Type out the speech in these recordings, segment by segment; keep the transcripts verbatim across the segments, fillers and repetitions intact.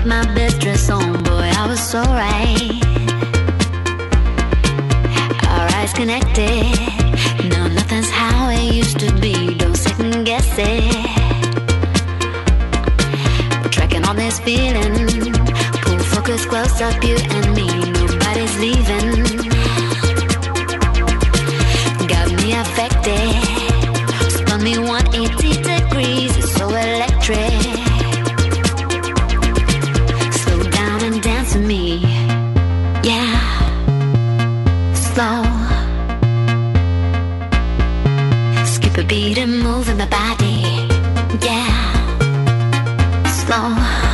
my best dress on, boy, I was so right. Our eyes connected. No, nothing's how it used to be. Don't second guess it. Tracking on this feeling. Pull focus close up, you and me. Nobody's leaving. Got me affected. Spun me one eighty degrees. It's so electric. Slow down and dance with me. Yeah. Slow. Skip a beat and move in my body. Yeah. Slow.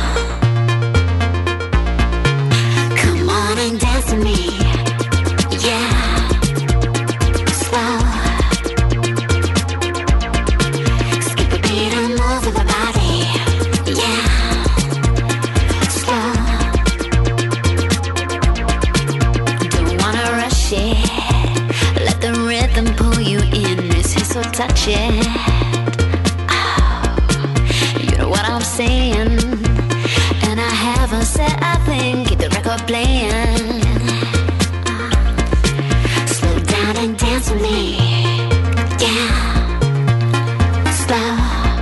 Come on and dance with me. Yeah. Slow. Skip a beat and move in my body. Yeah. Slow. Don't wanna rush it. Let the rhythm pull you in. It's here, so touch it. Oh, you know what I'm saying. And I haven't said a thing. Keep the record playing. Slow down and dance with me. Yeah. Slow.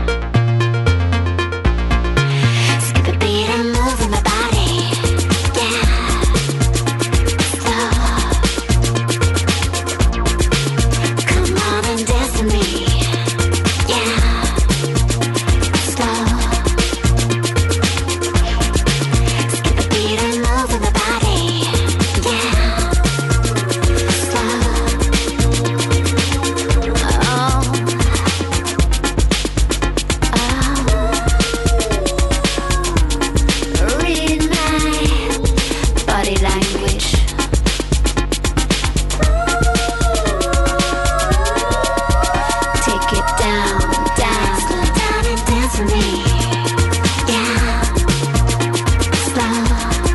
Skip a beat and move in my body. Yeah. Slow. Come on and dance with me. Yeah. Slow. Skip a beat and move in my body. Yeah. Slow. Oh. Oh. Read my body language. Take it down, down, slow down and dance with me. Yeah. Slow.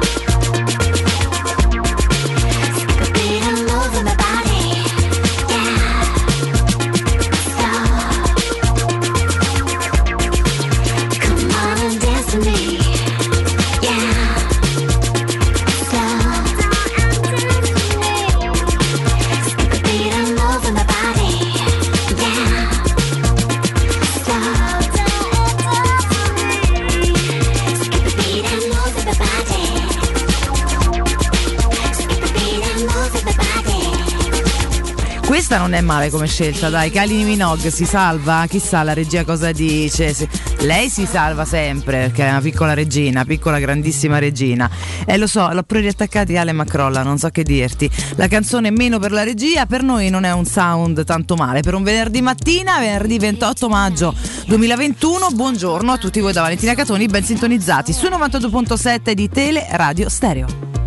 Skip a beat and move in my body. Yeah. Slow. Come on and dance with me. Yeah. Slow. Skip a beat and move in my body. Yeah. Slow. Skip a beat and move in my body. Skip a beat and move in my body. Questa non è male come scelta, dai. Kylie Minogue si salva, chissà la regia cosa dice. Se- Lei si salva sempre perché è una piccola regina, piccola grandissima regina. E lo so, l'ho pure riattaccati Ale Macrolla, non so che dirti. La canzone meno per la regia, per noi non è un sound tanto male. Per un venerdì mattina, venerdì ventotto maggio duemilaventuno, buongiorno a tutti voi da Valentina Catoni, ben sintonizzati su novantadue virgola sette di Tele Radio Stereo.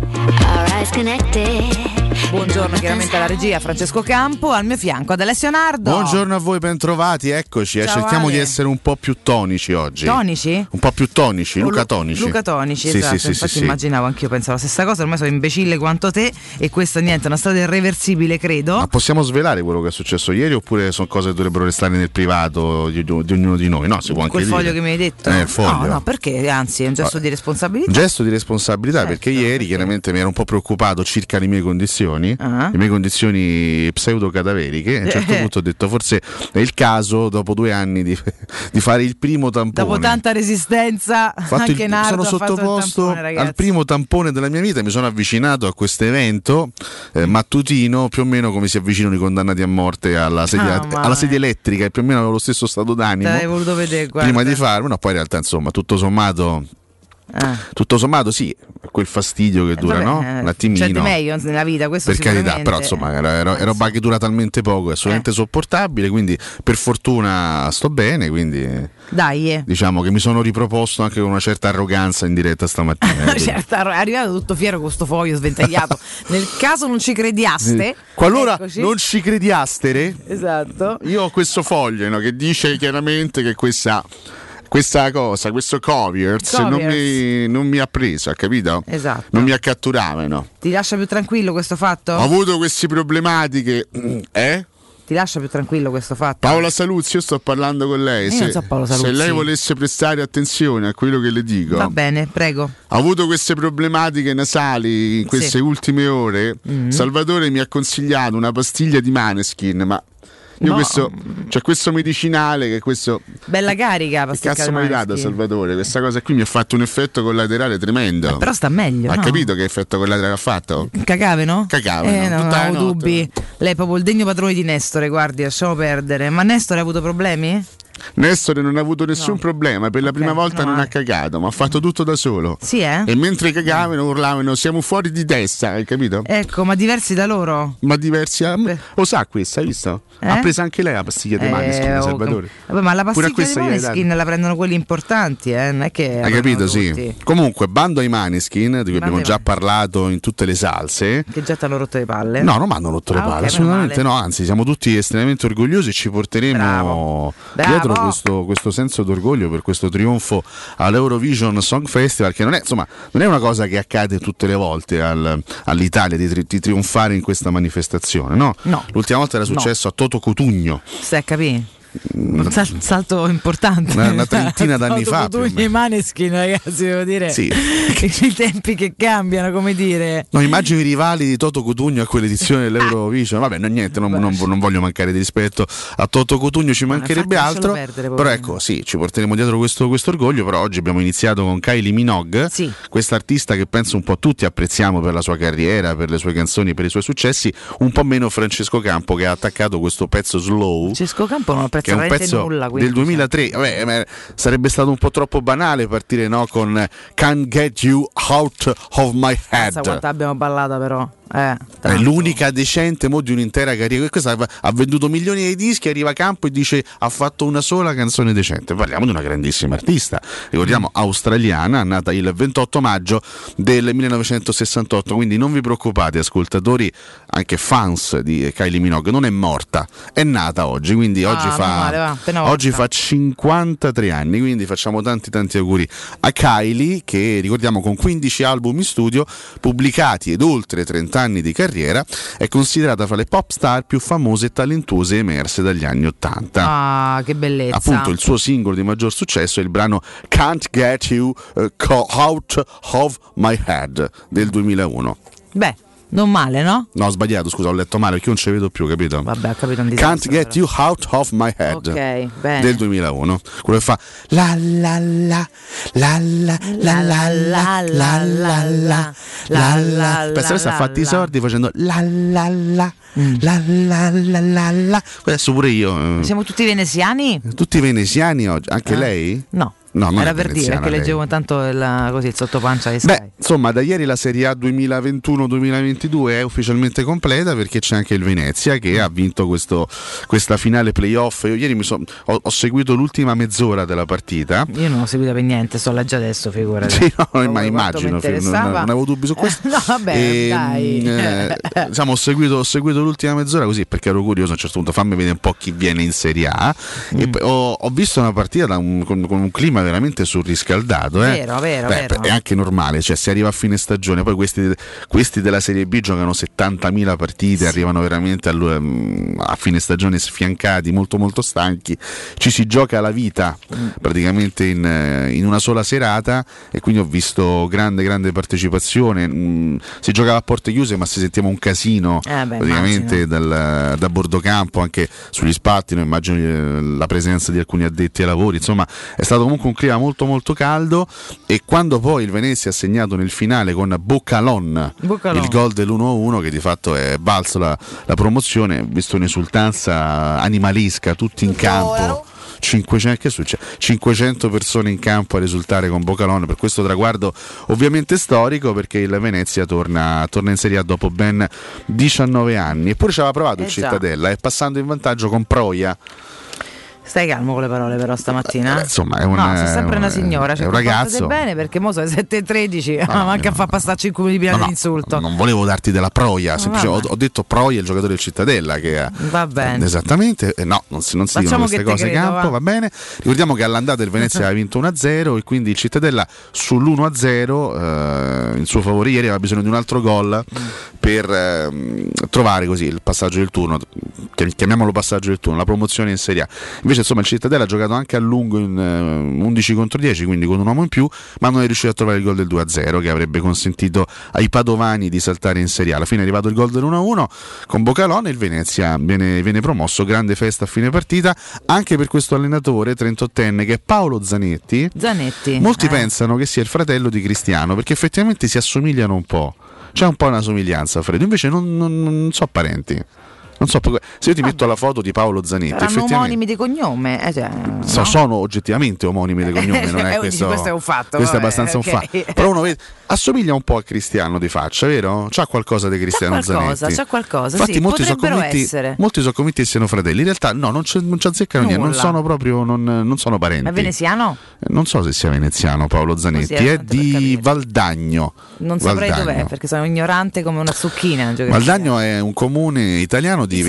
Our eyes connected. Buongiorno chiaramente alla regia Francesco Campo, al mio fianco ad Alessio Nardo. Buongiorno a voi, bentrovati, eccoci. eh, Ciao, cerchiamo Ale. di essere un po' più tonici oggi. Tonici? Un po' più tonici, O Luca Lu- Tonici. Luca Tonici, Sì, esatto. sì, sì, Infatti sì, sì. immaginavo anch'io, pensavo la stessa cosa, ormai sono imbecille quanto te e questa niente, è una storia irreversibile, credo. Ma possiamo svelare quello che è successo ieri oppure sono cose che dovrebbero restare nel privato di, di ognuno di noi? No, si può anche Quel dire. foglio che mi hai detto? Eh, il foglio. No, no, perché? Anzi, è un gesto Ah, di responsabilità. Un gesto di responsabilità, Certo, perché ieri perché? chiaramente mi ero un po' preoccupato circa le mie condizioni, Ah. le mie condizioni pseudo-cadaveriche. A un certo Eh. punto ho detto forse è il caso, dopo due anni, di, di fare il primo tampone. Dopo tanta resistenza, Ho fatto anche il- Nardo sono ha fatto il sottoposto tampone, ragazzi. al primo tampone della mia vita, mi sono avvicinato a questo evento eh, mattutino, più o meno come si avvicinano i condannati a morte alla sedia, Ah, mamma alla sedia mia. elettrica, e più o meno avevo lo stesso stato d'animo Te l'avevi voluto vedere, guarda. prima di farlo, no, poi in realtà insomma tutto sommato Ah. tutto sommato sì, quel fastidio che dura, Vabbè, no? eh, Un attimino. c'è di meglio nella vita, questo Per carità, sicuramente. però insomma era, era, è roba che dura talmente poco, è assolutamente Eh. sopportabile, quindi per fortuna sto bene, quindi Dai, eh. diciamo che mi sono riproposto anche con una certa arroganza in diretta stamattina. eh, Certo, è arrivato tutto fiero con sto foglio sventagliato. Nel caso non ci crediaste, Qualora eccoci. non ci crediastere, Esatto. io ho questo foglio, no, che dice chiaramente che questa, questa cosa, questo Covers non Covers. mi, non mi ha preso, ha capito? Esatto. Non mi accatturavano. Ti lascia più tranquillo questo fatto? Ho avuto queste problematiche, eh? Ti lascia più tranquillo questo fatto? Paola Saluzzi, io sto parlando con lei. Io Se, non so Paola Saluzzi. se lei volesse prestare attenzione a quello che le dico. Va bene, prego. Ha avuto queste problematiche nasali in queste Sì. ultime ore. Mm. Salvatore mi ha consigliato una pastiglia di Maneskin, ma io No. questo, c'è questo medicinale che questo. Bella carica, Che pasticca cazzo di mi hai dato, Maneskin. Salvatore? Questa cosa qui mi ha fatto un effetto collaterale tremendo. Eh, però sta meglio. Ha no? capito che effetto collaterale ha fatto? Cacave, no? Cacave, eh, no? non Tutta la avevo notte. dubbi. Lei è proprio il degno padrone di Nestore, guardi, lasciamo perdere. Ma Nestore ha avuto problemi? Nestore non ha avuto nessun No. problema, per la Ok, prima volta meno non ha male. cagato, ma ha fatto tutto da solo. Sì, eh? E mentre cagavano urlavano siamo fuori di testa, hai capito? Ecco, ma diversi da loro? Ma diversi. ah, Beh. Lo sa questa, hai visto? Eh? Ha preso anche lei la pastiglia di Maneskin, oh, Salvatore. Vabbè, ma la Pure a pastiglia di questa gliel'hai Maneskin la prendono quelli importanti, eh? Non è che la Hai capito? prendono Sì. tutti. Comunque, bando ai Maneskin, di cui abbiamo ai già Man- parlato in tutte le salse. Che già ti hanno rotto le palle? No, non mi hanno rotto le Ah, ok, palle, meno assolutamente male. no, anzi siamo tutti estremamente orgogliosi e ci porteremo Bravo. dietro Bravo. questo, questo senso d'orgoglio per questo trionfo all'Eurovision Song Festival, che non è, insomma, non è una cosa che accade tutte le volte al- all'Italia di, tri- di trionfare in questa manifestazione, no? No. L'ultima volta era successo a Toto Cutugno. Stai a capire? Un sal- salto importante. Una- una trentina d'anni fa, più o Tu meno. i Maneskin, ragazzi, devo dire. Sì. I tempi che cambiano, come dire. No, immagino i rivali di Toto Cutugno a quell'edizione dell'Eurovision. Vabbè, no, niente, non, non- non voglio mancare di rispetto a Toto Cutugno, ci mancherebbe infatti altro. lascialo perdere, Però poverino. ecco, sì, ci porteremo dietro questo, questo orgoglio. Però oggi abbiamo iniziato con Kylie Minogue, Sì. questa artista che penso un po' tutti apprezziamo per la sua carriera, per le sue canzoni, per i suoi successi. Un po' meno Francesco Campo, che ha attaccato questo pezzo slow. Francesco Campo non Che apprezza è un veramente pezzo nulla. quindi, del duemilatré. Vabbè, ma sarebbe stato un po' troppo banale partire, no, con Can't Get You Out of My Pensa Head. quanto abbiamo ballata però. Eh, È tanto. l'unica decente mo di un'intera carriera. Questa ha venduto milioni di dischi, arriva a campo e dice ha fatto una sola canzone decente. Parliamo di una grandissima artista, ricordiamo australiana, nata il ventotto maggio del millenovecentosessantotto, quindi non vi preoccupate ascoltatori, anche fans di Kylie Minogue, non è morta, è nata oggi, quindi Ah, oggi, meno male, va, fa, appena oggi morta. fa cinquantatré anni, quindi facciamo tanti tanti auguri a Kylie, che ricordiamo con quindici album in studio pubblicati ed oltre trenta anni di carriera è considerata fra le pop star più famose e talentuose emerse dagli anni ottanta. Ah, che bellezza. Appunto il suo singolo di maggior successo è il brano Can't Get You uh, Co- Out of My Head del duemilauno. Beh, non male, no? No, ho sbagliato, scusa, ho letto male perché io non ci vedo più, capito? Vabbè, ho capito un Can't disastro, Get però. You Out of My Head Ok, bene. del duemilauno. Quello che fa la la la la la la la la la la la la la. Pensa che sta fatti i sordi facendo la la la la la la la la. Adesso pure io. eh, Siamo tutti veneziani? Tutti veneziani oggi, anche Ah. lei? No. No, non Era è per dire veneziana che lei. leggevo tanto il, così, il sottopancia di Sky. Beh, insomma, da ieri la Serie A duemilaventuno duemilaventidue è ufficialmente completa perché c'è anche il Venezia che ha vinto questo, questa finale playoff. Io ieri mi son- ho, ho seguito l'ultima mezz'ora della partita. Io non l'ho seguita per niente, sto là già adesso, figurati. Sì, no, Proprio ma quanto immagino, mi fi- non, interessava. non avevo dubbi su questo. No, vabbè, E, dai. eh, diciamo, ho, seguito, ho seguito l'ultima mezz'ora così perché ero curioso. A un certo punto fammi vedere un po' chi viene in Serie A. E poi ho, ho visto una partita da un- con, con un clima veramente surriscaldato. Eh. Vero, vero, Beh, vero. È anche normale, cioè si arriva a fine stagione, poi questi, questi della Serie B giocano settantamila partite, Sì. arrivano veramente a, a fine stagione sfiancati, molto molto stanchi, ci si gioca la vita praticamente in, in una sola serata e quindi ho visto grande grande partecipazione. Mm, si giocava a porte chiuse ma si sentiva un casino Eh beh, praticamente dal, da bordo campo, anche sugli spalti, no? Immagino eh, la presenza di alcuni addetti ai lavori, insomma è stato comunque un clima molto molto caldo. E quando poi il Venezia ha segnato nel finale con Boccalon, Boccalon. il gol dell'uno a uno che di fatto è balzo la, la promozione, visto un'esultanza animalisca, tutti in campo. cinquecento, che succede? cinquecento persone in campo a risultare con Boccalon per questo traguardo ovviamente storico, perché il Venezia torna, torna in Serie A dopo ben diciannove anni. Eppure ci aveva provato Eh il già. Cittadella e passando in vantaggio con Proia. Stai calmo con le parole però stamattina. Eh, insomma, è una, no, sei sempre una signora. È un ragazzo. bene perché mo sono le sette e tredici. No, no, manca a far passare cinque minuti prima no, no, dell'insulto. Non volevo darti della proia, semplicemente ho, ho detto proia il giocatore del Cittadella che va bene. Esattamente, eh, no, non si, non si dicono queste cose in campo, va. va bene. Ricordiamo che all'andata il Venezia aveva vinto uno a zero e quindi il Cittadella sull'uno a zero eh, in suo favore ieri aveva bisogno di un altro gol mm. per eh, trovare così il passaggio del turno, chiamiamolo passaggio del turno, la promozione in Serie A. Invece insomma il Cittadella ha giocato anche a lungo in uh, undici contro dieci, quindi con un uomo in più, ma non è riuscito a trovare il gol del due a zero che avrebbe consentito ai padovani di saltare in Serie A. Alla fine è arrivato il gol dell'uno a uno con Bocalone e il Venezia viene, viene promosso. Grande festa a fine partita anche per questo allenatore trentottenne che è Paolo Zanetti. Zanetti Molti eh. pensano che sia il fratello di Cristiano perché effettivamente si assomigliano un po', c'è un po' una somiglianza Fredo, invece non, non, non so parenti. Non so, se io ti metto la foto di Paolo Zanetti, sono omonimi di cognome, eh, cioè, so, no? Sono oggettivamente omonimi di cognome, non è questo, questo è un fatto. Questo vabbè, è abbastanza okay. un fatto. Però uno vede, assomiglia un po' a Cristiano di faccia, vero? C'ha qualcosa di Cristiano c'ha qualcosa, Zanetti. C'ha qualcosa, Infatti sì, molti sono convinti, essere. molti sono convinti che siano fratelli. In realtà no, non, non ci azzeccano niente, non sono proprio non, non sono parenti. Ma è veneziano? Non so se sia veneziano Paolo Zanetti, è, è di Valdagno. Non saprei Valdagno. dov'è perché sono ignorante come una zucchina. Valdagno è un comune italiano di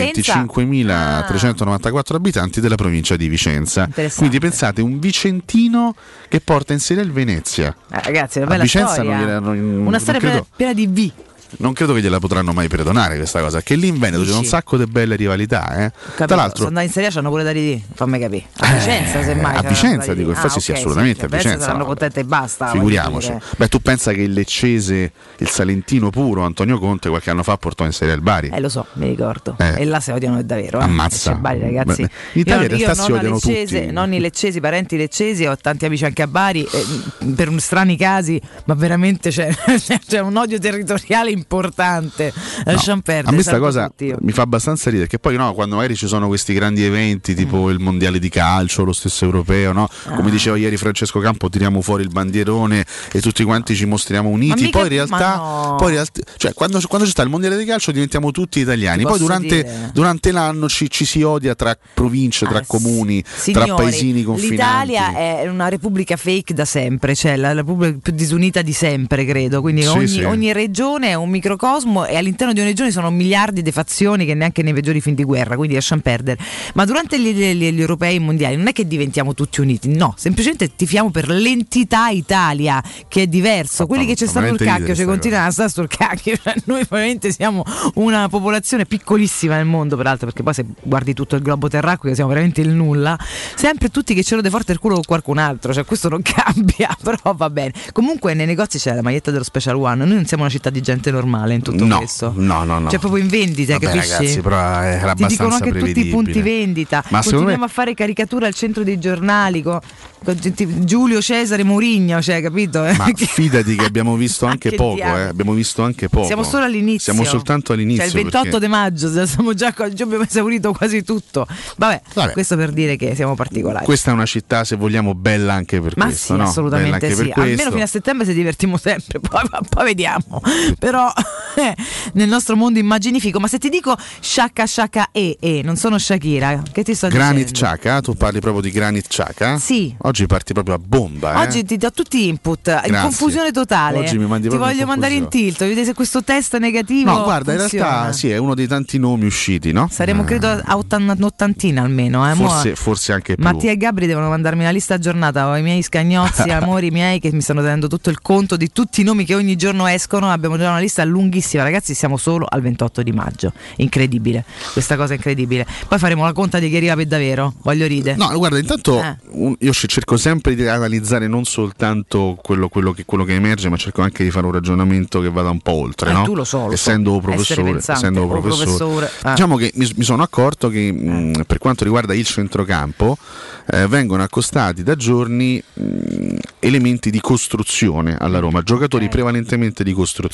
venticinquemilatrecentonovantaquattro abitanti della provincia di Vicenza. Quindi pensate, un vicentino che porta in Serie A il Venezia. Eh, ragazzi, una a bella Vicenza storia. Non gliela, non, una storia non piena, piena di V. Non credo che gliela potranno mai perdonare questa cosa. Che lì in Veneto c'è un sacco di belle rivalità. Eh. Capito, Tra l'altro, sono andati in Serie A, c'hanno pure da ridire. Fammi capire. A Vicenza, eh, semmai. A Vicenza, dico, infatti, ah, sì, okay, assolutamente. Sì, a Vicenza saranno contenti e basta. Figuriamoci. Beh, tu pensa che il leccese, il salentino puro, Antonio Conte, qualche anno fa portò in Serie A il Bari. Eh, lo so, mi ricordo. Eh. E là si odiano davvero. Eh. Ammazza. Bari, ragazzi. Beh, in Italia io, in realtà si odiano leccese, tutti. Nonni leccesi, parenti leccesi, ho tanti amici anche a Bari, eh, per un strani casi, ma veramente c'è, c'è un odio territoriale importante. No. Perdere, a me sta cosa mi fa abbastanza ridere, che poi no, quando magari ci sono questi grandi eventi tipo mm. il mondiale di calcio, lo stesso europeo, no? Come ah. diceva ieri Francesco Campo, tiriamo fuori il bandierone e tutti quanti ci mostriamo uniti, mica, poi in realtà, no. poi in realtà cioè, quando, quando c'è sta il mondiale di calcio diventiamo tutti italiani, poi durante, durante l'anno ci, ci si odia tra province, tra ah, comuni, signori, tra paesini confinanti. L'Italia è una repubblica fake da sempre, cioè la repubblica più disunita di sempre, credo, quindi sì, ogni, sì. ogni regione è un microcosmo e all'interno di ogni regione sono miliardi di fazioni che neanche nei peggiori film di guerra, quindi lasciamo perdere. Ma durante gli, gli, gli europei mondiali non è che diventiamo tutti uniti, no, semplicemente tifiamo per l'entità Italia, che è diverso. Quelli che ci stanno sul cacchio ci continuano a stare sul cacchio, cioè, noi veramente siamo una popolazione piccolissima nel mondo, peraltro, perché poi se guardi tutto il globo terracqueo siamo veramente il nulla, sempre tutti che ce lo de forte il culo con qualcun altro, cioè questo non cambia, però va bene. Comunque nei negozi c'è la maglietta dello Special One, noi non siamo una città di gente normale in tutto no, questo. No, no, no. Cioè proprio in vendita, vabbè, capisci? Ragazzi, però era ti dicono anche tutti i punti vendita. Ma continuiamo me... a fare caricatura al centro dei giornali con, con Giulio Cesare Mourinho, cioè, capito? Ma fidati che abbiamo visto anche poco, eh. abbiamo visto anche poco. Siamo solo all'inizio. Siamo soltanto all'inizio. Cioè il ventotto perché... di maggio, siamo già, già abbiamo esaurito quasi tutto. Vabbè, Vabbè, questo per dire che siamo particolari. Questa è una città, se vogliamo, bella anche per Ma questo, sì, no? assolutamente sì. Almeno fino a settembre ci divertiamo sempre, poi, poi vediamo. Però eh, nel nostro mondo immaginifico, ma se ti dico Shaka Shaka e e non sono Shakira, che ti sto Granit dicendo? Xhaka, tu parli proprio di Granit Xhaka? Sì. Oggi parti proprio a bomba, eh? Oggi ti do tutti gli input, Grazie. in confusione totale. Oggi mi mandi ti voglio in mandare in tilt, vedete se questo test negativo. No, guarda, funziona. In realtà sì, è uno dei tanti nomi usciti, no? Saremo credo a ottantina almeno, eh? Forse, Mo, forse anche più. Mattia e Gabri devono mandarmi una lista aggiornata, ho i miei scagnozzi, amori miei che mi stanno tenendo tutto il conto di tutti i nomi che ogni giorno escono. Abbiamo già una lista lunghissima, ragazzi, siamo solo al ventotto di maggio. Incredibile, questa cosa è incredibile. Poi faremo la conta di chi arriva per davvero, voglio ridere. No, guarda, intanto eh. un, io cerco sempre di analizzare non soltanto quello, quello, che, quello che emerge, ma cerco anche di fare un ragionamento che vada un po' oltre, eh, no? Tu lo so, lo essendo so. professore, essendo professore, professore. Eh. diciamo che mi, mi sono accorto che mh, per quanto riguarda il centrocampo eh, vengono accostati da giorni mh, elementi di costruzione alla Roma, giocatori okay. prevalentemente di costruzione.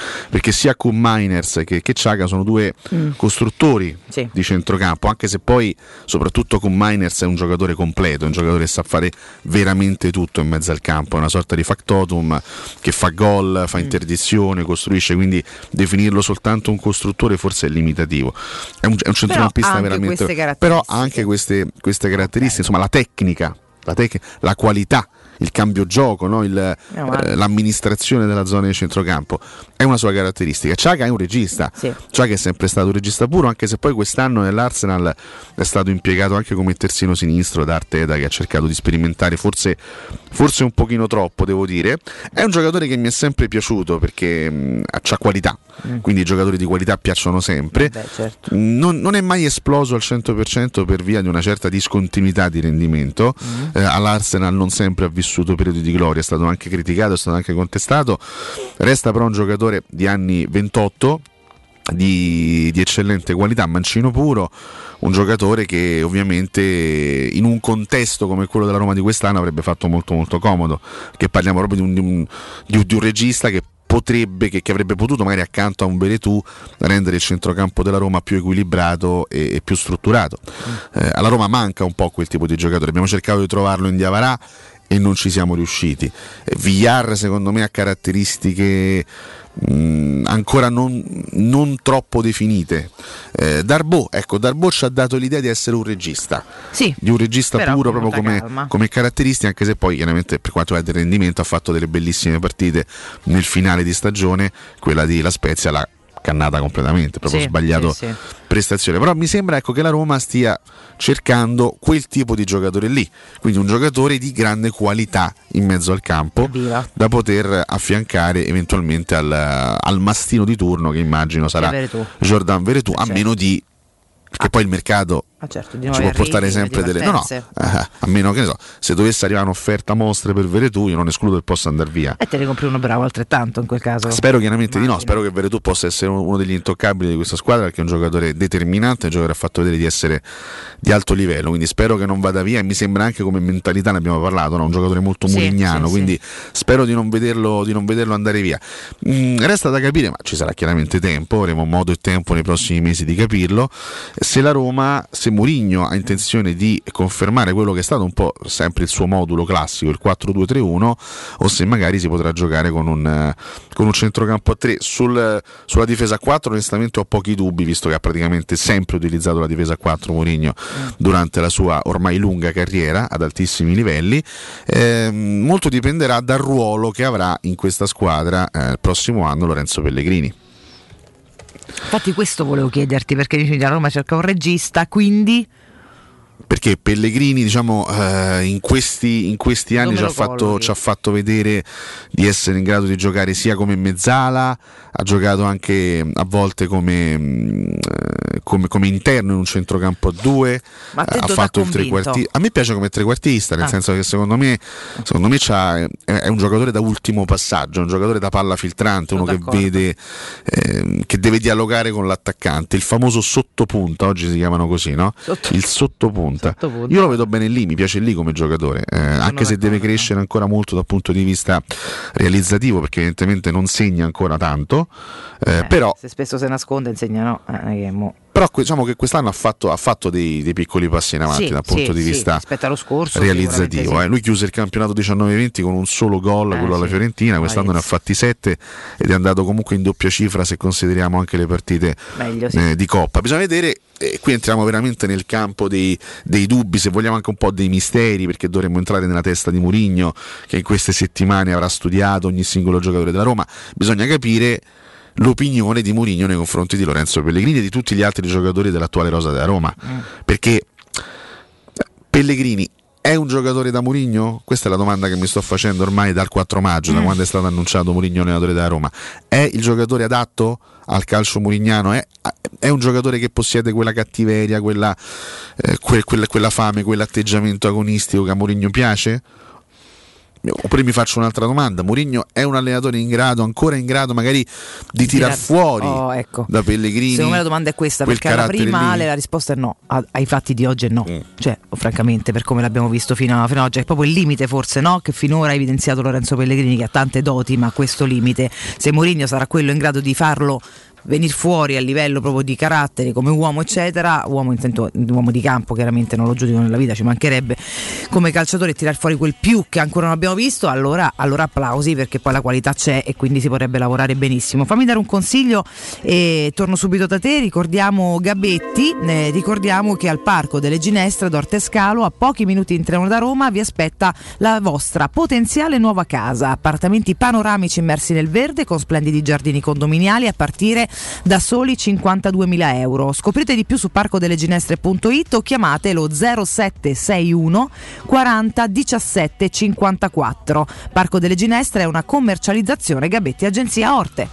perché sia Koeman Miners che, che Xhaka sono due mm. costruttori sì. di centrocampo, anche se poi soprattutto Koeman Miners è un giocatore completo, è un giocatore che sa fare veramente tutto in mezzo al campo, è una sorta di factotum che fa gol, fa interdizione, costruisce, quindi definirlo soltanto un costruttore forse è limitativo, è un, è un centrocampista veramente, però ha anche queste, queste caratteristiche, insomma la tecnica, la, tec- la qualità, il cambio gioco, no? il, eh, l'amministrazione della zona di centrocampo è una sua caratteristica. Xhaka è un regista, sì. Xhaka è sempre stato un regista puro, anche se poi quest'anno nell'Arsenal è stato impiegato anche come terzino sinistro da Arteta, che ha cercato di sperimentare forse, forse un pochino troppo, devo dire. È un giocatore che mi è sempre piaciuto perché mh, ha qualità, mm. quindi i giocatori di qualità piacciono sempre. Beh, certo. non, non è mai esploso al cento per cento per via di una certa discontinuità di rendimento, mm. eh, all'Arsenal non sempre ha vissuto periodi di gloria, è stato anche criticato, è stato anche contestato, resta però un giocatore di anni ventotto di, di eccellente qualità, mancino puro, un giocatore che ovviamente in un contesto come quello della Roma di quest'anno avrebbe fatto molto molto comodo, che parliamo proprio di un, di un, di un, di un regista che potrebbe, che, che avrebbe potuto magari accanto a un Veretù rendere il centrocampo della Roma più equilibrato e, e più strutturato. Eh, alla Roma manca un po' quel tipo di giocatore, abbiamo cercato di trovarlo in Diawara e non ci siamo riusciti. eh, Villar secondo me ha caratteristiche mh, ancora non, non troppo definite. eh, Darboe, ecco, Darboe ci ha dato l'idea di essere un regista, sì, di un regista puro proprio come, come caratteristica, anche se poi chiaramente per quanto riguarda il rendimento ha fatto delle bellissime partite nel finale di stagione, quella di La Spezia l'ha cannata completamente, proprio sì, sbagliato sì, sì. prestazione. Però mi sembra, ecco, che la Roma stia cercando quel tipo di giocatore lì, quindi un giocatore di grande qualità in mezzo al campo, Viva. da poter affiancare eventualmente al, al mastino di turno, che immagino sarà Veretù. Jordan Veretù, eh, a certo. meno di che poi il mercato ah, certo, ci può portare sempre delle no no eh, a meno che ne so, se dovesse arrivare un'offerta mostre per Veretù, io non escludo che possa andare via e te ne compri uno bravo altrettanto in quel caso. Spero chiaramente Immagino. di no, spero che Veretù possa essere uno degli intoccabili di questa squadra, perché è un giocatore determinante, un giocatore che ha fatto vedere di essere di alto livello, quindi spero che non vada via, e mi sembra anche come mentalità, ne abbiamo parlato, no? Un giocatore molto sì, murignano, sì, quindi sì. spero di non vederlo, di non vederlo andare via. Mm, resta da capire, ma ci sarà chiaramente tempo, avremo modo e tempo nei prossimi mesi di capirlo, se la Roma, se Mourinho ha intenzione di confermare quello che è stato un po' sempre il suo modulo classico, il quattro due tre uno, o se magari si potrà giocare con un, con un centrocampo a tre. Sul, sulla difesa a quattro onestamente ho pochi dubbi, visto che ha praticamente sempre utilizzato la difesa a quattro Mourinho durante la sua ormai lunga carriera ad altissimi livelli. Eh, molto dipenderà dal ruolo che avrà in questa squadra eh, il prossimo anno Lorenzo Pellegrini. Infatti questo volevo chiederti, perché dici la Roma cerca un regista, quindi perché Pellegrini, diciamo, eh, in questi, in questi anni ci ha, fatto, ci ha fatto vedere di essere in grado di giocare sia come mezzala, ha giocato anche a volte come, eh, come, come interno in un centrocampo a due, ma ha fatto il trequartista. A me piace come trequartista, nel ah. senso che secondo me, secondo me c'ha, è un giocatore da ultimo passaggio, un giocatore da palla filtrante, Sono uno d'accordo. che vede, eh, che deve dialogare con l'attaccante, il famoso sottopunta, oggi si chiamano così, no? Sotto. Il sottopunta. Io lo vedo bene lì, mi piace lì come giocatore, eh, anche se deve crescere ancora molto dal punto di vista realizzativo, perché evidentemente non segna ancora tanto, eh, eh, però se spesso se nasconde insegna no, eh, mo. Però diciamo che quest'anno ha fatto, ha fatto dei, dei piccoli passi in avanti, sì, dal punto sì, di vista sì, rispetto allo scorso, realizzativo. Sì. Eh. Lui chiuse il campionato diciannove venti con un solo gol, eh, quello alla sì. Fiorentina, quest'anno ah, ne ha fatti sette ed è andato comunque in doppia cifra se consideriamo anche le partite Meglio, sì. eh, di Coppa. Bisogna vedere, eh, qui entriamo veramente nel campo dei, dei dubbi, se vogliamo anche un po' dei misteri, perché dovremmo entrare nella testa di Mourinho, che in queste settimane avrà studiato ogni singolo giocatore della Roma. Bisogna capire l'opinione di Mourinho nei confronti di Lorenzo Pellegrini e di tutti gli altri giocatori dell'attuale rosa della Roma, mm. perché Pellegrini è un giocatore da Mourinho? Questa è la domanda che mi sto facendo ormai dal quattro maggio, mm. da quando è stato annunciato Mourinho allenatore della Roma. È il giocatore adatto al calcio mourignano? È, è un giocatore che possiede quella cattiveria, quella, eh, que, quella, quella fame, quell'atteggiamento agonistico che a Mourinho piace? Oppure mi faccio un'altra domanda: Mourinho è un allenatore in grado, ancora in grado magari di tirar fuori oh, ecco. da Pellegrini? Secondo me la domanda è questa, perché alla prima lì. La risposta è no, ai fatti di oggi è no, mm. cioè francamente per come l'abbiamo visto fino, a, fino ad oggi è proprio il limite forse, no? Che finora ha evidenziato Lorenzo Pellegrini, che ha tante doti, ma questo limite, se Mourinho sarà quello in grado di farlo venire fuori a livello proprio di carattere come uomo eccetera, uomo intento uomo di campo, chiaramente non lo giudico nella vita, ci mancherebbe, come calciatore, e tirar fuori quel più che ancora non abbiamo visto, allora, allora applausi, perché poi la qualità c'è e quindi si potrebbe lavorare benissimo. Fammi dare un consiglio e torno subito da te. Ricordiamo Gabetti, eh, ricordiamo che al Parco delle Ginestre d'Ortescalo, a pochi minuti in treno da Roma, vi aspetta la vostra potenziale nuova casa, appartamenti panoramici immersi nel verde con splendidi giardini condominiali a partire da soli cinquantaduemila euro. Scoprite di più su parcodeleginestre punto it o chiamate lo zero sette sei uno quaranta diciassette cinquantaquattro. Parco delle Ginestre è una commercializzazione Gabetti Agenzia Orte.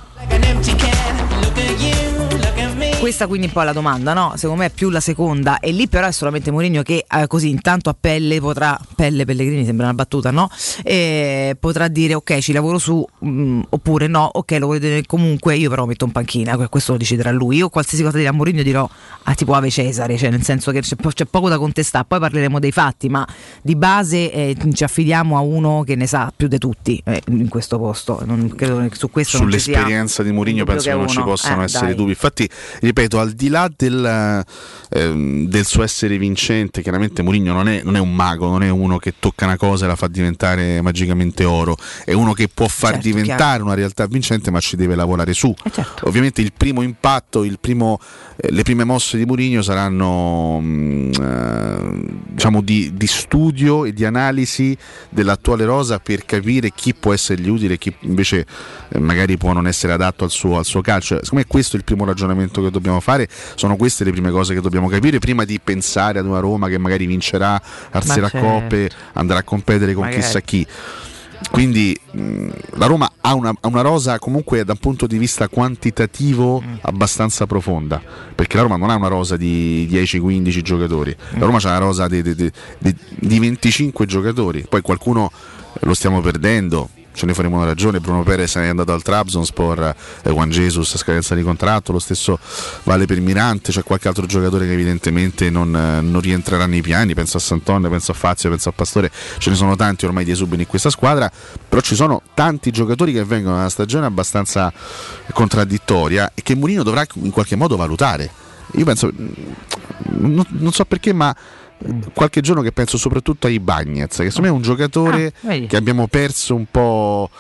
Questa quindi poi è la domanda, no? Secondo me è più la seconda, e lì però è solamente Mourinho che eh, così intanto a pelle potrà, pelle Pellegrini sembra una battuta, no? E potrà dire ok, ci lavoro su, mh, oppure no, ok, lo voglio tenere comunque, io però metto in panchina, questo lo deciderà lui. Io qualsiasi cosa dirà Mourinho dirò ah, tipo Ave Cesare, cioè nel senso che c'è, c'è poco da contestare, poi parleremo dei fatti, ma di base eh, ci affidiamo a uno che ne sa più di tutti eh, in questo posto. Non credo che su questo sull'esperienza non ci sia di Mourinho penso che non ci possano eh, essere dai. dubbi. Infatti ripeto, al di là del, eh, del suo essere vincente, chiaramente Mourinho non è, non è un mago, non è uno che tocca una cosa e la fa diventare magicamente oro, è uno che può far certo, diventare chiaro. Una realtà vincente, ma ci deve lavorare su. Eh certo. Ovviamente il primo impatto, il primo, eh, le prime mosse di Mourinho saranno mh, eh, diciamo di, di studio e di analisi dell'attuale rosa per capire chi può essergli utile e chi invece eh, magari può non essere adatto al suo, al suo calcio. Secondo me questo è il primo ragionamento che dobbiamo fare, sono queste le prime cose che dobbiamo capire prima di pensare ad una Roma che magari vincerà, alzerà coppe, andrà a competere con magari. Chissà chi. Quindi mh, la Roma ha una, ha una rosa comunque da un punto di vista quantitativo mm. abbastanza profonda, perché la Roma non ha una rosa di dieci quindici giocatori, mm. la Roma ha una rosa di, di, di, di, di venticinque giocatori, poi qualcuno lo stiamo perdendo, ce ne faremo una ragione. Bruno Perez è andato al Trabzonspor, eh, Juan Jesus a scadenza di contratto, lo stesso vale per Mirante, c'è qualche altro giocatore che evidentemente non, eh, non rientrerà nei piani, penso a Santon, penso a Fazio, penso a Pastore, ce ne sono tanti ormai di esuberi in questa squadra, però ci sono tanti giocatori che vengono da una stagione abbastanza contraddittoria e che Mourinho dovrà in qualche modo valutare. Io penso, non, non so perché, ma qualche giorno che penso soprattutto a Ibañez, che secondo me è un giocatore ah, che abbiamo perso un po'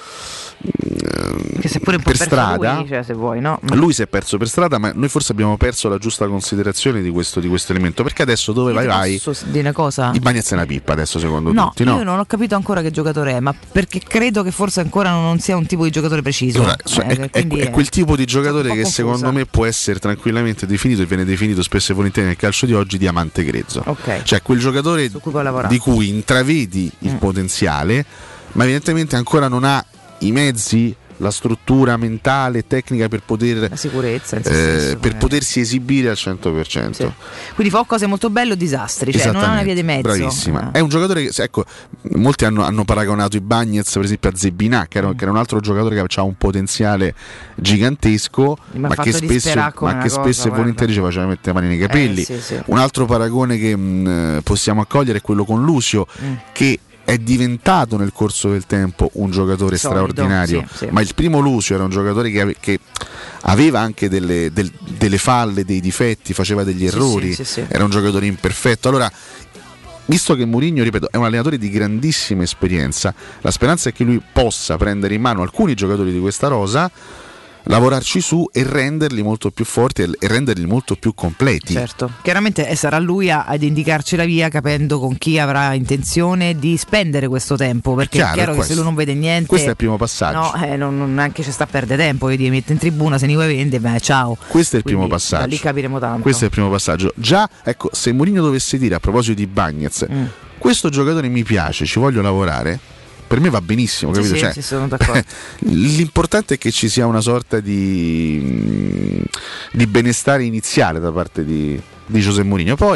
che se pure un po' per strada lui, cioè, se vuoi, no? Lui si è perso per strada, ma noi forse abbiamo perso la giusta considerazione di questo, di questo elemento, perché adesso dove io vai vai posso dire una cosa? Ibañez è una pippa adesso secondo no, tutti, no? Io non ho capito ancora che giocatore è, ma perché credo che forse ancora non sia un tipo di giocatore preciso. Allora, eh, è, è, è quel tipo di giocatore che confusa. Secondo me può essere tranquillamente definito, e viene definito spesso e volentieri nel calcio di oggi, diamante grezzo. Okay. Cioè quel giocatore cui di cui intravedi il mm. potenziale, ma evidentemente ancora non ha i mezzi, la struttura mentale, tecnica per poter la sicurezza in sé eh, stesso, per potersi esibire al cento per cento. Sì. Quindi fa cose molto belle o disastri, cioè non ha una via di mezzo. Bravissima. Ah. È un giocatore che, ecco, molti hanno, hanno paragonato Ibañez per esempio a Zebinà, che era, mm. che era un altro giocatore che aveva un potenziale gigantesco, ma, ma che spesso, ma che spesso cosa, e volentieri ci faceva mettere le mani nei capelli. Eh, sì, sì. Un altro paragone che mh, possiamo accogliere è quello con Lucio, mm. che è diventato nel corso del tempo un giocatore Solido, straordinario, sì, sì. Ma il primo Lucio era un giocatore che, ave- che aveva anche delle, del, delle falle, dei difetti, faceva degli errori, sì, sì, sì, sì. Era un giocatore imperfetto. Allora, visto che Mourinho, ripeto, è un allenatore di grandissima esperienza, la speranza è che lui possa prendere in mano alcuni giocatori di questa rosa, lavorarci su e renderli molto più forti e renderli molto più completi. Certo, chiaramente sarà lui a, ad indicarci la via, capendo con chi avrà intenzione di spendere questo tempo, perché è chiaro, è chiaro che se lui non vede niente, questo è il primo passaggio, no, eh, non, non neanche ci sta a perdere tempo, io ti metto in tribuna, se ne vuoi vendere, beh, ciao. Questo è il Quindi, primo passaggio, da lì capiremo tanto. Questo è il primo passaggio. Già, ecco, se Mourinho dovesse dire a proposito di Ibañez, mm. questo giocatore mi piace, ci voglio lavorare, per me va benissimo, capito? Sì, cioè, sì, sono d'accordo. L'importante è che ci sia una sorta di, di benestare iniziale da parte di, di José Mourinho. Poi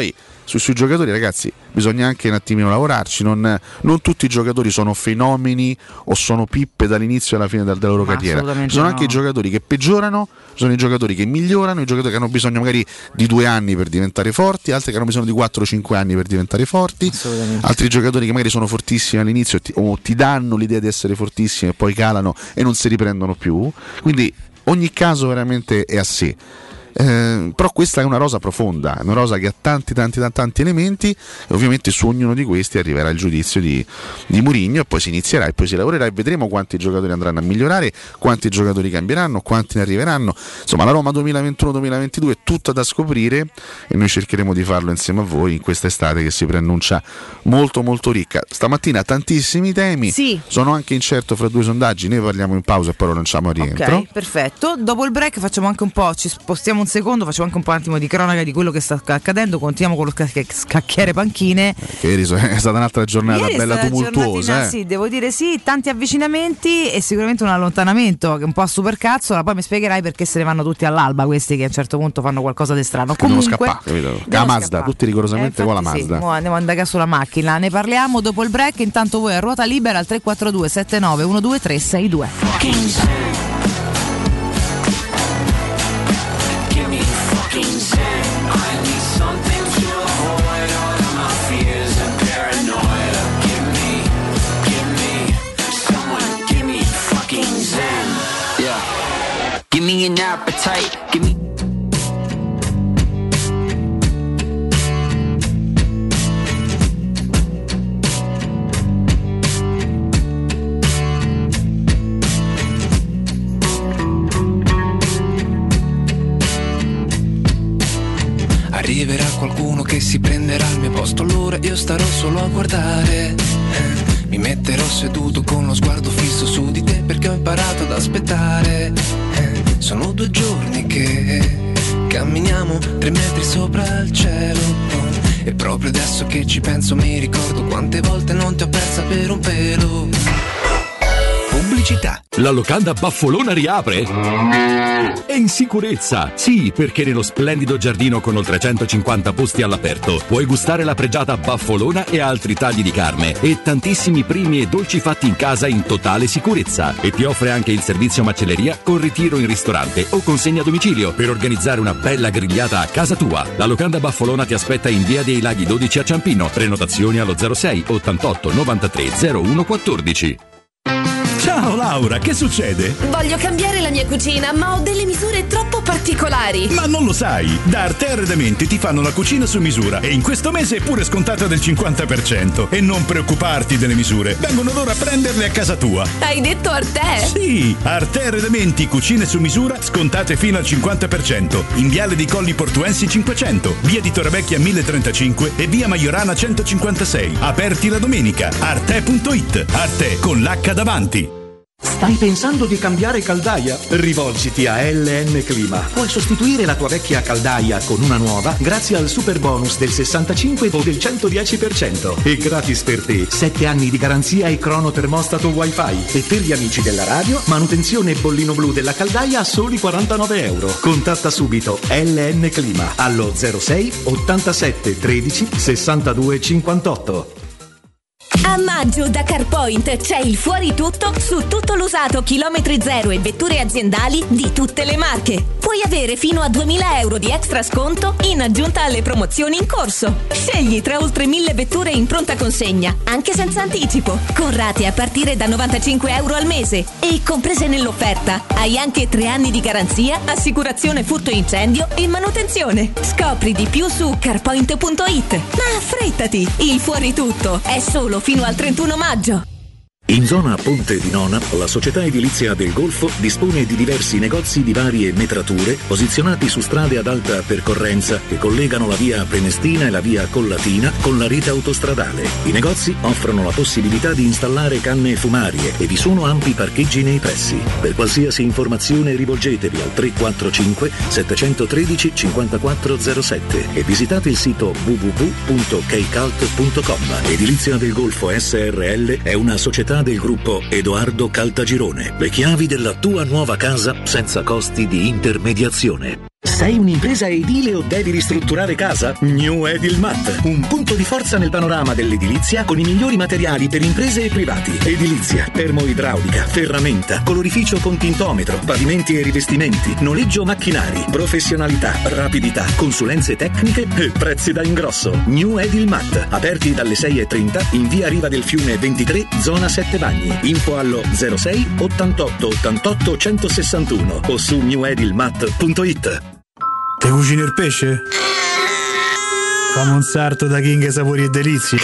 su, sui giocatori, ragazzi, bisogna anche un attimino lavorarci, non, non tutti i giocatori sono fenomeni o sono pippe dall'inizio alla fine della, della loro Ma carriera, ci sono no. anche i giocatori che peggiorano, sono i giocatori che migliorano, i giocatori che hanno bisogno magari di due anni per diventare forti, altri che hanno bisogno di quattro cinque anni per diventare forti, altri giocatori che magari sono fortissimi all'inizio ti, o ti danno l'idea di essere fortissimi e poi calano e non si riprendono più, quindi ogni caso veramente è a sé. Eh, però questa è una rosa profonda, una rosa che ha tanti tanti tanti, tanti elementi e ovviamente su ognuno di questi arriverà il giudizio di, di Mourinho e poi si inizierà e poi si lavorerà e vedremo quanti giocatori andranno a migliorare, quanti giocatori cambieranno, quanti ne arriveranno. Insomma, la Roma duemilaventuno duemilaventidue è tutta da scoprire e noi cercheremo di farlo insieme a voi in questa estate che si preannuncia molto molto ricca. Stamattina tantissimi temi, sì. Sono anche incerto fra due sondaggi, ne parliamo in pausa e poi lo lanciamo a rientro. Ok, perfetto. Dopo il break facciamo anche un po', ci spostiamo un secondo, facciamo anche un po' un attimo di cronaca di quello che sta accadendo, continuiamo con lo scac- scacchiere panchine. Che ieri è stata un'altra giornata Ieri bella tumultuosa, eh. Sì, devo dire sì, tanti avvicinamenti e sicuramente un allontanamento che è un po' a supercazzola, poi mi spiegherai perché se ne vanno tutti all'alba questi che a un certo punto fanno qualcosa di strano. Comunque devono scappare, capito? La Mazda, scappare. Tutti rigorosamente eh, con la Mazda. Sì, andiamo a andare sulla macchina, ne parliamo dopo il break, intanto voi a ruota libera al tre quattro due sette nove uno due tre sei due. Give me an appetite, give me. Arriverà qualcuno che si prenderà il mio posto, allora io starò solo a guardare. Mi metterò seduto con lo sguardo fisso su di te perché ho imparato ad aspettare. Sono due giorni che camminiamo tre metri sopra il cielo. E proprio adesso che ci penso mi ricordo quante volte non ti ho persa per un pelo. Pubblicità. La locanda Baffolona riapre? È in sicurezza, sì, perché nello splendido giardino con oltre centocinquanta posti all'aperto puoi gustare la pregiata Baffolona e altri tagli di carne e tantissimi primi e dolci fatti in casa in totale sicurezza, e ti offre anche il servizio macelleria con ritiro in ristorante o consegna a domicilio per organizzare una bella grigliata a casa tua. La locanda Baffolona ti aspetta in via dei Laghi dodici a Ciampino. Prenotazioni allo zero sei ottantotto novantatré zero uno quattordici. Ciao Laura, che succede? Voglio cambiare la mia cucina, ma ho delle misure troppo particolari. Ma non lo sai, da Arte Arredamenti ti fanno la cucina su misura e in questo mese è pure scontata del cinquanta per cento. E non preoccuparti delle misure, vengono loro a prenderle a casa tua. Hai detto Arte? Sì, Arte Arredamenti, cucine su misura, scontate fino al cinquanta per cento. In Viale dei Colli Portuensi cinquecento, via di Torrevecchia mille trentacinque e via Maiorana centocinquantasei. Aperti la domenica. Arte punto it. Arte con l'H davanti. Stai pensando di cambiare caldaia? Rivolgiti a L N Clima. Puoi sostituire la tua vecchia caldaia con una nuova grazie al super bonus del sessantacinque o del centodieci per cento. E gratis per te sette anni di garanzia e cronotermostato wifi. E per gli amici della radio, manutenzione e bollino blu della caldaia a soli quarantanove euro. Contatta subito L N Clima allo zero sei ottantasette tredici sessantadue cinquantotto. A maggio da CarPoint c'è il fuori tutto su tutto l'usato chilometri zero e vetture aziendali di tutte le marche. Puoi avere fino a duemila euro di extra sconto in aggiunta alle promozioni in corso. Scegli tra oltre mille vetture in pronta consegna, anche senza anticipo, con rate a partire da novantacinque euro al mese. E comprese nell'offerta hai anche tre anni di garanzia, assicurazione furto incendio e manutenzione. Scopri di più su carpoint punto it. Ma affrettati, il fuori tutto è solo fino al trentuno maggio. In zona Ponte di Nona, la società edilizia del Golfo dispone di diversi negozi di varie metrature posizionati su strade ad alta percorrenza che collegano la via Prenestina e la via Collatina con la rete autostradale. I negozi offrono la possibilità di installare canne fumarie e vi sono ampi parcheggi nei pressi. Per qualsiasi informazione rivolgetevi al tre quattro cinque sette uno tre cinque zero sette e visitate il sito w w w punto keicalt punto com. Edilizia del Golfo S R L è una società del gruppo Edoardo Caltagirone. Le chiavi della tua nuova casa senza costi di intermediazione. Sei un'impresa edile o devi ristrutturare casa? New Edilmat, un punto di forza nel panorama dell'edilizia con i migliori materiali per imprese e privati. Edilizia, termoidraulica, ferramenta, colorificio con tintometro, pavimenti e rivestimenti, noleggio macchinari, professionalità, rapidità, consulenze tecniche e prezzi da ingrosso. New Edilmat, aperti dalle sei e trenta in via Riva del Fiume ventitré, zona Sette Bagni. Info allo zero sei ottantotto ottantotto centosessantuno o su new edilmat punto it. Te cucini il pesce? Fammi un sarto da King Sapori e Delizie.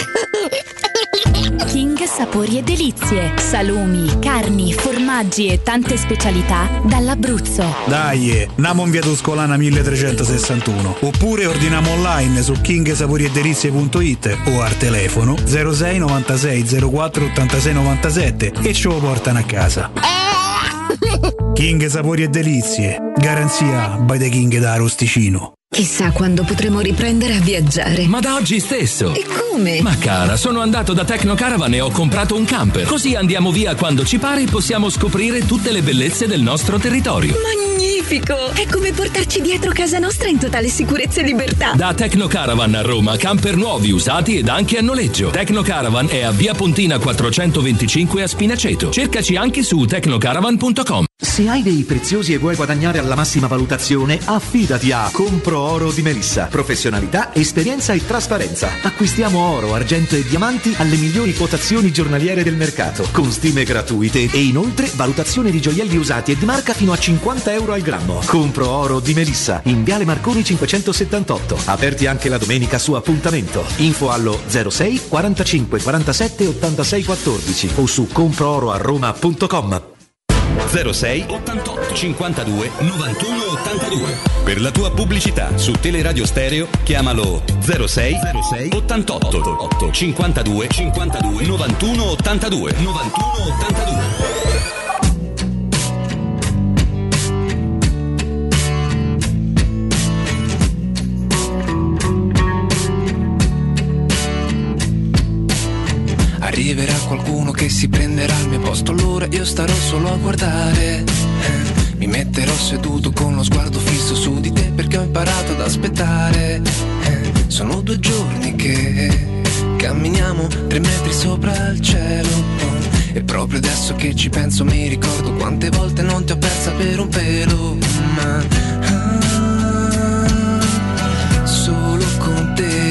King Sapori e Delizie. Salumi, carni, formaggi e tante specialità dall'Abruzzo. Dai, namo in via Tuscolana milletrecentosessantuno. Oppure ordiniamo online su king sapori e delizie punto it o al telefono zero sei novantasei zero quattro ottantasei novantasette e ce lo portano a casa. King Sapori e Delizie. Garanzia by the King da Arosticino. Chissà quando potremo riprendere a viaggiare. Ma da oggi stesso. E come? Ma cara, sono andato da Tecno Caravan e ho comprato un camper. Così andiamo via quando ci pare e possiamo scoprire tutte le bellezze del nostro territorio. Magnifico! È come portarci dietro casa nostra in totale sicurezza e libertà. Da Tecno Caravan a Roma, camper nuovi, usati ed anche a noleggio. Tecno Caravan è a via Pontina quattrocentoventicinque a Spinaceto. Cercaci anche su tecnocaravan punto com. Se hai dei preziosi e vuoi guadagnare alla massima valutazione, affidati a Compro Oro di Melissa. Professionalità, esperienza e trasparenza. Acquistiamo oro, argento e diamanti alle migliori quotazioni giornaliere del mercato, con stime gratuite e inoltre valutazione di gioielli usati e di marca fino a cinquanta euro al grammo. Compro Oro di Melissa, in Viale Marconi cinquecentosettantotto. Aperti anche la domenica su appuntamento. Info allo zero sei quarantacinque quarantasette ottantasei quattordici o su compro oro a roma punto com. zero sei ottantotto cinquantadue novantuno ottantadue. Per la tua pubblicità su Teleradio Stereo chiamalo zero sei ottantotto cinquantadue cinquantadue novantuno ottantadue novantuno ottantadue. Arriverà qualcuno che si prenderà il mio posto, allora io starò solo a guardare. Eh, mi metterò seduto con lo sguardo fisso su di te perché ho imparato ad aspettare. Eh, sono due giorni che camminiamo tre metri sopra il cielo. Oh, e proprio adesso che ci penso mi ricordo quante volte non ti ho persa per un pelo. Ma ah, solo con te.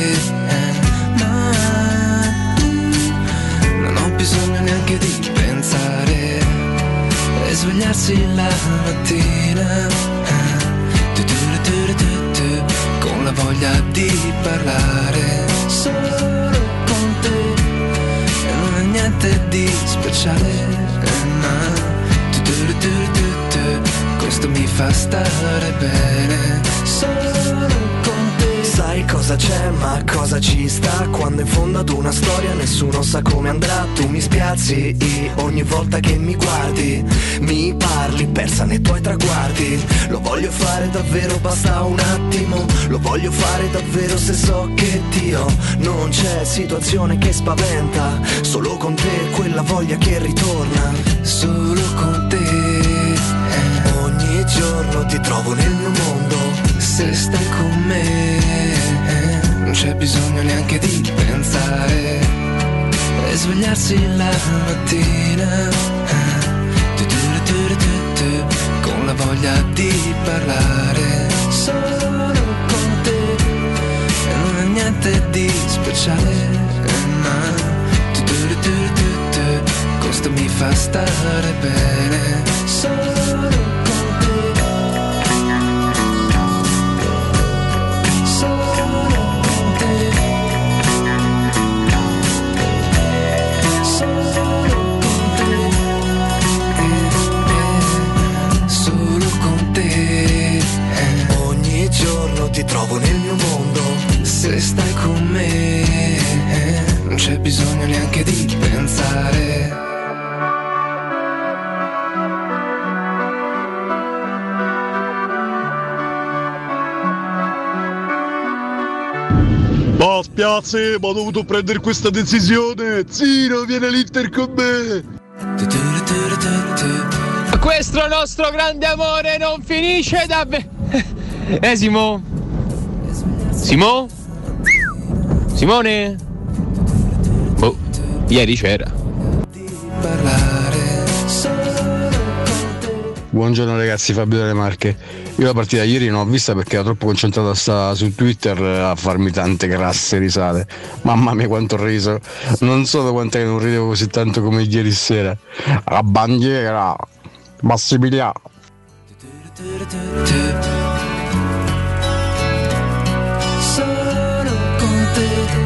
Bisogno neanche di pensare e svegliarsi la mattina tu, tu, tu, tu, tu, con la voglia di parlare solo con te e non è niente di speciale, ma tu, tu, tu, tu, tu, questo mi fa stare bene solo con te. Sai cosa c'è, ma cosa ci sta? Quando in fondo ad una storia nessuno sa come andrà. Tu mi spiazzi ogni volta che mi guardi, mi parli persa nei tuoi traguardi. Lo voglio fare davvero, basta un attimo. Lo voglio fare davvero se so che Dio non c'è situazione che spaventa. Solo con te quella voglia che ritorna. Solo con te eh. Ogni giorno ti trovo nel mio mondo. Se stai con me non c'è bisogno neanche di pensare e svegliarsi la mattina tu, tu, tu, tu, tu, con la voglia di parlare solo con te e non è niente di speciale, ma tu, tu, tu, tu, tu, questo mi fa stare bene solo con te. Ti trovo nel mio mondo. Se stai con me non c'è bisogno neanche di pensare. Oh, spiazzi, ma ho dovuto prendere questa decisione. Zino, viene l'Inter con me. Questo nostro grande amore non finisce davvero. Eh Simo? Simo? Simone? Boh, ieri c'era. Buongiorno ragazzi, Fabio delle Marche. Io la partita ieri non l'ho vista perché ero troppo concentrato a sta su Twitter a farmi tante grasse risate. Mamma mia quanto ho riso. Non so da quant'è che non ridevo così tanto come ieri sera. La bandiera Massimiliano. Solo con te.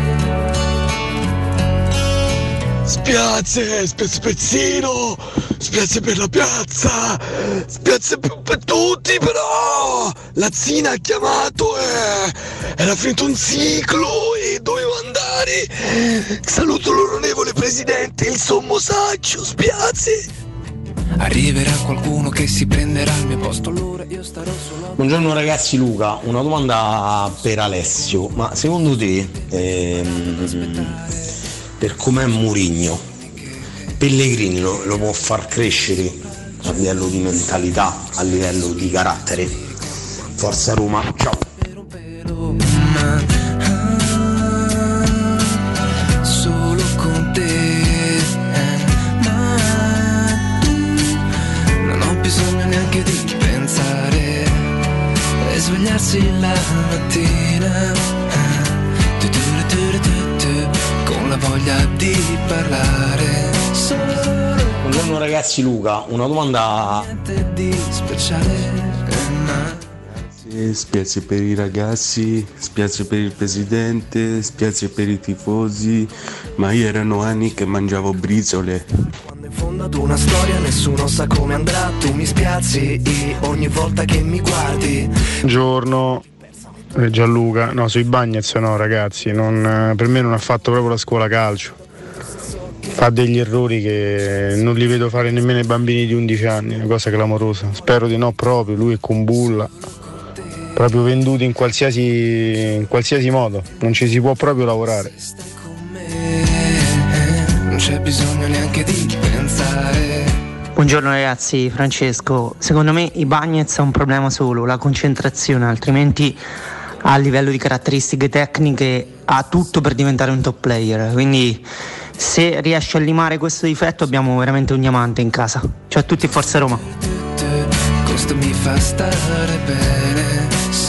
Spiazze, spezz spezzino, spiazze per la piazza, spiazze per, per tutti, però la Zina ha chiamato e era finito un ciclo e dovevo andare. Saluto l'onorevole presidente, il sommo saggio, spiazze. Arriverà qualcuno che si prenderà il mio posto, allora io starò solo. Buongiorno ragazzi, Luca, una domanda per Alessio, ma secondo te ehm, per com'è Mourinho, Pellegrini lo, lo può far crescere a livello di mentalità, a livello di carattere? Forza Roma, ciao! Solo con te, ma tu non ho bisogno neanche di pensare e svegliarsi la mattina con la voglia di parlare. Buongiorno ragazzi, Luca, una domanda di speciale. Spiace per i ragazzi, spiace per il presidente, spiace per i tifosi, ma io erano anni che mangiavo briciole. Quando in fondo ad una storia nessuno sa come andrà, tu mi spiazzi ogni volta che mi guardi. Buongiorno Gianluca, no, sui Bagnets no ragazzi, non, per me non ha fatto proprio la scuola calcio, fa degli errori che non li vedo fare nemmeno ai bambini di undici anni, una cosa clamorosa, spero di no proprio, lui è Kumbulla, proprio venduti in qualsiasi, in qualsiasi modo, non ci si può proprio lavorare. Non c'è bisogno neanche di pensare. Buongiorno ragazzi, Francesco, secondo me i Bagnets ha un problema solo, la concentrazione, altrimenti a livello di caratteristiche tecniche ha tutto per diventare un top player, quindi se riesce a limare questo difetto abbiamo veramente un diamante in casa. Ciao a tutti, Forza Roma. Questo mi fa stare bene.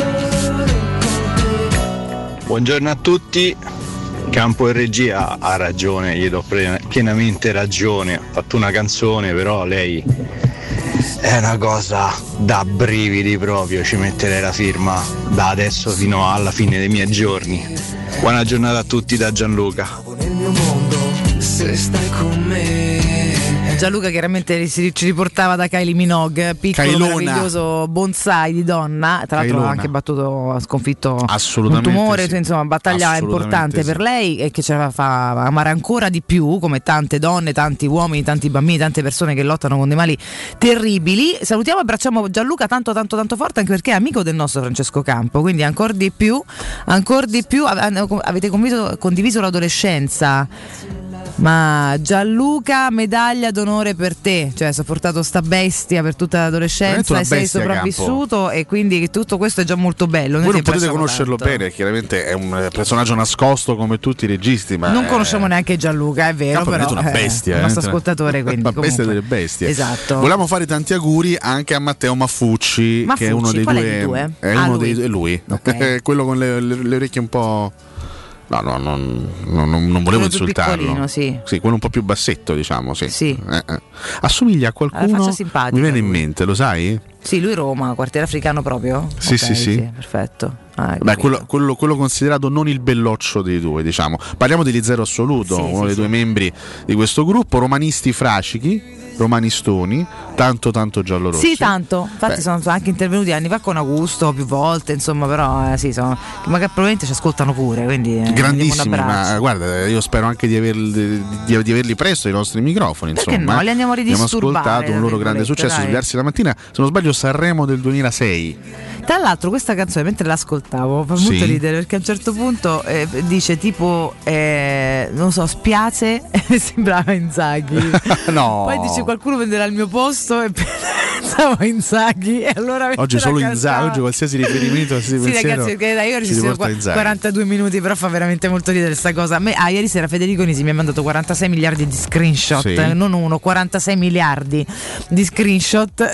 Buongiorno a tutti. Campo in regia ha ragione, gli do pienamente ragione, ha fatto una canzone, però lei è una cosa da brividi proprio, ci metterei la firma da adesso fino alla fine dei miei giorni. Buona giornata a tutti da Gianluca. Nel mio mondo, se stai con me. Gianluca chiaramente ci riportava da Kylie Minogue, piccolo Kailona. meraviglioso bonsai di donna, tra l'altro Kailona. ha anche battuto, ha sconfitto Assolutamente un tumore, sì. insomma battaglia Assolutamente importante sì. per lei e che ce la fa amare ancora di più, come tante donne, tanti uomini, tanti bambini, tante persone che lottano con dei mali terribili. Salutiamo e abbracciamo Gianluca tanto tanto tanto forte, anche perché è amico del nostro Francesco Campo, quindi ancora di più, ancora di più avete condiviso, condiviso l'adolescenza. Ma Gianluca, medaglia d'onore per te, cioè hai portato sta bestia per tutta l'adolescenza e sei bestia, sopravvissuto Campo. E quindi tutto questo è già molto bello. Noi Voi non ti potete abbracciamo conoscerlo tanto. bene, chiaramente è un personaggio nascosto come tutti i registi, ma Non è- conosciamo neanche Gianluca, è vero, Campo è però veramente una eh, bestia, il nostro eh. ascoltatore, quindi una bestia comunque. delle bestie. Esatto. Volevamo fare tanti auguri anche a Matteo Maffucci, Maffucci, che è uno dei qual è due, dei due? è Ah, uno lui. dei è lui, Ok. quello con le, le- le orecchie un po'. No, no, non, non, non volevo Quello più insultarlo. piccolino, sì. quello un po' più bassetto, diciamo, sì. Sì. Eh, eh. Assomiglia a Alla qualcuno. faccia simpatica, Mi viene in lui. mente, lo sai? Sì, lui Roma, quartiere africano proprio? Sì, Ok, sì, sì. Perfetto. Ah, Beh, quello, quello- quello considerato non il belloccio dei due, diciamo. Parliamo degli Zero Assoluto, Sì, uno sì, dei sì. due membri di questo gruppo, romanisti fracichi, romanistoni, tanto tanto giallorossi. Sì, tanto. Infatti Beh. sono anche intervenuti anni fa con Augusto più volte, insomma, però eh, sì, sono, ma che probabilmente ci ascoltano pure, quindi eh, Grandissimi, diamo un abbraccio. ma guarda, io spero anche di averli, di, di averli presto ai nostri microfoni. Perché Insomma, no? Li andiamo a abbiamo ridisturbare, ascoltato un loro tra grande virgolette, successo, dai. Svegliarsi la mattina, se non sbaglio, Sanremo del duemilasei. Tra l'altro questa canzone mentre l'ascoltavo fa Sì. molto ridere perché a un certo punto eh, dice tipo eh, non so, spiace e sembrava Inzaghi. No. Poi dice qualcuno prenderà il mio posto e pensavo a Inzaghi e allora oggi solo Inzaghi, oggi qualsiasi riferimento sì ragazzi, perché io ho registrato quarantadue minuti, però fa veramente molto ridere sta cosa. A me, ah, ieri sera Federico Nisi mi ha mandato quarantasei miliardi di screenshot, sì. non uno, quarantasei miliardi di screenshot.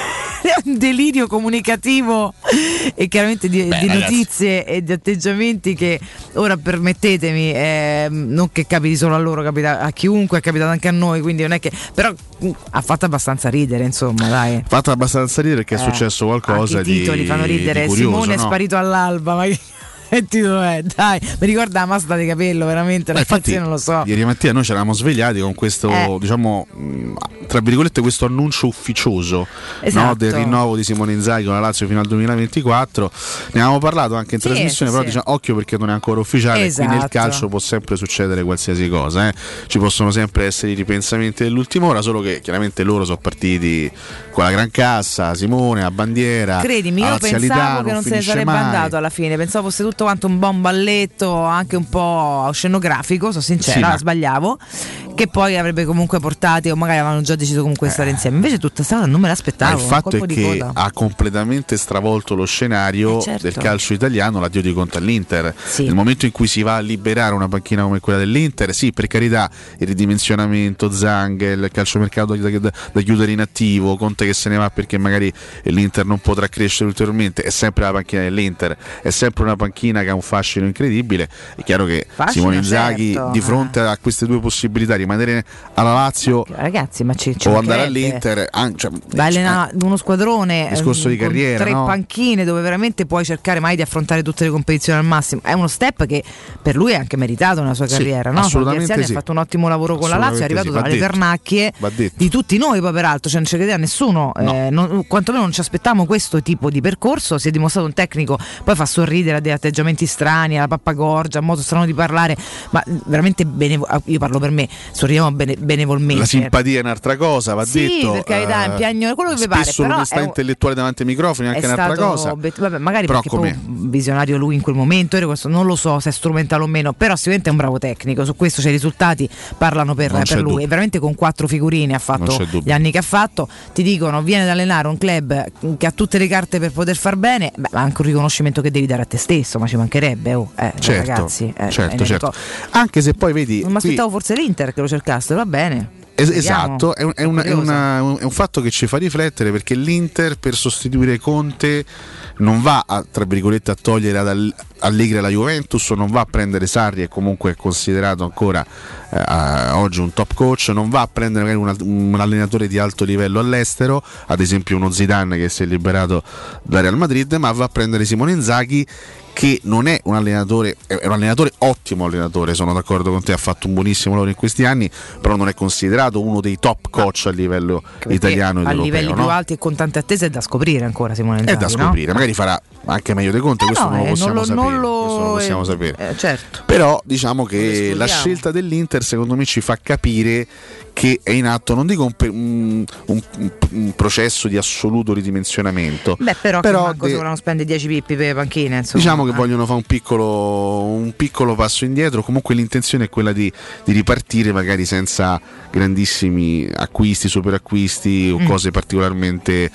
Un delirio comunicativo e chiaramente di, Beh, di notizie e di atteggiamenti che ora permettetemi, eh, non che capiti solo a loro, capita a chiunque, è capitato anche a noi, quindi non è che, però ha fatto abbastanza ridere, insomma, dai. Ha fatto abbastanza ridere perché eh, è successo qualcosa anche i titoli di, fanno ridere, di curioso, Simone no? è sparito all'alba, ma che che titolo è? Dai, mi ricorda la masta di capello, veramente, Beh, ragazzi, infatti, non lo so. Ieri mattina noi ci eravamo svegliati con questo, eh. diciamo, tra virgolette, questo annuncio ufficioso, esatto. no, del rinnovo di Simone Inzaghi con la Lazio fino al duemilaventiquattro. Ne avevamo parlato anche in sì, trasmissione, sì, però sì. diciamo, occhio perché non è ancora ufficiale, esatto. qui nel calcio può sempre succedere qualsiasi cosa, eh. Ci possono sempre essere i ripensamenti dell'ultima ora, solo che chiaramente loro sono partiti con la gran cassa, Simone, a bandiera. Credimi, io pensavo che non se ne sarebbe mai. andato alla fine, pensavo fosse tutto quanto un buon balletto, anche un po' scenografico, sono sincera, sì, ma... sbagliavo, che poi avrebbe comunque portati, o magari avevano già deciso comunque di stare insieme. Invece tutta stata non me l'aspettavo. Ma il fatto è che ha completamente stravolto lo scenario eh certo. del calcio italiano, l'addio di Conte all'Inter. Sì. Nel momento in cui si va a liberare una panchina come quella dell'Inter, sì, per carità, il ridimensionamento, Zangel, il calciomercato da, da, da chiudere in attivo, Conte che se ne va perché magari l'Inter non potrà crescere ulteriormente, è sempre la panchina dell'Inter, è sempre una panchina che ha un fascino incredibile. È chiaro che fascino, Simone Inzaghi certo. di fronte a queste due possibilità, rimanere alla Lazio ma, ragazzi, ma ci, ci o andare all'Inter, cioè, da allenare uno squadrone, discorso di carriera, tre no? panchine dove veramente puoi cercare mai di affrontare tutte le competizioni al massimo. È uno step che per lui è anche meritato nella sua carriera, sì, no? Assolutamente sì. Ha fatto un ottimo lavoro con la Lazio, è arrivato sì, dalle pernacchie di tutti noi, poi peraltro, cioè non ci credeva nessuno, no. eh, non, quantomeno non ci aspettavamo questo tipo di percorso. Si è dimostrato un tecnico, poi fa sorridere, ha degli atteggiamenti strani, alla pappagorgia, un modo strano di parlare, ma veramente benevo- io parlo per me, sorridiamo bene, benevolmente. La simpatia è un'altra cosa, va sì, detto. Per carità, eh, piagno, quello che vi pare, spesso però l'onestà un... intellettuale davanti ai microfoni è anche è un'altra stato, cosa. Vabbè, magari però perché poi visionario lui in quel momento, questo non lo so se è strumentale o meno, però sicuramente è un bravo tecnico, su questo c'è i risultati, parlano per, per lui, e veramente con quattro figurine ha fatto gli anni che ha fatto. Ti dicono viene ad allenare un club che ha tutte le carte per poter far bene, beh, ma anche un riconoscimento che devi dare a te stesso, ma ci mancherebbe, oh, eh, certo, ragazzi, eh, certo, certo. Anche se poi vedi, non mi aspettavo qui... forse l'Inter che lo cercasse, va bene. Es- esatto, è un, è, una, è, una, è un fatto che ci fa riflettere, perché l'Inter per sostituire Conte non va a, tra virgolette, a togliere ad Allegri la Juventus, non va a prendere Sarri, e comunque è considerato ancora eh, oggi un top coach, non va a prendere magari una, un allenatore di alto livello all'estero, ad esempio uno Zidane che si è liberato da Real Madrid, ma va a prendere Simone Inzaghi, che non è un allenatore, è un allenatore ottimo allenatore, sono d'accordo con te, ha fatto un buonissimo lavoro in questi anni, però non è considerato uno dei top coach a livello italiano ed a europeo, livelli no? più alti e con tante attese è da scoprire ancora Simone Inzaghi, è da scoprire, no? magari farà anche meglio di Conte, eh questo no, non lo possiamo non lo, sapere, non lo, questo non lo possiamo eh, sapere. Eh, certo. Però diciamo che la scelta dell'Inter secondo me ci fa capire che è in atto, non dico un, un, un, un processo di assoluto ridimensionamento. Beh, però, però che manco de- se volevano spendere dieci pippi per le panchine, insomma. Diciamo che eh. vogliono fare un piccolo, un piccolo passo indietro. Comunque l'intenzione è quella di, di ripartire magari senza grandissimi acquisti, super acquisti o mm. cose particolarmente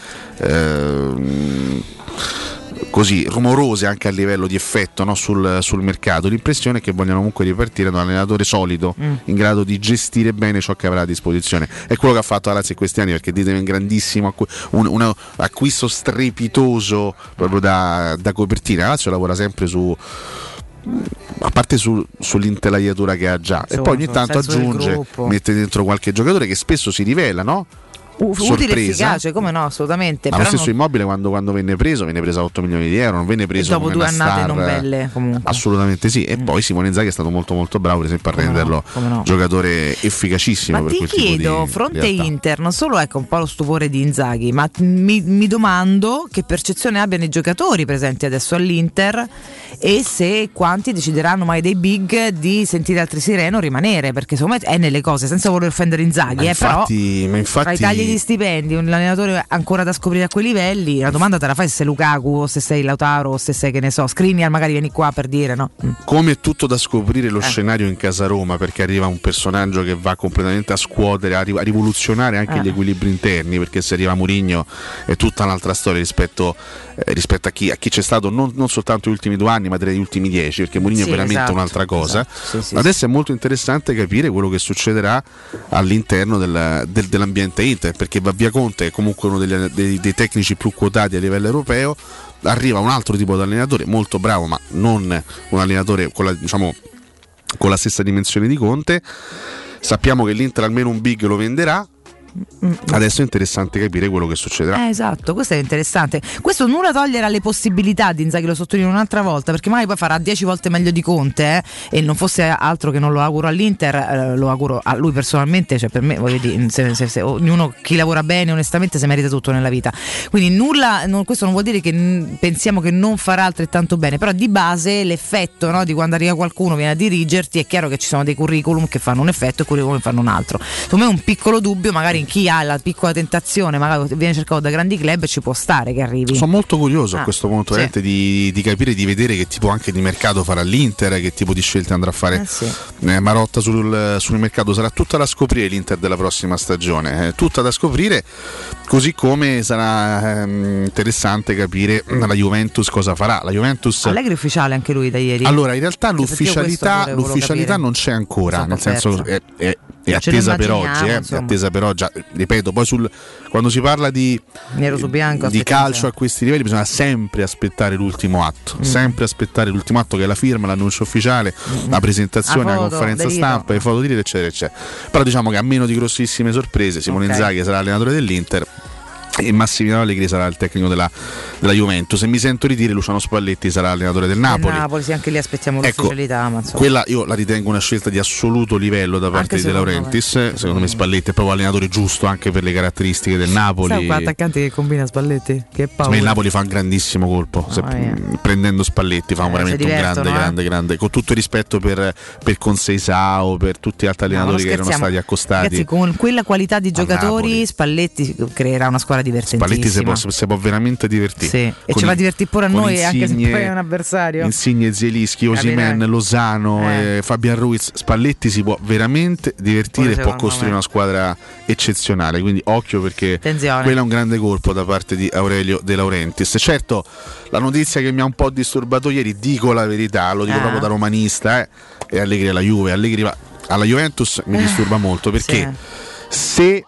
eh, così rumorose anche a livello di effetto, no, sul, sul mercato. L'impressione è che vogliono comunque ripartire da un allenatore solido mm. in grado di gestire bene ciò che avrà a disposizione. È quello che ha fatto la Lazio in questi anni, perché ditemi un grandissimo acqu- un, un acquisto strepitoso proprio da, da copertina. La Lazio lavora sempre su, a parte su, sull'intelaiatura che ha già, so, e poi ogni so, tanto aggiunge, mette dentro qualche giocatore che spesso si rivela, no? Utile e efficace, come no, assolutamente. Ma però lo stesso non... Immobile quando, quando venne preso venne preso a otto milioni di euro, non venne preso e dopo come due una annate star, non belle comunque. Assolutamente sì. E mm. poi Simone Inzaghi è stato molto molto bravo per esempio a come renderlo no, no. giocatore efficacissimo. Ma per ti quel chiedo, tipo di fronte realtà. Inter, non solo ecco un po' lo stupore di Inzaghi, ma mi, mi domando che percezione abbiano i giocatori presenti adesso all'Inter e se quanti decideranno mai dei big di sentire altri sireno rimanere, perché secondo me è nelle cose, senza voler offendere Inzaghi, ma eh, infatti, però ma infatti, tra Italia tagli gli stipendi, un allenatore ancora da scoprire a quei livelli, la domanda te la fai se sei Lukaku o se sei Lautaro o se sei, che ne so, Skriniar, magari vieni qua per dire, no? Mm. Come è tutto da scoprire lo Eh. scenario in casa Roma, perché arriva un personaggio che va completamente a scuotere, a, ri- a rivoluzionare anche Eh. gli equilibri interni, perché se arriva Mourinho è tutta un'altra storia rispetto, eh, rispetto a, chi, a chi c'è stato non, non soltanto gli ultimi due anni, ma direi gli ultimi dieci, perché Mourinho Sì, è veramente esatto, un'altra cosa. esatto. Sì, sì, Adesso è molto interessante capire quello che succederà all'interno del, del- dell'ambiente Inter, perché va via Conte, è comunque uno degli- dei, dei tecnici più quotati a livello europeo. Arriva un altro tipo di allenatore molto bravo, ma non un allenatore con la, diciamo, con la stessa dimensione di Conte. Sappiamo che l'Inter almeno un big lo venderà. Adesso è interessante capire quello che succederà. Eh, esatto, questo è interessante. Questo nulla togliere alle possibilità di Inzaghi, lo sottolineo un'altra volta, perché magari poi farà dieci volte meglio di Conte, eh, e non fosse altro che non lo auguro all'Inter, eh, lo auguro a lui personalmente, cioè per me, voglio dire, se, se, se, ognuno, chi lavora bene onestamente si merita tutto nella vita, quindi nulla, non, questo non vuol dire che n- pensiamo che non farà altrettanto bene, però di base l'effetto, no, di quando arriva qualcuno viene a dirigerti, è chiaro che ci sono dei curriculum che fanno un effetto e curriculum che fanno un altro. Secondo me un piccolo dubbio magari in chi ha la piccola tentazione, magari viene cercato da grandi club, ci può stare che arrivi. Sono molto curioso Ah, a questo punto sì. veramente di, di capire, di vedere che tipo anche di mercato farà l'Inter, che tipo di scelte andrà a fare Eh sì. eh, Marotta sul, sul mercato. Sarà tutta da scoprire l'Inter della prossima stagione, eh, tutta da scoprire, così come sarà ehm, interessante capire la Juventus cosa farà. La Juventus Allegri è ufficiale anche lui da ieri. allora in realtà Sì, perché io questo l'ufficialità, pure volevo l'ufficialità capire. non c'è ancora, Sono nel senso persa. è, è, è Ce lo attesa per immaginiamo, oggi, eh, è insomma. attesa per oggi. Ripeto, poi sul, quando si parla di, Nero su bianco, di aspettiamo calcio a questi livelli bisogna sempre aspettare l'ultimo atto, Mm. sempre aspettare l'ultimo atto che è la firma, l'annuncio ufficiale, la presentazione, La la, foto, conferenza Delito. stampa, le foto di rete, eccetera, eccetera. Però diciamo che a meno di grossissime sorprese Simone Ok. Inzaghi sarà allenatore dell'Inter e Massimiliano Allegri sarà il tecnico della, della Juventus, e mi sento di dire Luciano Spalletti sarà allenatore del Napoli. Napoli, sì, anche lì aspettiamo Ecco, l'ufficialità, ma insomma. quella io la ritengo una scelta di assoluto livello da parte Anche di De secondo Laurentiis. Secondo me Spalletti è proprio allenatore giusto anche per le caratteristiche del Napoli. Sai quell'attaccante che combina Spalletti? Che Secondo paura. me il Napoli fa un grandissimo colpo. Se- Mamma mia. mh, prendendo Spalletti fa un Eh, veramente si un grande, divertono, eh. grande, grande. Con tutto il rispetto per, per Conseisao, per tutti gli altri No, allenatori non che erano scherziamo. stati accostati. Ragazzi, con quella qualità di giocatori Napoli. Spalletti creerà una squadra divertentissima. Spalletti si può, si può veramente divertire. Sì. E Con ci fa i- divertire pure a con noi, anche se Insigne- poi è un avversario. Insigne, Zielinski, Osimhen, Capirai. Lozano, Eh. eh, Fabian Ruiz. Spalletti si può veramente divertire Pure e può secondo costruire me. una squadra eccezionale. Quindi occhio, perché Attenzione. quello è un grande colpo da parte di Aurelio De Laurentiis. Certo, la notizia che mi ha un po' disturbato ieri, dico la verità, lo dico Eh. proprio da romanista, eh, è Allegri alla Juve. Allegri va alla Juventus mi Eh, disturba molto, perché se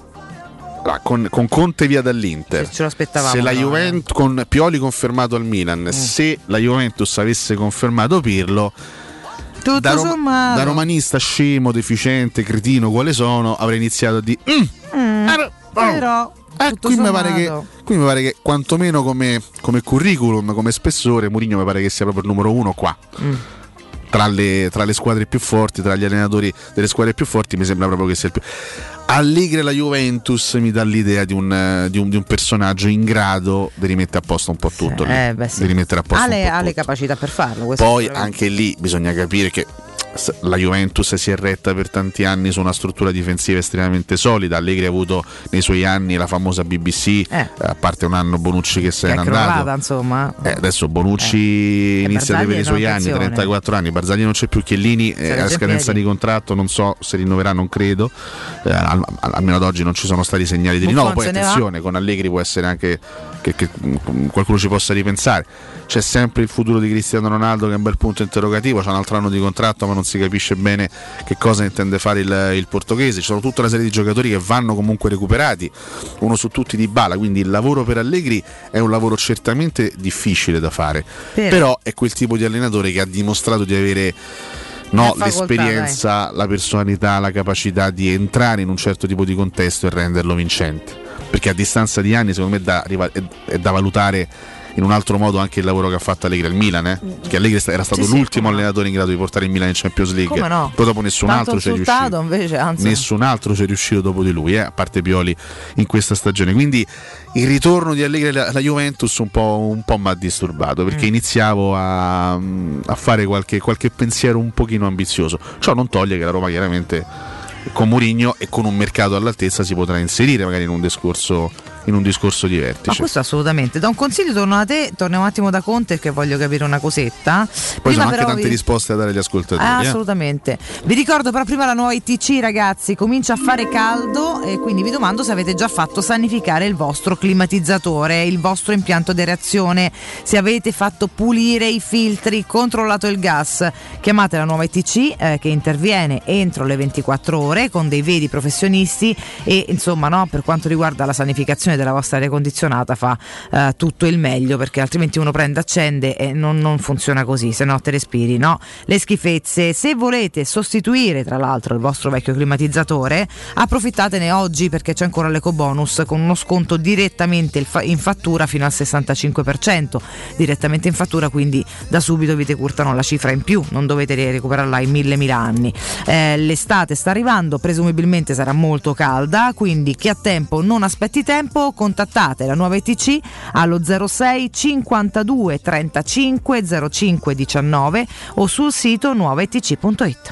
ah, con, con Conte via dall'Inter, Ce lo aspettavamo. se la però, eh. Juventus, con Pioli confermato al Milan, se la Juventus avesse confermato Pirlo, Tutto da, rom- sommato. da romanista scemo, deficiente, cretino quale sono, avrei iniziato a dire "Mm, Mm, eh, però eh, tutto qui mi pare che, sommato. qui mi pare che quantomeno come, come curriculum, come spessore, Mourinho mi pare che sia proprio il numero uno qua. Mm. Tra le, tra le squadre più forti, tra gli allenatori delle squadre più forti, mi sembra proprio che sia il più. Allegri alla Juventus mi dà l'idea di un, eh, di un, di un personaggio in grado di rimettere a posto un po' tutto. lì. Eh, beh, sì. Di rimettere a posto Ha le, un po' ha le tutto. capacità per farlo. questo Poi sicuramente. anche lì bisogna capire che s- la Juventus si è retta per tanti anni su una struttura difensiva estremamente solida. Allegri ha avuto nei suoi anni la famosa B B C, Eh. a parte un anno Bonucci che se Che è n'è crollata, andato. insomma. Eh, adesso Bonucci Eh. inizia ad Barzagli avere è i suoi una anni, pensione. trentaquattro anni. Barzagli non c'è più, Chiellini è Sarà a già scadenza piedi. di contratto, non so se rinnoverà, non credo. Eh, al- al- almeno ad oggi non ci sono stati segnali di rinnovo. Buffon Poi se ne va. attenzione, con Allegri può essere anche che, che mm, qualcuno ci possa ripensare. C'è sempre il futuro di Cristiano Ronaldo, che è un bel punto interrogativo, c'ha un altro anno di contratto ma non si capisce bene che cosa intende fare il, il portoghese. Ci sono tutta una serie di giocatori che vanno comunque recuperati, uno su tutti Dybala, quindi il lavoro per Allegri è un lavoro certamente difficile da fare, Però- però è quel tipo di allenatore che ha dimostrato di avere no, La facoltà, l'esperienza, la personalità, la capacità di entrare in un certo tipo di contesto e renderlo vincente, perché a distanza di anni secondo me è da, è, è da valutare in un altro modo anche il lavoro che ha fatto Allegri al Milan, eh? Che Allegri era stato Sì, sì, l'ultimo come no. allenatore in grado di portare il Milan in Champions League. Come no? Poi dopo nessun Tanto altro ci è insultato, riuscito. invece, anzi. Nessun altro ci è riuscito dopo di lui, eh? A parte Pioli in questa stagione. Quindi il ritorno di Allegri alla alla Juventus un po', un po' mi ha disturbato, perché Mm. iniziavo a, a fare qualche, qualche pensiero un pochino ambizioso. Ciò non toglie che la Roma chiaramente con Mourinho e con un mercato all'altezza si potrà inserire magari in un discorso in un discorso di vertice. Ma questo assolutamente. Da un consiglio torno a te, torniamo un attimo da Conte perché voglio capire una cosetta. Poi prima sono anche tante vi... risposte da dare agli ascoltatori. Ah, eh? assolutamente. Vi ricordo però prima la nuova I T C, ragazzi, comincia a fare caldo e quindi vi domando se avete già fatto sanificare il vostro climatizzatore, il vostro impianto di reazione, se avete fatto pulire i filtri, controllato il gas. Chiamate la nuova I T C eh, che interviene entro le ventiquattro ore con dei veri professionisti e insomma, no, per quanto riguarda la sanificazione della vostra aria condizionata fa uh, tutto il meglio, perché altrimenti uno prende, accende e non, non funziona così, se no te respiri, no? Le schifezze. Se volete sostituire tra l'altro il vostro vecchio climatizzatore, approfittatene oggi perché c'è ancora l'ecobonus con uno sconto direttamente in fattura fino al sessantacinque per cento direttamente in fattura, quindi da subito vi decurtano la cifra in più, non dovete recuperarla in mille mila anni. Eh, l'estate sta arrivando, presumibilmente sarà molto calda, quindi chi ha tempo non aspetti tempo, contattate la nuova I T C allo zero sei cinquantadue trentacinque zero cinque diciannove o sul sito nuova I T C punto it.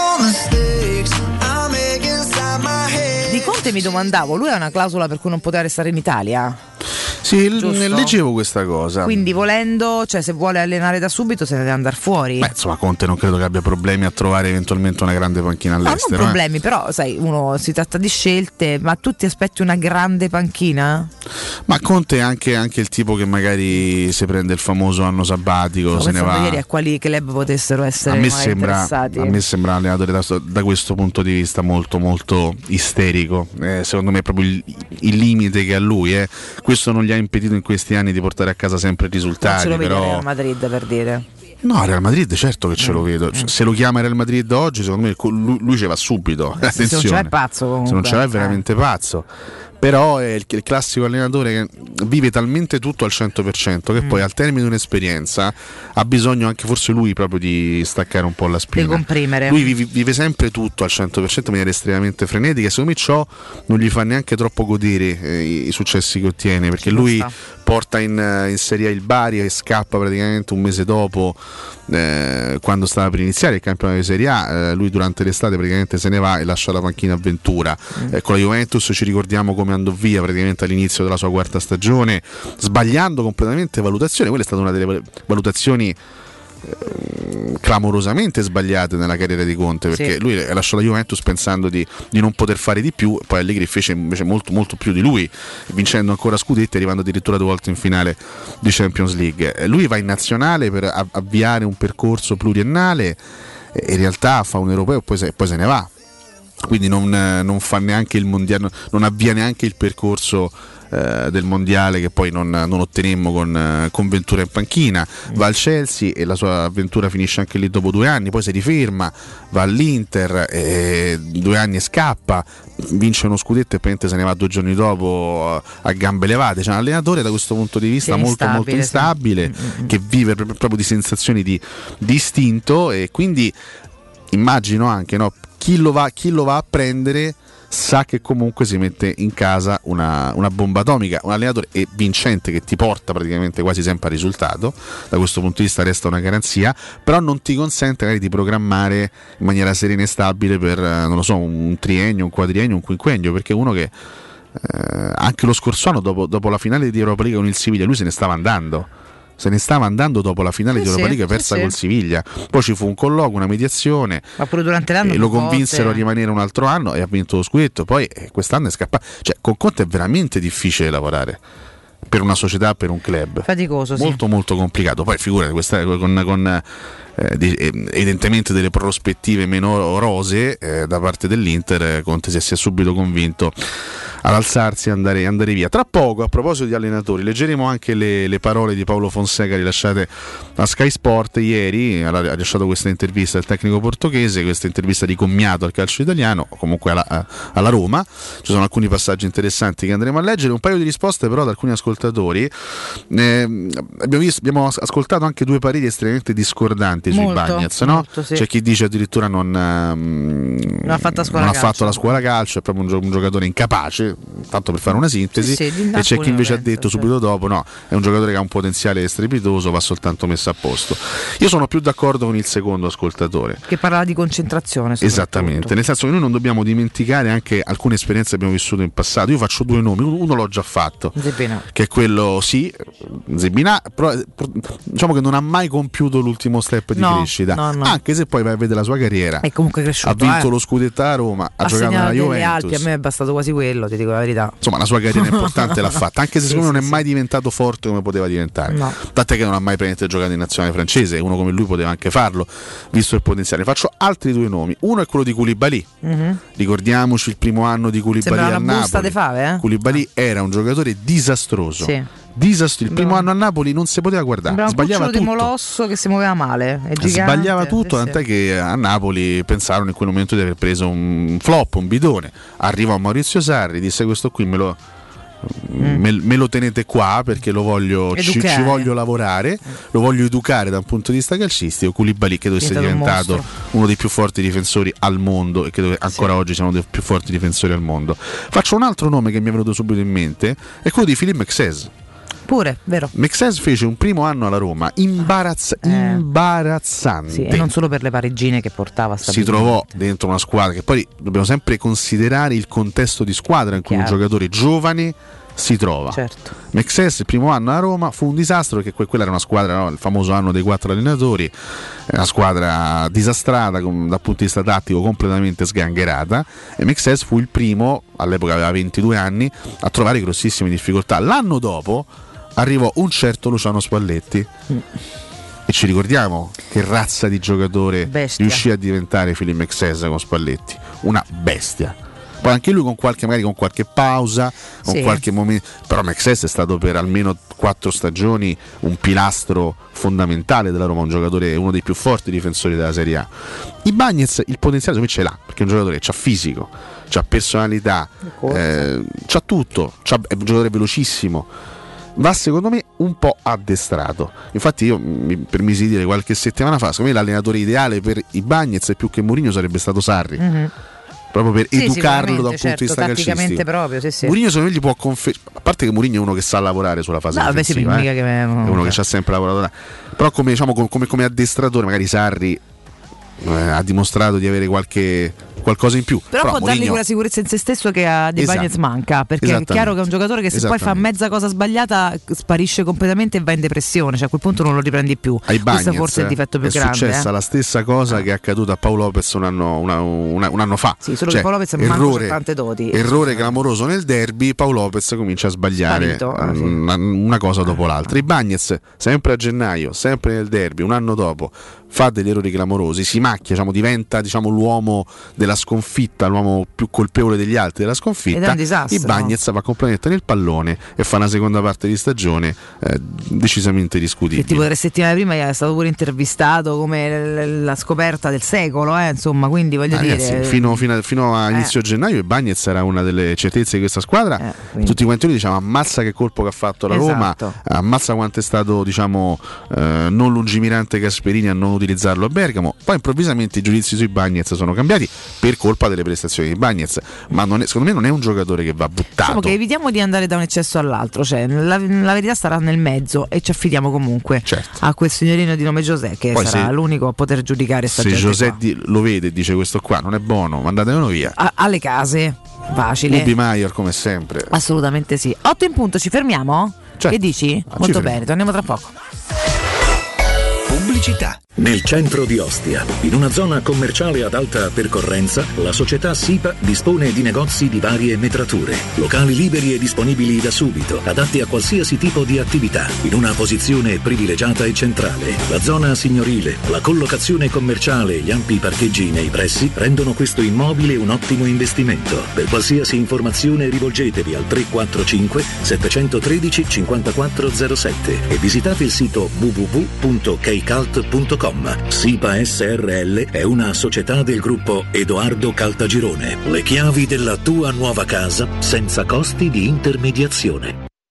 Di Conte mi domandavo, lui ha una clausola per cui non poteva restare in Italia? Sì, Giusto? leggevo questa cosa. Quindi volendo, cioè se vuole allenare da subito se ne deve andare fuori. Beh, insomma, Conte non credo che abbia problemi a trovare eventualmente una grande panchina all'estero. No, non problemi, eh. Però sai, uno si tratta di scelte, ma tu ti aspetti una grande panchina? Ma Conte è anche, anche il tipo che magari si prende il famoso anno sabbatico, no, se ne va. Ieri a quali club potessero essere a me sembra, interessati. A me sembra un allenatore da, da questo punto di vista molto molto isterico. Eh, secondo me è proprio il, il limite che ha lui. Eh. Questo non gli ha impedito in questi anni di portare a casa sempre i risultati. Non ce lo vede però... Real Madrid, per dire. No, Real Madrid certo che ce lo vedo. Mm. Se lo chiama Real Madrid oggi, secondo me lui, lui ci va subito. Attenzione. Se non ce l'ha è pazzo comunque. Se non ce l'ha è veramente eh. pazzo. Però è il, il classico allenatore che vive talmente tutto al cento per cento che mm. poi al termine di un'esperienza ha bisogno anche forse lui proprio di staccare un po' la spina. Di comprimere. Lui vive, vive sempre tutto al cento per cento in maniera estremamente frenetica e secondo me ciò non gli fa neanche troppo godere eh, i, i successi che ottiene, perché lui porta in, in Serie A il Bari e scappa praticamente un mese dopo eh, quando stava per iniziare il campionato di Serie A. Eh, lui durante l'estate praticamente se ne va e lascia la panchina a Ventura. Mm. Eh, con la Juventus ci ricordiamo come andò via praticamente all'inizio della sua quarta stagione, sbagliando completamente valutazioni. Quella è stata una delle valutazioni eh, clamorosamente sbagliate nella carriera di Conte, perché sì. lui lasciò la Juventus pensando di, di non poter fare di più, poi Allegri fece invece molto, molto più di lui, vincendo ancora scudetti, arrivando addirittura due volte in finale di Champions League. Eh, lui va in nazionale per avviare un percorso pluriennale e in realtà fa un europeo e poi se, poi se ne va. Quindi non, non fa neanche il mondiale, non avvia neanche il percorso eh, del mondiale che poi non, non ottenemmo con, con Ventura in panchina. Va al Chelsea e la sua avventura finisce anche lì dopo due anni, poi si riferma, va all'Inter e due anni e scappa, vince uno scudetto e praticamente se ne va due giorni dopo a gambe levate. C'è un allenatore da questo punto di vista molto instabile, molto instabile, sì. che vive proprio, proprio di sensazioni di, di istinto, e quindi immagino anche, no, chi lo va, chi lo va a prendere sa che comunque si mette in casa una, una bomba atomica, un allenatore e vincente che ti porta praticamente quasi sempre al risultato. Da questo punto di vista resta una garanzia, però non ti consente magari di programmare in maniera serena e stabile per, non lo so, un triennio, un quadriennio, un quinquennio, perché uno che eh, anche lo scorso anno dopo, dopo la finale di Europa League con il Siviglia lui se ne stava andando se ne stava andando dopo la finale sì, di Europa League sì, persa sì, col Siviglia. Poi ci fu un colloquio, una mediazione, ma pure durante l'anno e lo convinsero a rimanere un altro anno e ha vinto lo scudetto. Poi eh, quest'anno è scappato. Cioè con Conte è veramente difficile lavorare per una società, per un club, faticoso, molto sì. molto complicato. Poi figurati questa, con, con eh, di, evidentemente delle prospettive meno rose eh, da parte dell'Inter. eh, Conte si è, si è subito convinto ad alzarsi e andare, andare via. Tra poco, a proposito di allenatori, leggeremo anche le, le parole di Paulo Fonseca rilasciate a Sky Sport ieri. Ha rilasciato questa intervista al tecnico portoghese, questa intervista di commiato al calcio italiano, o comunque alla, alla Roma. Ci sono alcuni passaggi interessanti che andremo a leggere, un paio di risposte però da alcuni ascoltatori. Eh, abbiamo, visto, abbiamo ascoltato anche due pareri estremamente discordanti sui Bagnez, no? Molto, sì. C'è chi dice addirittura non, um, non ha fatto, la scuola, non ha fatto la scuola calcio, è proprio un, gio- un giocatore incapace, tanto per fare una sintesi, Sì, sì, di e c'è chi invece ha Napoli, detto subito dopo no, è un giocatore che ha un potenziale strepitoso, va soltanto messo a posto. Io sono più d'accordo con il secondo ascoltatore, che parlava di concentrazione. esattamente, nel senso che noi non dobbiamo dimenticare anche alcune esperienze che abbiamo vissuto in passato. Io faccio due nomi, uno l'ho già fatto, Zebina. che è quello, sì, Zebina, però diciamo che non ha mai compiuto l'ultimo step di No, crescita, no, no. anche se poi vai a vedere la sua carriera, È comunque cresciuto. ha vinto eh. lo scudetto a Roma, ha, Ha giocato nella segnato delle Alpi, a Juventus, me è bastato quasi quello, ti dico la verità. insomma la sua carriera importante l'ha fatta, anche se Sì, secondo me sì, non è mai diventato forte come poteva diventare, No. tant'è che non ha mai praticamente giocato in nazionale francese, uno come lui poteva anche farlo visto il potenziale. Faccio altri due nomi, uno è quello di Koulibaly, Mhm. ricordiamoci il primo anno di Koulibaly Sembra a una busta Napoli. di fave, eh? Koulibaly era un giocatore disastroso, Sì. disastro. Il primo Bravo. anno a Napoli non si poteva guardare, Sembrava un sbagliava cucciolo di tutto. molosso che si muoveva male. È gigante. Sbagliava tutto, Sì, tant'è sì. che a Napoli pensarono in quel momento di aver preso un flop, un bidone. Arrivò Maurizio Sarri, disse questo qui me lo, me, me lo tenete qua perché lo voglio, ci, Educare. ci voglio lavorare, lo voglio educare da un punto di vista calcistico. Koulibaly credo sia Diventato un diventato mostro. uno dei più forti difensori al mondo e credo che ancora oggi sia uno dei più forti difensori al mondo. Faccio un altro nome che mi è venuto subito in mente, è quello di Philippe Mexes. Pure, vero. Mexes fece un primo anno alla Roma imbarazz- imbarazzante. Sì, e non solo per le pareggine che portava Si stabilmente. trovò dentro una squadra che poi dobbiamo sempre considerare il contesto di squadra in cui Chiaro. un giocatore giovane si trova. Certo. Mexes il primo anno a Roma fu un disastro perché que- quella era una squadra, no? Il famoso anno dei quattro allenatori, una squadra disastrata con- dal punto di vista tattico, completamente sgangherata, e Mexes fu il primo, all'epoca aveva ventidue anni, a trovare grossissime difficoltà. L'anno dopo arrivò un certo Luciano Spalletti e ci ricordiamo che razza di giocatore Bestia. riuscì a diventare Philippe Mexes con Spalletti, una bestia. Poi anche lui con qualche, magari con qualche pausa, con Sì. qualche momento, però Mexes è stato per almeno quattro stagioni un pilastro fondamentale della Roma, un giocatore, uno dei più forti difensori della Serie A. Ibañez il potenziale secondo me ce l'ha, perché è un giocatore che ha fisico, c'ha personalità, eh, c'ha tutto, c'ha, è un giocatore velocissimo. Va secondo me un po' addestrato. Infatti io mi permisi di dire qualche settimana fa, secondo me l'allenatore ideale per Ibañez e più che Mourinho sarebbe stato Sarri. Mhm. Proprio per Sì, educarlo da un sicuramente, punto certo, di vista tatticamente calcistico. proprio, sì, sì. Mourinho secondo me gli può confermare, a parte che Mourinho è uno che sa lavorare sulla fase No, vabbè, sì, difensiva, mica eh. che- è uno che ci ha sempre lavorato là. Però come, diciamo, com- come, come addestratore magari Sarri eh, ha dimostrato di avere qualche qualcosa in più. Però, può dargli Mourinho- quella sicurezza in se stesso che a Di Esatto. Bagnez manca, perché è Esattamente. chiaro che è un giocatore che se poi fa Esattamente. mezza cosa sbagliata sparisce completamente e va in depressione, cioè a quel punto non lo riprendi più. ai Questo Bagnez forse è il difetto più è grande. successa eh. la stessa cosa che è accaduta a Paolo Lopez un anno, una- una- un anno fa. Sì, solo Cioè, che Paolo Lopez manco errore, c'ha tante doti. errore clamoroso nel derby, Paolo Lopez comincia a sbagliare Sparito, ah, sì. una, una cosa dopo l'altra. I Bagnez sempre a gennaio, sempre nel derby, un anno dopo fa degli errori clamorosi, si macchia, diciamo, diventa diciamo, l'uomo della sconfitta, l'uomo più colpevole degli altri della Ed è sconfitta. un disastro. I Bagnez va completamente nel pallone e fa una seconda parte di stagione eh, decisamente Che discutibile. tipo tre settimane prima è stato pure intervistato come l- la scoperta del secolo, eh, insomma, quindi voglio Ragazzi, dire. fino, fino a, fino a Eh. inizio gennaio il Bagnez era una delle certezze di questa squadra. quindi. Tutti quanti noi diciamo ammazza che colpo che ha fatto la Roma, Esatto. ammazza quanto è stato diciamo eh, non lungimirante Gasperini a non utilizzarlo a Bergamo. Poi improvvisamente i giudizi sui Bagnez sono cambiati per colpa delle prestazioni di Bagnez, ma non è- secondo me non è un giocatore che va buttato. Diciamo che evitiamo di andare da un eccesso all'altro, cioè la, la verità starà nel mezzo e ci affidiamo comunque a quel signorino di nome José che Poi sarà se- l'unico a poter giudicare sta Se gente José qua. di- lo vede e dice questo qua non è buono, mandatelo via. A- alle case, facile. Ubi Maior come sempre. Assolutamente sì. otto in punto, ci fermiamo? Certo. Che dici? ci Molto fermiamo. bene, torniamo tra poco. Pubblicità. Nel centro di Ostia, in una zona commerciale ad alta percorrenza, la società SIPA dispone di negozi di varie metrature, locali liberi e disponibili da subito, adatti a qualsiasi tipo di attività, in una posizione privilegiata e centrale. La zona signorile, la collocazione commerciale e gli ampi parcheggi nei pressi rendono questo immobile un ottimo investimento. Per qualsiasi informazione rivolgetevi al tre quattro cinque sette uno tre cinque zero sette e visitate il sito w w w punto keycult punto com. SIPA S R L è una società del gruppo Edoardo Caltagirone. Le chiavi della tua nuova casa senza costi di intermediazione.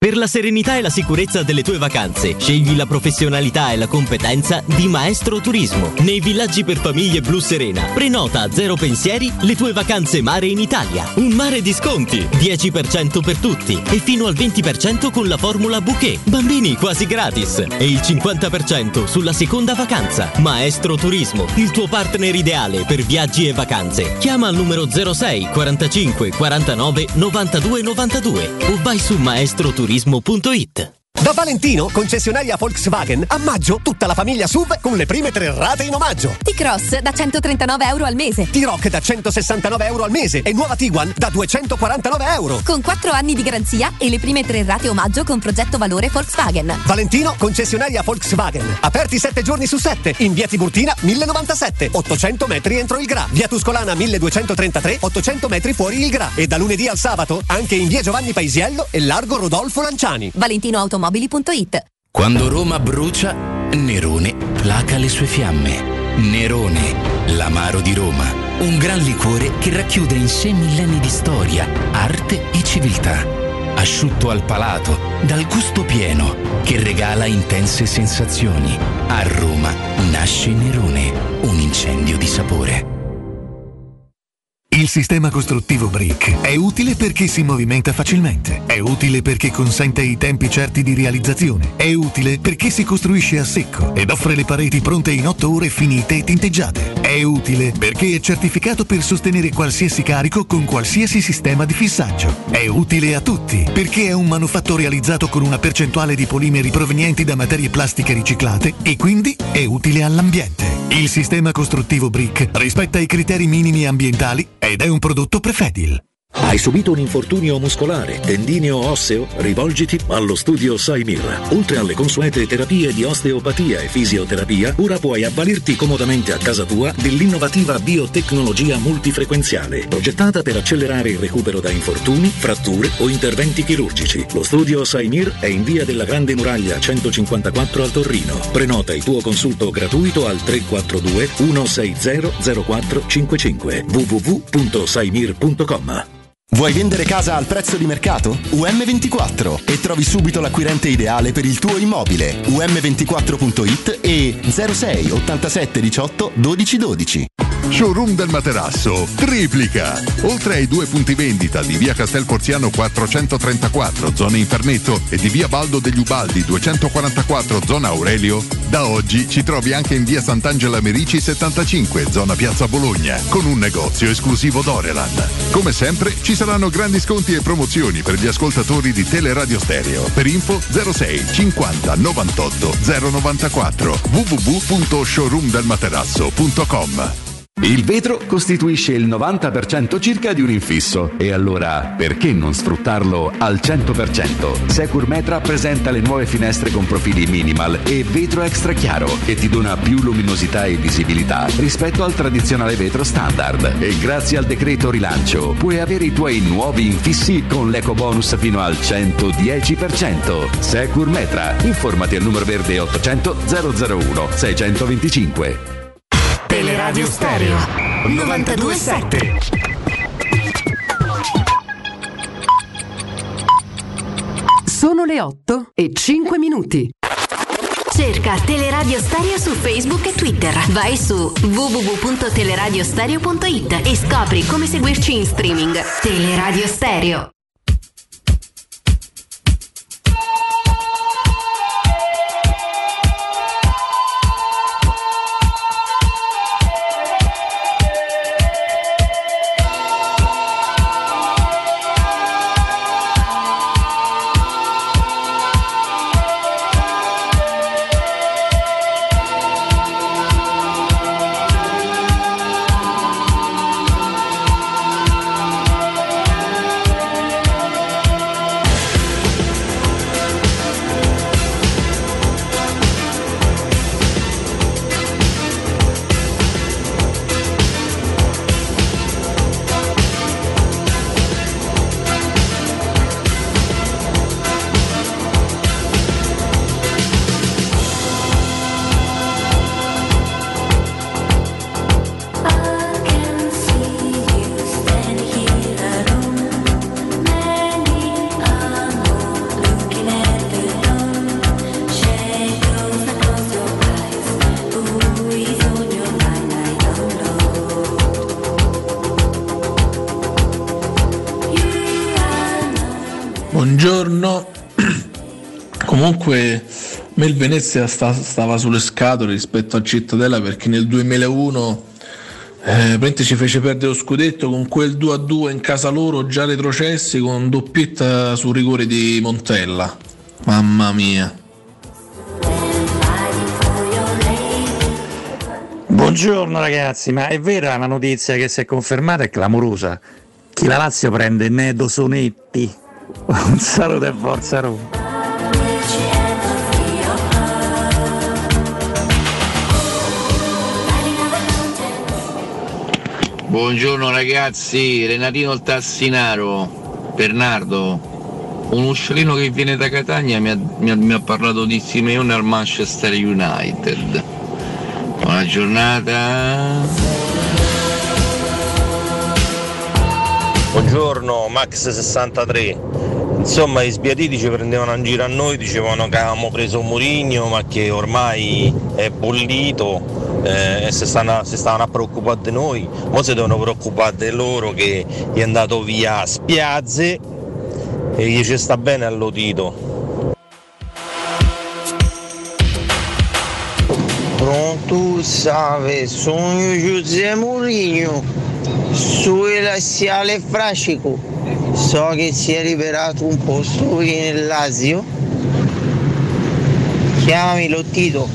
Per la serenità e la sicurezza delle tue vacanze, scegli la professionalità e la competenza di Maestro Turismo. Nei villaggi per famiglie Blu Serena, prenota a zero pensieri le tue vacanze mare in Italia. Un mare di sconti, dieci per cento per tutti e fino al venti per cento con la formula bouquet. Bambini quasi gratis e il cinquanta per cento sulla seconda vacanza. Maestro Turismo, il tuo partner ideale per viaggi e vacanze. Chiama al numero zero sei quarantacinque quarantanove novantadue novantadue o vai su maestro turismo punto it. Da Valentino, concessionaria Volkswagen, a maggio tutta la famiglia S U V con le prime tre rate in omaggio. T-Cross da centotrentanove euro al mese. T-Roc da centosessantanove euro al mese e nuova Tiguan da duecentoquarantanove euro. Con quattro anni di garanzia e le prime tre rate omaggio con progetto valore Volkswagen. Valentino, concessionaria Volkswagen. Aperti sette giorni su sette. In via Tiburtina mille novantasette, ottocento metri entro il Gra. Via Tuscolana milleduecentotrentatré, ottocento metri fuori il Gra. E da lunedì al sabato anche in via Giovanni Paisiello e largo Rodolfo Lanciani. Valentino Automobili. Quando Roma brucia, Nerone placa le sue fiamme. Nerone, l'amaro di Roma. Un gran liquore che racchiude in sé millenni di storia, arte e civiltà. Asciutto al palato, dal gusto pieno, che regala intense sensazioni. A Roma nasce Nerone, un incendio di sapore. Il sistema costruttivo Brick è utile perché si movimenta facilmente, è utile perché consente i tempi certi di realizzazione, è utile perché si costruisce a secco ed offre le pareti pronte in otto ore finite e tinteggiate, è utile perché è certificato per sostenere qualsiasi carico con qualsiasi sistema di fissaggio, è utile a tutti perché è un manufatto realizzato con una percentuale di polimeri provenienti da materie plastiche riciclate e quindi è utile all'ambiente. Il sistema costruttivo Brick rispetta i criteri minimi ambientali ed è un prodotto Prefedil. Hai subito un infortunio muscolare, tendineo o osseo? Rivolgiti allo studio Saimir. Oltre alle consuete terapie di osteopatia e fisioterapia, ora puoi avvalerti comodamente a casa tua dell'innovativa biotecnologia multifrequenziale, progettata per accelerare il recupero da infortuni, fratture o interventi chirurgici. Lo studio Saimir è in via della Grande Muraglia centocinquantaquattro a Torino. Prenota il tuo consulto gratuito al tre quattro due uno sei zero zero quattro cinque cinque w w w punto saimir punto com. Vuoi vendere casa al prezzo di mercato? U M ventiquattro e trovi subito l'acquirente ideale per il tuo immobile. U M ventiquattro punto it e zero sei ottantasette diciotto dodici dodici. Showroom del Materasso triplica. Oltre ai due punti vendita di via Castel Porziano quattrocentotrentaquattro, zona Infermetto, e di via Baldo degli Ubaldi duecentoquarantaquattro, zona Aurelio, da oggi ci trovi anche in via Sant'Angela Merici settantacinque, zona Piazza Bologna, con un negozio esclusivo Doreland. Come sempre ci saranno grandi sconti e promozioni per gli ascoltatori di Teleradio Stereo. Per info zero sei cinquanta novantotto zero novantaquattro w w w punto showroom del materasso punto com. Il vetro costituisce il novanta per cento circa di un infisso e allora perché non sfruttarlo al cento per cento? Securmetra presenta le nuove finestre con profili minimal e vetro extra chiaro che ti dona più luminosità e visibilità rispetto al tradizionale vetro standard, e grazie al decreto rilancio puoi avere i tuoi nuovi infissi con l'eco bonus fino al centodieci per cento. Securmetra, informati al numero verde ottocento zero zero uno seicentoventicinque. Teleradio Stereo novantadue sette. Sono le otto e cinque minuti. Cerca Teleradio Stereo su Facebook e Twitter. Vai su w w w punto teleradiostereo punto it e scopri come seguirci in streaming. Teleradio Stereo. buongiorno. Comunque a me il Venezia sta, stava sulle scatole rispetto a Cittadella, perché nel duemilauno eh, ci fece perdere lo scudetto con quel due a due in casa loro, già retrocessi, con doppietta su rigore di Montella. Mamma mia. Buongiorno ragazzi, ma è vera la notizia che si è confermata? È clamorosa. Chi la Lazio prende Nedo Sonetti. Un saluto e forza Roma. Buongiorno ragazzi, Renatino il Tassinaro, Bernardo, un uccellino che viene da Catania mi ha, mi ha, mi ha parlato di Simeone al Manchester United. Buona giornata. Buongiorno Max sessantatré. Insomma, gli sbiaditi ci prendevano in giro a noi, dicevano che avevamo preso Mourinho ma che ormai è bollito. Eh, si, stanno, si stavano a preoccupare di noi, ora si devono preoccupare di loro che gli è andato via Spiazze e gli ci sta bene all'Otito. Pronto, salve, sono Giuseppe Mourinho, su laziale Frascico, so che si è liberato un posto qui nell'Asio, chiamami l'Otito.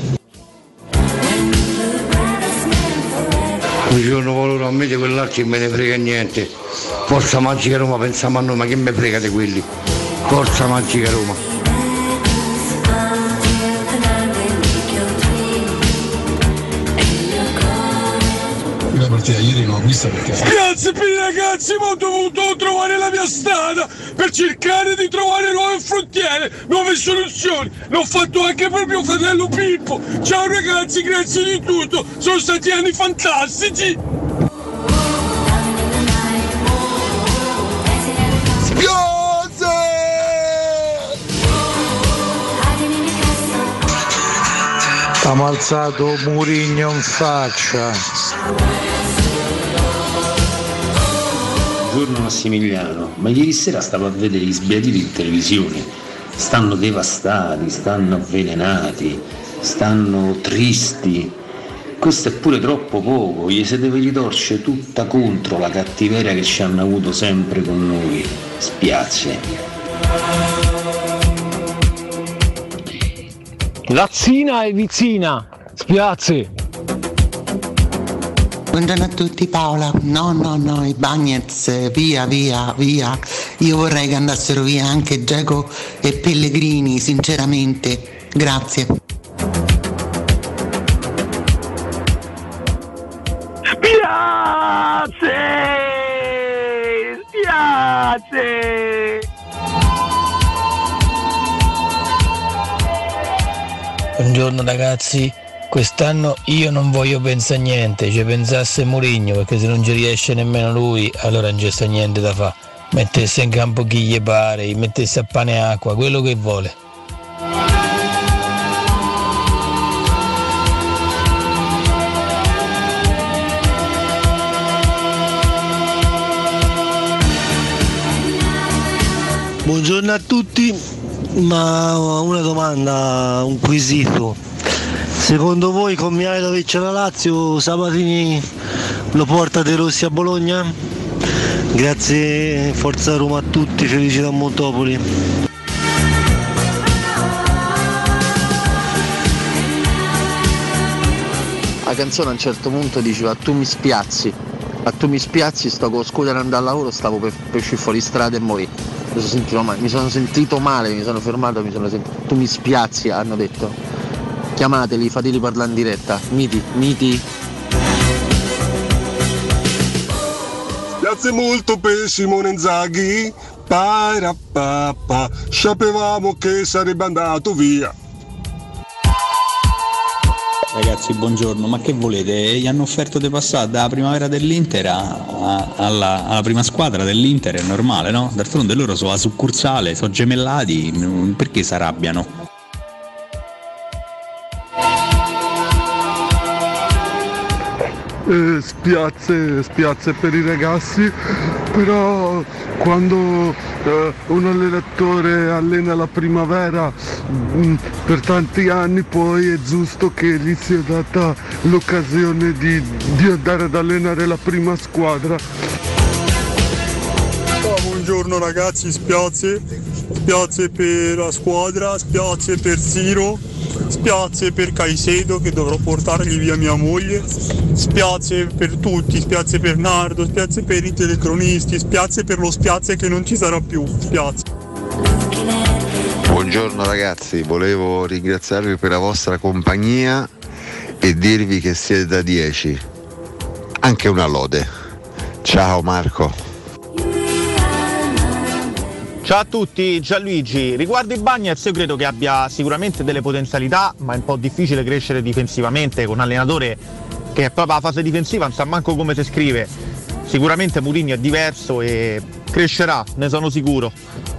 Buongiorno Valore, a me di quell'altro non me ne frega niente. Forza Magica Roma, pensiamo a noi, ma che me frega di quelli? Forza Magica Roma. La partita ieri non l'ho vista perché... Grazie per i ragazzi, ma ho dovuto trovare la mia strada per cercare di trovare nuove frontiere, nuove soluzioni. L'ho fatto anche per mio fratello Pippo. Ciao ragazzi, grazie di tutto, sono stati anni fantastici. Spiazze! Abbiamo alzato Mourinho in faccia. Buongiorno Massimiliano, ma ieri sera stavo a vedere gli sbiaditi in televisione, stanno devastati, stanno avvelenati, stanno tristi, questo è pure troppo poco, gli si deve ritorcere tutta contro la cattiveria che ci hanno avuto sempre con noi, spiace. Lazzina e Vizzina, spiace. Buongiorno a tutti Paola, no no no i Bagnets, via via via, io vorrei che andassero via anche Dzeko e Pellegrini, sinceramente, grazie. Spiace, spiace. Buongiorno ragazzi. Quest'anno io non voglio pensare a niente, ci pensasse Mourinho, perché se non ci riesce nemmeno lui, allora non c'è sta niente da fare. Mettesse in campo chi gli pare, mettesse a pane e acqua, quello che vuole. Buongiorno a tutti, ma una domanda, un quesito. Secondo voi con Mihajlovic la Lazio Sabatini lo porta De Rossi a Bologna? Grazie, forza Roma a tutti, felici da Montopoli. La canzone a un certo punto diceva tu mi spiazzi, ma tu mi spiazzi, sto con lo scooter andare al lavoro, stavo per, per uscire fuori strada e morì. Mi sono sentito male, mi sono sentito male, mi sono fermato, mi sono sentito. Tu mi spiazzi, hanno detto. Chiamateli, fateli parlare in diretta. Miti, miti. Grazie molto per Simone Inzaghi. Parapapa. Sapevamo che sarebbe andato via. Ragazzi, buongiorno, ma che volete? Gli hanno offerto di passare dalla primavera dell'Inter a, a, alla, alla prima squadra dell'Inter, è normale, no? D'altronde loro sono la succursale, sono gemellati, perché si arrabbiano? Eh, spiazze, spiazze per i ragazzi, però quando eh, un allenatore allena la primavera mh, per tanti anni, poi è giusto che gli sia data l'occasione di, di andare ad allenare la prima squadra. Oh, buongiorno ragazzi, spiace, spiace per la squadra, spiace per Ciro, spiace per Caicedo che dovrò portargli via mia moglie, spiace per tutti, spiace per Nardo, spiace per i telecronisti, spiace per lo spiace che non ci sarà più, spiace. Buongiorno ragazzi, volevo ringraziarvi per la vostra compagnia e dirvi che siete da dieci, anche una lode. Ciao Marco. Ciao a tutti, Gianluigi. Riguardo i Bagnets, io credo che abbia sicuramente delle potenzialità, ma è un po' difficile crescere difensivamente con un allenatore che è proprio alla fase difensiva, non sa manco come si scrive. Sicuramente Mourinho è diverso e crescerà, ne sono sicuro.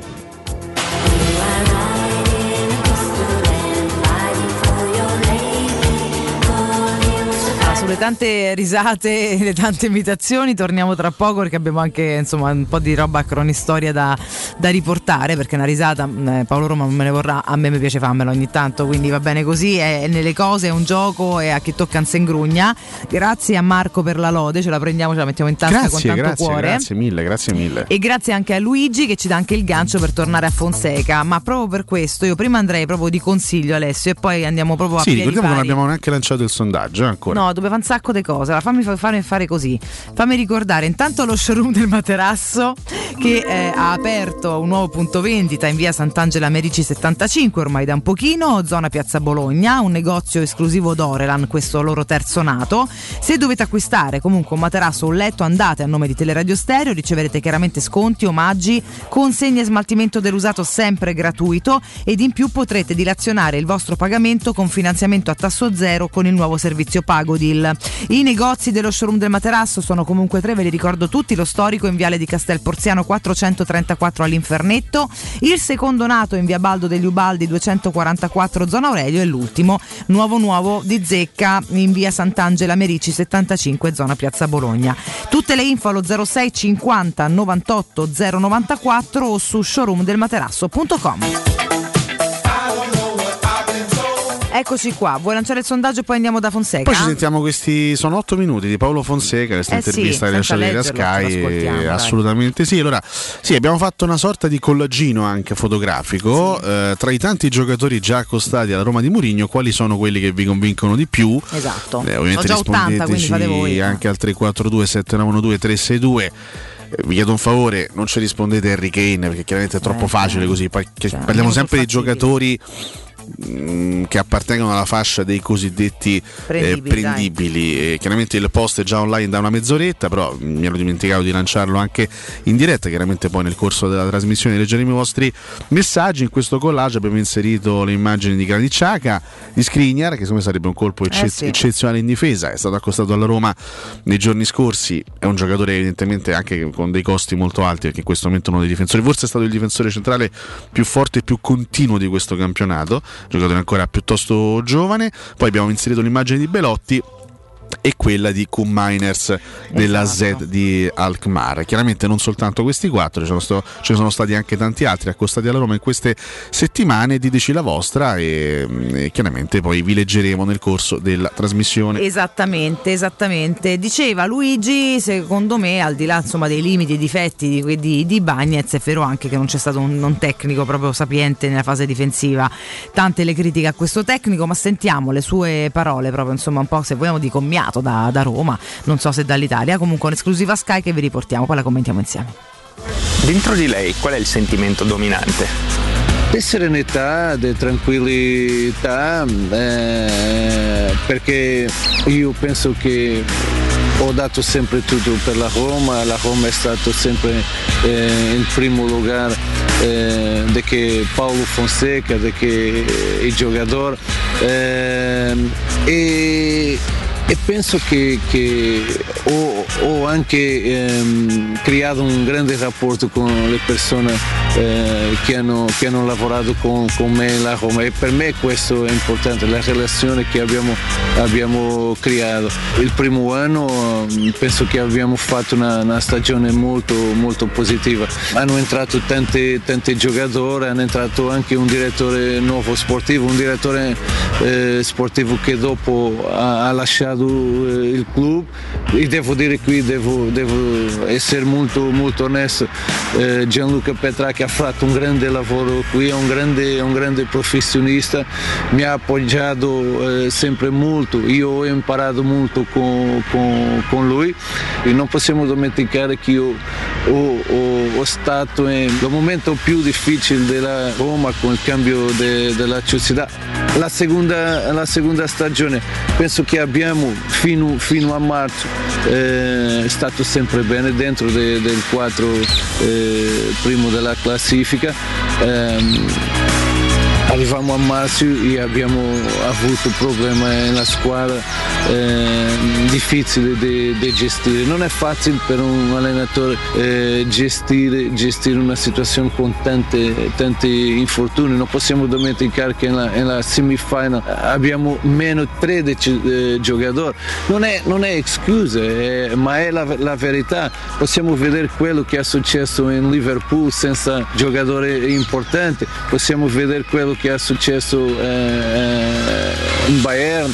Sulle tante risate e le tante imitazioni torniamo tra poco, perché abbiamo anche insomma un po' di roba cronistoria da, da riportare, perché una risata eh, Paolo Roma non me ne vorrà, a me mi piace farmela ogni tanto, quindi va bene così, è, è nelle cose, è un gioco e a chi tocca non se ingrugna. Grazie a Marco per la lode, ce la prendiamo, ce la mettiamo in tasca grazie, con tanto grazie, cuore. Grazie mille, grazie mille. E grazie anche a Luigi che ci dà anche il gancio per tornare a Fonseca, ma proprio per questo io prima andrei proprio di consiglio, Alessio, e poi andiamo proprio a sì, piedi ricordiamo pari. che non abbiamo neanche lanciato il sondaggio, eh, ancora. No, doveva un sacco di cose. Allora, fammi fare, fare così. Fammi ricordare intanto lo showroom del materasso che eh, ha aperto un nuovo punto vendita in via Sant'Angela Merici settantacinque ormai da un pochino, zona Piazza Bologna, un negozio esclusivo d'Orelan, questo loro terzo nato. Se dovete acquistare comunque un materasso o un letto, andate a nome di Teleradio Stereo, riceverete chiaramente sconti, omaggi, consegne e smaltimento dell'usato sempre gratuito, ed in più potrete dilazionare il vostro pagamento con finanziamento a tasso zero con il nuovo servizio Pagodil. I negozi dello showroom del materasso sono comunque tre, ve li ricordo tutti: lo storico in viale di Castel Porziano quattrocentotrentaquattro all'Infernetto, il secondo nato in via Baldo degli Ubaldi duecentoquarantaquattro zona Aurelio, e l'ultimo nuovo nuovo di Zecca in via Sant'Angela Merici settantacinque zona Piazza Bologna. Tutte le info allo zero sei cinquanta novantotto zero novantaquattro o su showroom del materasso punto com. Eccoci qua, vuoi lanciare il sondaggio e poi andiamo da Fonseca? Poi ci sentiamo questi, sono otto minuti di Paolo Fonseca, questa eh intervista sì, rilasciata da Sky, assolutamente sì. Allora, sì, abbiamo fatto una sorta di collagino anche fotografico, sì. eh, tra i tanti giocatori già accostati alla Roma di Mourinho, quali sono quelli che vi convincono di più? Esatto, eh, ovviamente ho già ottanta, quindi fate voi. Anche al tre quattro due sette nove uno due tre sei due. Vi chiedo un favore, non ci rispondete Harry Kane, perché chiaramente è troppo eh, facile così, poi cioè, parliamo sempre di giocatori che appartengono alla fascia dei cosiddetti prendibili, eh, prendibili. E chiaramente il post è già online da una mezz'oretta, però mi ero dimenticato di lanciarlo anche in diretta. Chiaramente poi nel corso della trasmissione leggeremo i vostri messaggi. In questo collage abbiamo inserito le immagini di Granit Xhaka, di Skriniar, che secondo me sarebbe un colpo ecce- eh sì. eccezionale in difesa, è stato accostato alla Roma nei giorni scorsi, è un giocatore evidentemente anche con dei costi molto alti, perché in questo momento uno dei difensori, forse è stato il difensore centrale più forte e più continuo di questo campionato, giocatore ancora piuttosto giovane. Poi abbiamo inserito l'immagine di Belotti e quella di Koen Miners della esatto. Z di Alkmaar. Chiaramente non soltanto questi quattro, ce ne, sono, ce ne sono stati anche tanti altri accostati alla Roma in queste settimane. Diteci la vostra e, e chiaramente poi vi leggeremo nel corso della trasmissione. Esattamente, esattamente. Diceva Luigi, secondo me, al di là insomma dei limiti e difetti di, di, di Bagnez, è vero anche che non c'è stato un non tecnico proprio sapiente nella fase difensiva. Tante le critiche a questo tecnico, ma sentiamo le sue parole proprio, insomma, un po' se vogliamo di commiato Da, da Roma, non so se dall'Italia, comunque un'esclusiva Sky che vi riportiamo, poi la commentiamo insieme. Dentro di lei qual è il sentimento dominante? Di serenità, di tranquillità, eh, perché io penso che ho dato sempre tutto per la Roma, la Roma è stato sempre eh, in primo luogo eh, di che Paolo Fonseca, di che i giocatori eh, e e penso che, che ho, ho anche ehm, creato un grande rapporto con le persone eh, che, hanno, che hanno lavorato con, con me in Roma, e per me questo è importante, la relazione che abbiamo, abbiamo creato. Il primo anno penso che abbiamo fatto una, una stagione molto, molto positiva, hanno entrato tanti, tanti giocatori, hanno entrato anche un direttore nuovo sportivo, un direttore eh, sportivo che dopo ha, ha lasciato eh, il club, e devo dire qui, devo, devo essere molto, molto onesto, eh, Gianluca Petrà che ha fatto un grande lavoro qui, è un grande, un grande professionista, mi ha appoggiato eh, sempre molto, io ho imparato molto con, con, con lui, e non possiamo dimenticare che io ho, ho, ho stato nel momento più difficile della Roma con il cambio de, della società. La seconda, la seconda stagione penso che abbiamo fino, fino a marzo eh, è stato sempre bene dentro de, del quattro eh, primo della classifica. Eh, Arriviamo a marzo e abbiamo avuto problemi nella squadra eh, difficili da gestire. Non è facile per un allenatore eh, gestire, gestire una situazione con tante, tanti infortuni. Non possiamo dimenticare che nella, nella semifinal abbiamo meno tredici eh, giocatori. Non è, non è scusa, eh, ma è la, la verità. Possiamo vedere quello che è successo in Liverpool senza giocatori importanti. Possiamo vedere quello che è successo eh, in Bayern.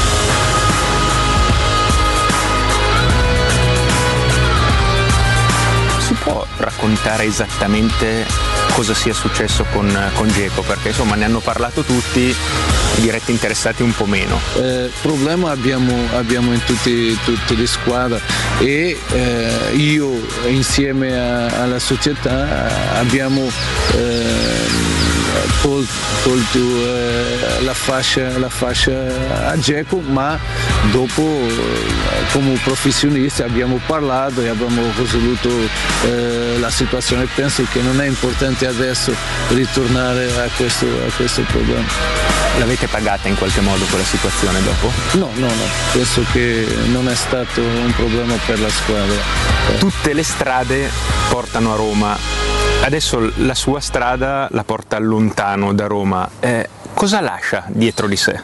Si può raccontare esattamente cosa sia successo con, con Dzeko? Perché insomma ne hanno parlato tutti, i diretti interessati un po' meno. Eh, problema abbiamo, abbiamo in tutti, tutte le squadre, e eh, io insieme a, alla società abbiamo eh, tolto, tolto eh, la, fascia, la fascia a Dzeko, ma dopo eh, come professionisti abbiamo parlato e abbiamo risoluto eh, la situazione. Penso che non è importante adesso ritornare a questo, a questo problema. L'avete pagata in qualche modo quella situazione dopo? No, no, no, penso che non è stato un problema per la squadra. Tutte le strade portano a Roma, adesso la sua strada la porta lontano da Roma, eh, cosa lascia dietro di sé?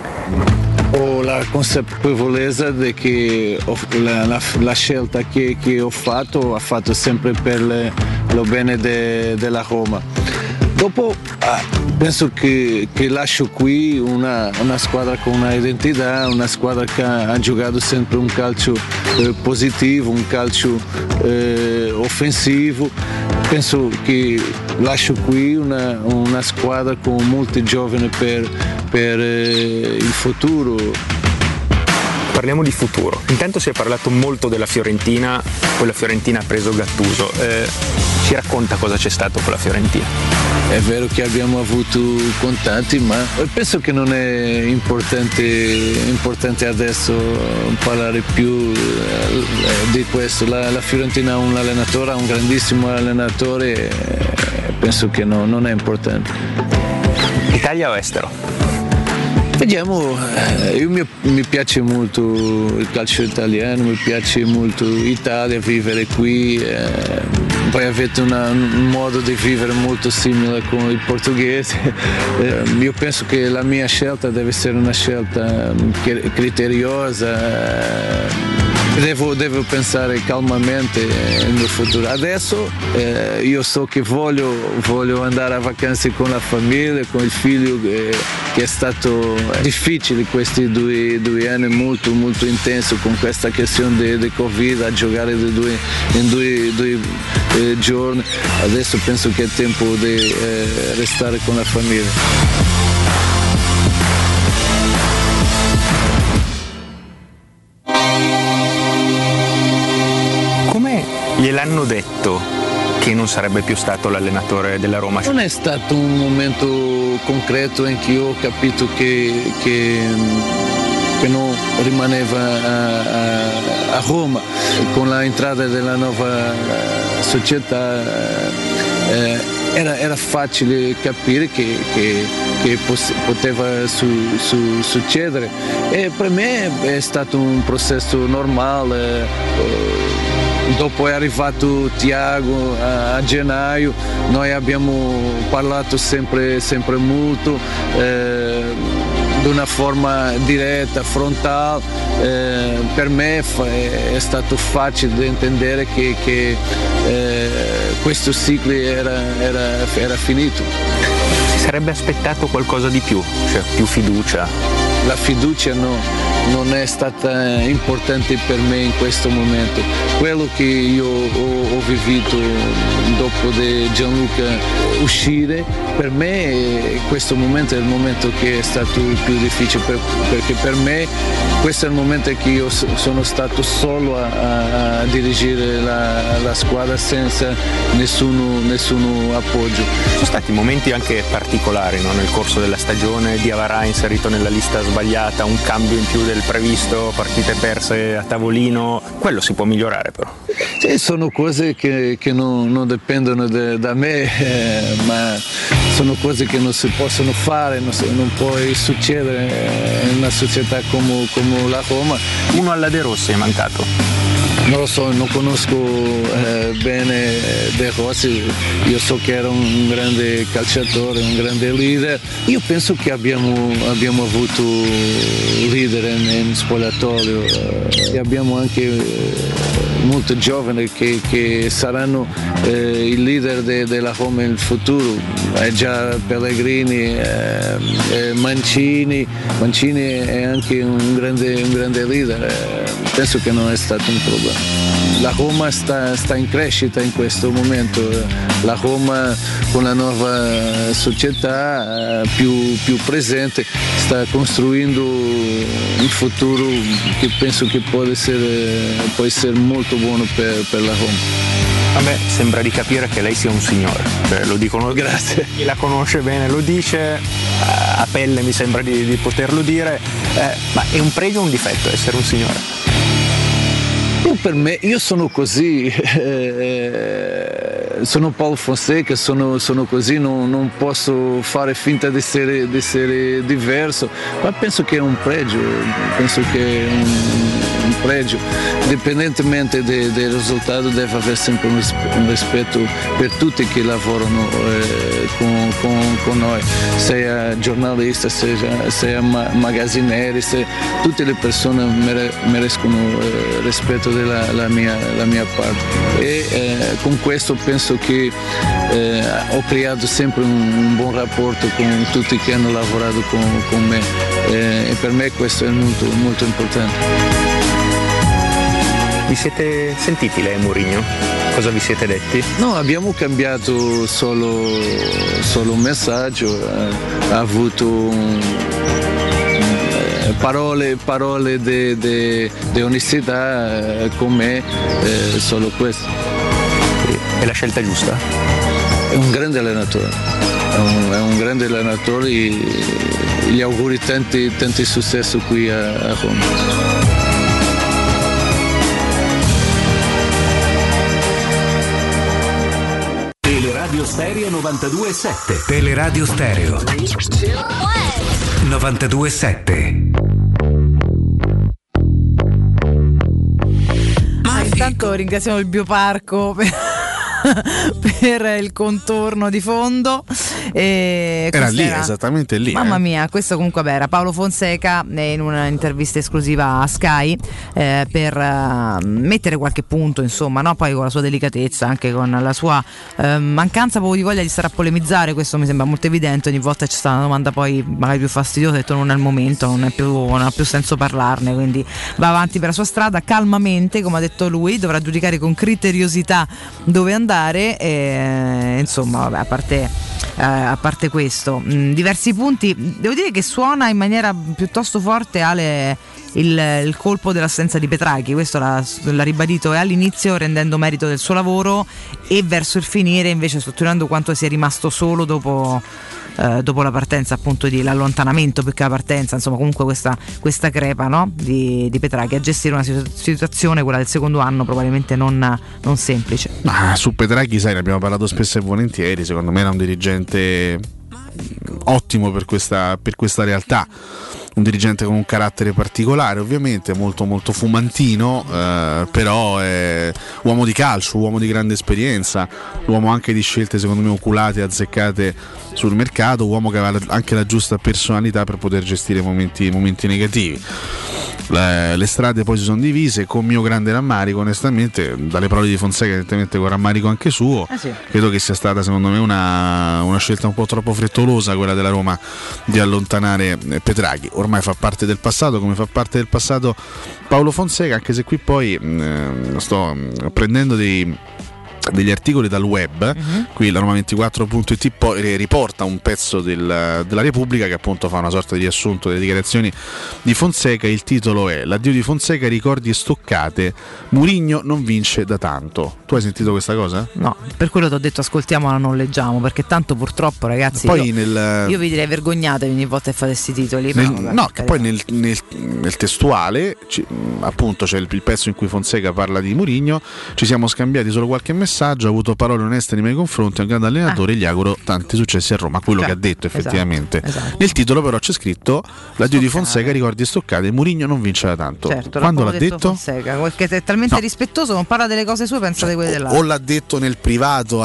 Ho la consapevolezza di che la, la, la scelta che, che ho fatto ha fatto sempre per le, lo bene de, della Roma. Dopo ah, penso che, che lascio qui una, una squadra con una identità, una squadra che ha, ha giocato sempre un calcio eh, positivo, un calcio eh, offensivo. Penso che lascio qui una, una squadra con molti giovani per, per eh, il futuro. Parliamo di futuro. Intanto si è parlato molto della Fiorentina, poi la Fiorentina ha preso Gattuso. Eh, ci racconta cosa c'è stato con la Fiorentina? È vero che abbiamo avuto contatti, ma penso che non è importante, importante adesso parlare più eh, di questo. La, la Fiorentina ha un allenatore, ha un grandissimo allenatore, e penso che no, non è importante. Italia o estero? Vediamo, io mi, mi piace molto il calcio italiano, mi piace molto l'Italia, vivere qui, eh, poi avete una, un modo di vivere molto simile con il portoghese. Eh, io penso che la mia scelta deve essere una scelta criteriosa. Eh, Devo, devo pensare calmamente nel mio futuro. Adesso eh, io so che voglio, voglio andare a vacanze con la famiglia, con il figlio, che, che è stato difficile questi due, due anni, molto molto intenso con questa questione di Covid, a giocare di due, in due, due eh, giorni. Adesso penso che è tempo di eh, restare con la famiglia. Gliel'hanno detto che non sarebbe più stato l'allenatore della Roma? Non è stato un momento concreto in cui ho capito che, che, che non rimaneva a, a, a Roma. Con l'entrata della nuova società eh, era, era facile capire che, che, che, poss- poteva su, su, succedere, e per me è stato un processo normale. Dopo è arrivato Thiago a, a gennaio, noi abbiamo parlato sempre, sempre molto, eh, di una forma diretta, frontale. Eh, per me è, è stato facile da intendere che, che eh, questo ciclo era, era, era finito. Si sarebbe aspettato qualcosa di più, cioè più fiducia? La fiducia no, non è stata importante per me in questo momento. Quello che io ho, ho vivuto dopo di Gianluca uscire, per me questo momento è il momento che è stato il più difficile, per, perché per me questo è il momento che io sono stato solo a, a, a dirigere la, la squadra senza nessuno, nessuno appoggio. Sono stati momenti anche particolari, no? Nel corso della stagione, Diawara inserito nella lista sbagliata, un cambio in più del previsto, partite perse a tavolino, quello si può migliorare però. Sì, sono cose che, che non, non dipendono de, da me, eh, ma sono cose che non si possono fare, non, non può succedere in una società come, come la Roma. Uno alla De Rossi è mancato. Non lo so, non conosco eh, bene De Rossi, io so che era un grande calciatore, un grande leader. Io penso che abbiamo, abbiamo avuto leader in, in spogliatoio, eh, abbiamo anche eh, molti giovani che, che saranno eh, il leader de, della Roma nel futuro. È già Pellegrini, eh, eh, Mancini, Mancini è anche un grande, un grande leader, eh, penso che non è stato un problema. La Roma sta, sta in crescita in questo momento, la Roma con la nuova società più, più presente sta costruendo un futuro che penso che può essere, può essere molto buono per, per la Roma. A me sembra di capire che lei sia un signore, cioè, lo dicono, grazie. Chi la conosce bene lo dice, a pelle mi sembra di, di poterlo dire, eh, ma è un pregio o un difetto essere un signore? Per me, io sono così, eh, sono Paolo Fonseca, sono, sono così, non, non posso fare finta di essere, di essere diverso, ma penso che è un pregio, penso che è un, un pregio, indipendentemente de, del risultato deve avere sempre un, un rispetto per tutti che lavorano eh, con, con, con noi, sia giornalista, sia, sia magazzinieri, sia, tutte le persone mere, merescono eh, rispetto della la mia, la mia parte, e eh, con questo penso che eh, ho creato sempre un, un buon rapporto con tutti che hanno lavorato con, con me, eh, e per me questo è molto, molto importante. Vi siete sentiti lei e Mourinho? Cosa vi siete detti? No, abbiamo cambiato solo, solo un messaggio, eh, ha avuto un, parole, parole di onestità eh, con me, eh, solo questo. È la scelta giusta? È un grande allenatore, è un, è un grande allenatore, e gli auguri tanti, tanti successo qui a, a Roma. Teleradio Stereo novantadue virgola sette. Teleradio Stereo novantadue virgola sette. Ma intanto ringraziamo il Bioparco per, per il contorno di fondo. E era lì, era, esattamente lì. Mamma eh. mia, questo comunque beh, era Paolo Fonseca in un'intervista esclusiva a Sky eh, per uh, mettere qualche punto, insomma, no? Poi con la sua delicatezza, anche con la sua uh, mancanza proprio di voglia di stare a polemizzare, questo mi sembra molto evidente. Ogni volta c'è stata una domanda poi magari più fastidiosa, ho detto non è il momento, non, è più, non ha più senso parlarne, quindi va avanti per la sua strada calmamente, come ha detto lui, dovrà giudicare con criteriosità dove andare e, insomma, vabbè, a parte Uh, a parte questo, mh, diversi punti. Devo dire che suona in maniera piuttosto forte Ale il, il colpo dell'assenza di Petraghi, questo l'ha, l'ha ribadito e all'inizio rendendo merito del suo lavoro, e verso il finire invece sottolineando quanto sia rimasto solo dopo, uh, dopo la partenza, appunto, di l'allontanamento più che la partenza, insomma, comunque questa, questa crepa, no? di, di Petraghi a gestire una situazione, quella del secondo anno, probabilmente non, non semplice. Ma su Petraghi, sai, ne abbiamo parlato spesso e volentieri, secondo me era un dirigente ottimo per questa, per questa realtà. Un dirigente con un carattere particolare, ovviamente molto molto fumantino, eh, però è uomo di calcio, uomo di grande esperienza, uomo anche di scelte secondo me oculate e azzeccate sul mercato, uomo che aveva anche la giusta personalità per poter gestire momenti, momenti negativi. Le, le strade poi si sono divise, con mio grande rammarico, onestamente, dalle parole di Fonseca, evidentemente con rammarico anche suo, eh sì. credo che sia stata secondo me una, una scelta un po' troppo frettolosa quella della Roma di allontanare Petraghi. Ormai fa parte del passato, come fa parte del passato Paolo Fonseca, anche se qui poi eh, sto prendendo dei degli articoli dal web, uh-huh. Qui la Roma ventiquattro punto it poi riporta un pezzo del, della Repubblica che appunto fa una sorta di riassunto delle dichiarazioni di Fonseca. Il titolo è "L'addio di Fonseca, ricordi e stoccate, Mourinho non vince da tanto". Tu hai sentito questa cosa? No, per quello ti ho detto ascoltiamola, non leggiamo, perché tanto purtroppo ragazzi poi io, nel, io vi direi vergognatevi ogni volta che fate questi titoli, nel, però, vabbè, no, che poi nel, nel, nel testuale ci, appunto c'è il, il pezzo in cui Fonseca parla di Mourinho. Ci siamo scambiati solo qualche messaggio, ha avuto parole oneste nei miei confronti, è un grande allenatore, ah. gli auguro tanti successi a Roma, quello cioè, che ha detto effettivamente. Esatto, esatto. Nel titolo però c'è scritto "L'addio di Fonseca, ricordi e stoccate, Mourinho non vince da tanto". Certo, quando l'ha detto, detto? Fonseca, perché è talmente no. rispettoso, non parla delle cose sue, pensa cioè, di quelle dell'altro. O l'ha detto nel privato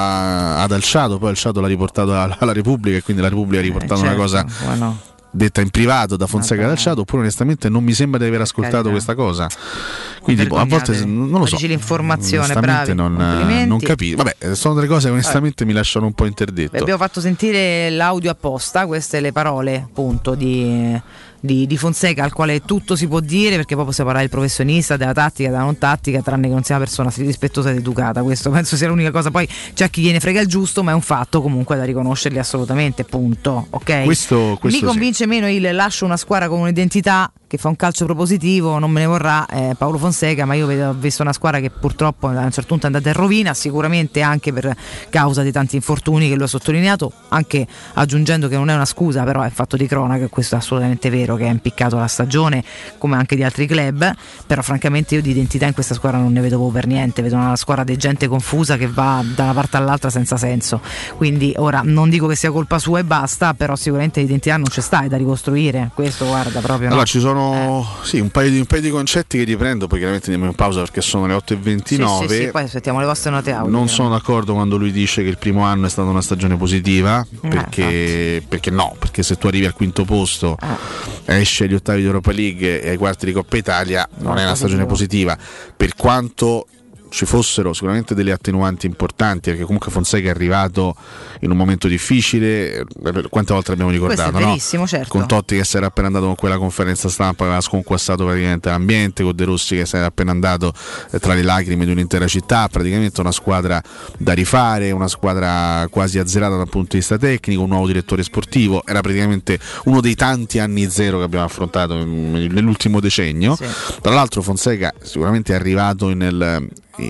a, ad Alciato, poi Alciato l'ha riportato alla, alla Repubblica e quindi la Repubblica ha riportato eh, certo, una cosa bueno. detta in privato da Fonseca ad Alciato, oppure onestamente non mi sembra di aver ascoltato Carità. questa cosa. Quindi boh, a volte non lo so, dici l'informazione, onestamente bravi, non, non capisco. Vabbè, sono delle cose che onestamente Vabbè. mi lasciano un po' interdetto. Beh, abbiamo fatto sentire l'audio apposta, queste le parole appunto di Di, di Fonseca, al quale tutto si può dire, perché poi possiamo parlare del professionista, della tattica, della non tattica, tranne che non sia una persona rispettosa ed educata. Questo penso sia l'unica cosa. Poi c'è chi gliene frega il giusto, ma è un fatto comunque da riconoscerli assolutamente, punto. Ok? Questo, questo mi convince sì. meno il lascio una squadra con un'identità, che fa un calcio propositivo, non me ne vorrà eh, Paolo Fonseca, ma io vedo, ho visto una squadra che purtroppo a un certo punto è andata in rovina, sicuramente anche per causa di tanti infortuni che lui ha sottolineato, anche aggiungendo che non è una scusa, però è fatto di cronaca, questo è assolutamente vero, che è impiccato la stagione come anche di altri club. Però francamente io di identità in questa squadra non ne vedo per niente, vedo una squadra di gente confusa che va da una parte all'altra senza senso. Quindi ora non dico che sia colpa sua e basta, però sicuramente l'identità non c'è sta, è da ricostruire, questo guarda proprio allora no. Ci sono eh. sì, un paio, di, un paio di concetti che riprendo, poi chiaramente andiamo in pausa perché sono le otto e ventinove. Sì, sì, sì, poi aspettiamo le vostre note audio. Non sono d'accordo quando lui dice che il primo anno è stata una stagione positiva, perché, eh, perché no, perché se tu arrivi al quinto posto, eh. esci agli ottavi di Europa League e ai quarti di Coppa Italia, non, non è una stagione positiva, per quanto ci fossero sicuramente delle attenuanti importanti, perché comunque Fonseca è arrivato in un momento difficile, quante volte l'abbiamo ricordato, no? Certo. Con Totti che si era appena andato con quella conferenza stampa, aveva sconquassato praticamente l'ambiente, con De Rossi che si era appena andato eh, tra le lacrime di un'intera città, praticamente una squadra da rifare, una squadra quasi azzerata dal punto di vista tecnico, un nuovo direttore sportivo, era praticamente uno dei tanti anni zero che abbiamo affrontato nell'ultimo decennio. Sì. Tra l'altro Fonseca sicuramente è arrivato nel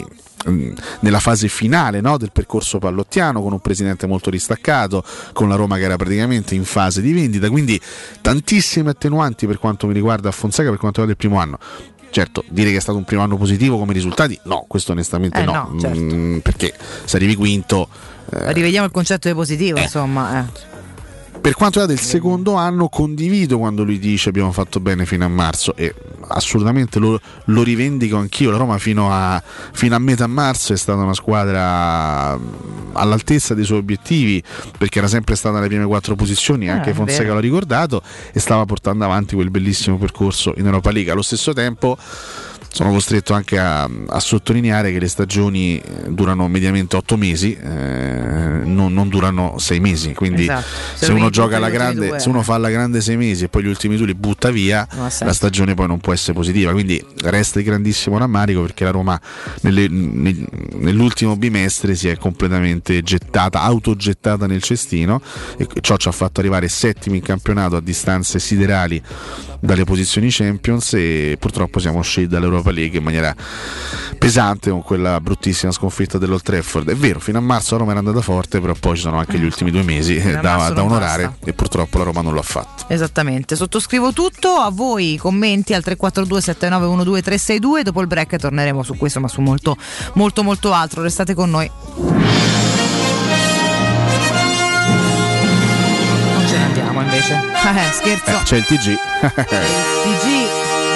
nella fase finale, no, del percorso pallottiano, con un presidente molto distaccato, con la Roma che era praticamente in fase di vendita, quindi tantissime attenuanti per quanto mi riguarda a Fonseca per quanto riguarda il primo anno. Certo, dire che è stato un primo anno positivo come risultati, no, questo onestamente eh no, no certo. mm, perché se arrivi quinto eh, rivediamo il concetto di positivo, eh. insomma eh. Per quanto riguarda il secondo anno, condivido quando lui dice abbiamo fatto bene fino a marzo, e assolutamente lo, lo rivendico anch'io. La Roma fino a, fino a metà marzo è stata una squadra all'altezza dei suoi obiettivi, perché era sempre stata nelle prime quattro posizioni, anche eh, Fonseca l'ha ricordato, e stava portando avanti quel bellissimo percorso in Europa League. Allo stesso tempo sono costretto anche a, a sottolineare che le stagioni durano mediamente otto mesi, eh, non, non durano sei mesi, quindi esatto. se, se uno gioca alla grande, due, se uno fa alla grande sei mesi e poi gli ultimi due li butta via, la stagione poi non può essere positiva, quindi resta il grandissimo rammarico, perché la Roma nelle, ne, nell'ultimo bimestre si è completamente gettata, autogettata nel cestino, e ciò ci ha fatto arrivare settimi in campionato a distanze siderali dalle posizioni Champions, e purtroppo siamo usciti dall'Europa League in maniera pesante con quella bruttissima sconfitta dell'Old Trafford. È vero, fino a marzo la Roma era andata forte, però poi ci sono anche gli ultimi due mesi da, da onorare basta. E purtroppo la Roma non lo ha fatto. Esattamente, sottoscrivo tutto. A voi commenti al tre quattro due sette nove uno due tre sei due. Dopo il break torneremo su questo, ma su molto molto molto altro. Restate con noi. invece. Eh, scherzo. Eh, c'è il T G. T G.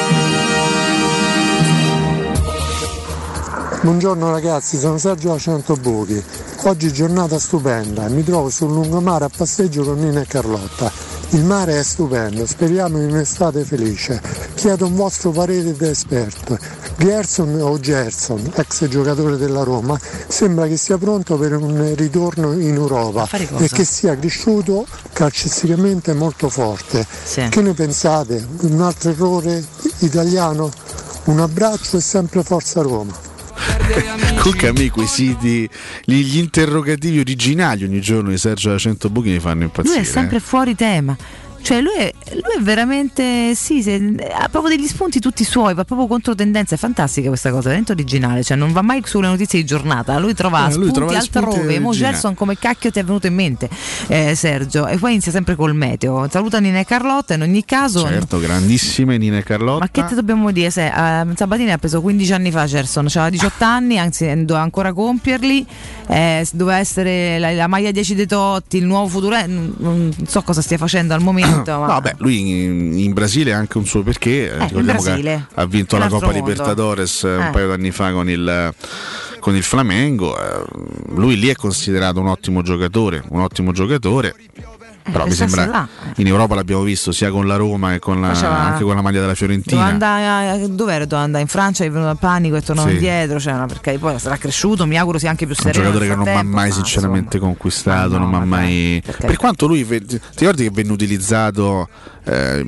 Buongiorno ragazzi, sono Sergio da Centobuchi. Oggi giornata stupenda e mi trovo sul lungomare a passeggio con Nina e Carlotta. Il mare è stupendo, speriamo in un'estate felice. Chiedo un vostro parere da esperto. Gerson o Gerson, ex giocatore della Roma, sembra che sia pronto per un ritorno in Europa e che sia cresciuto calcisticamente molto forte. Sì. Che ne pensate? Un altro errore italiano? Un abbraccio e sempre forza Roma. Comunque a me i quesiti, gli, gli interrogativi originali ogni giorno di Sergio da Centobuchi mi fanno impazzire. Lui è sempre eh. fuori tema. Cioè lui è, lui è veramente sì, se, ha proprio degli spunti tutti suoi, va proprio contro tendenza, è fantastica questa cosa, è veramente originale, cioè non va mai sulle notizie di giornata, lui trova eh, spunti lui trova altrove. Mo Gerson come cacchio ti è venuto in mente, eh, Sergio, e poi inizia sempre col meteo. Saluta Nina e Carlotta in ogni caso. Certo, grandissime Nina e Carlotta. Ma che te dobbiamo dire? Se, uh, Sabatini ha preso quindici anni fa Gerson, aveva diciotto anni, anzi doveva ancora compierli, eh, doveva essere la, la maglia dieci dei Totti, il nuovo futuro, eh, non, non so cosa stia facendo al momento. Ma... No, beh, lui in, in Brasile ha anche un suo perché, eh, ricordiamo che ha vinto la Coppa mondo. Libertadores eh. un paio d'anni fa con il, con il Flamengo. Eh, lui lì è considerato un ottimo giocatore, un ottimo giocatore. Però mi sembra là. In Europa l'abbiamo visto sia con la Roma che con la, anche con la maglia della Fiorentina. Andare, dov'era? Doveva andare in Francia, è venuto a panico e tornò sì. indietro, cioè, perché poi sarà cresciuto, mi auguro sia anche più sereno. Un giocatore che non mi ha mai sinceramente insomma. conquistato, no, non mi ha mai. Per, per quanto lui, ti ricordi che venne utilizzato eh,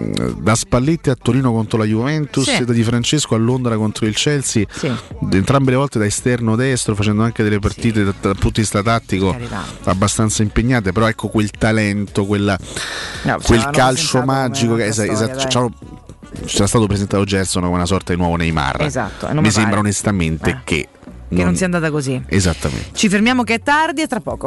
da Spalletti a Torino contro la Juventus sì. e da Di Francesco a Londra contro il Chelsea, sì. entrambe le volte da esterno destro, facendo anche delle partite sì. dal, dal punto di vista tattico abbastanza impegnate, però ecco quel talento, quella, no, quel calcio magico che esatto, esatto, c'era stato presentato Gerson come una sorta di nuovo Neymar. Esatto, mi, mi sembra onestamente eh. che che non, non sia andata così. Esattamente. Ci fermiamo che è tardi e tra poco.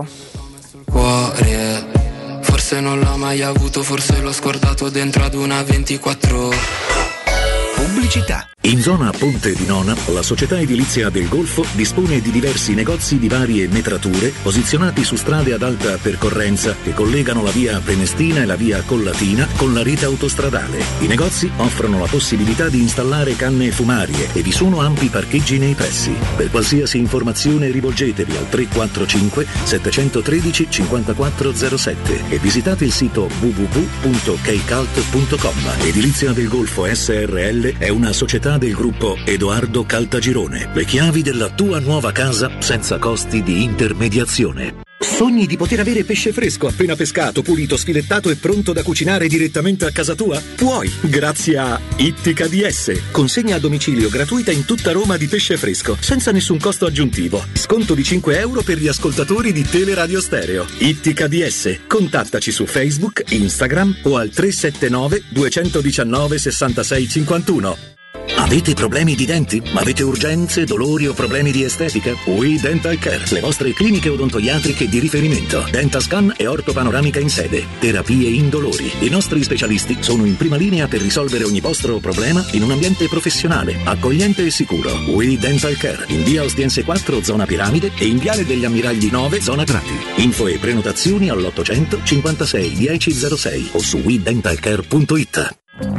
Cuore, forse non l'ho mai avuto, forse l'ho scordato dentro ad una ventiquattro. Pubblicità. In zona Ponte di Nona, la società edilizia del Golfo dispone di diversi negozi di varie metrature posizionati su strade ad alta percorrenza che collegano la via Prenestina e la via Collatina con la rete autostradale. I negozi offrono la possibilità di installare canne fumarie e vi sono ampi parcheggi nei pressi. Per qualsiasi informazione rivolgetevi al tre quattro cinque sette uno tre cinque zero sette e visitate il sito w w w punto keicalt punto com. Edilizia del Golfo S R L è una società del gruppo Edoardo Caltagirone. Le chiavi della tua nuova casa senza costi di intermediazione. Sogni di poter avere pesce fresco appena pescato, pulito, sfilettato e pronto da cucinare direttamente a casa tua? Puoi, grazie a Ittica D S. Consegna a domicilio gratuita in tutta Roma di pesce fresco, senza nessun costo aggiuntivo. Sconto di cinque euro per gli ascoltatori di Teleradio Stereo. Ittica D S. Contattaci su Facebook, Instagram o al tre sette nove due uno nove sei sei cinque uno. Avete problemi di denti? Avete urgenze, dolori o problemi di estetica? We Dental Care, le vostre cliniche odontoiatriche di riferimento. Dentascan e ortopanoramica in sede. Terapie indolori. I nostri specialisti sono in prima linea per risolvere ogni vostro problema in un ambiente professionale, accogliente e sicuro. We Dental Care, in via Ostiense quattro, zona Piramide, e in viale degli Ammiragli nove, zona Prati. Info e prenotazioni all'ottocento cinquantasei dieci zero sei o su we dental care punto it.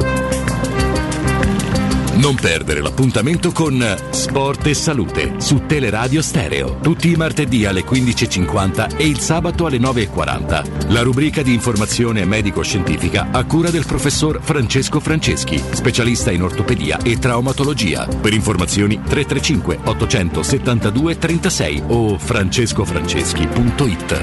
Non perdere l'appuntamento con Sport e Salute su Teleradio Stereo, tutti i martedì alle quindici e cinquanta e il sabato alle nove e quaranta. La rubrica di informazione medico-scientifica a cura del professor Francesco Franceschi, specialista in ortopedia e traumatologia. Per informazioni tre tre cinque otto sette due tre sei o francescofranceschi punto it.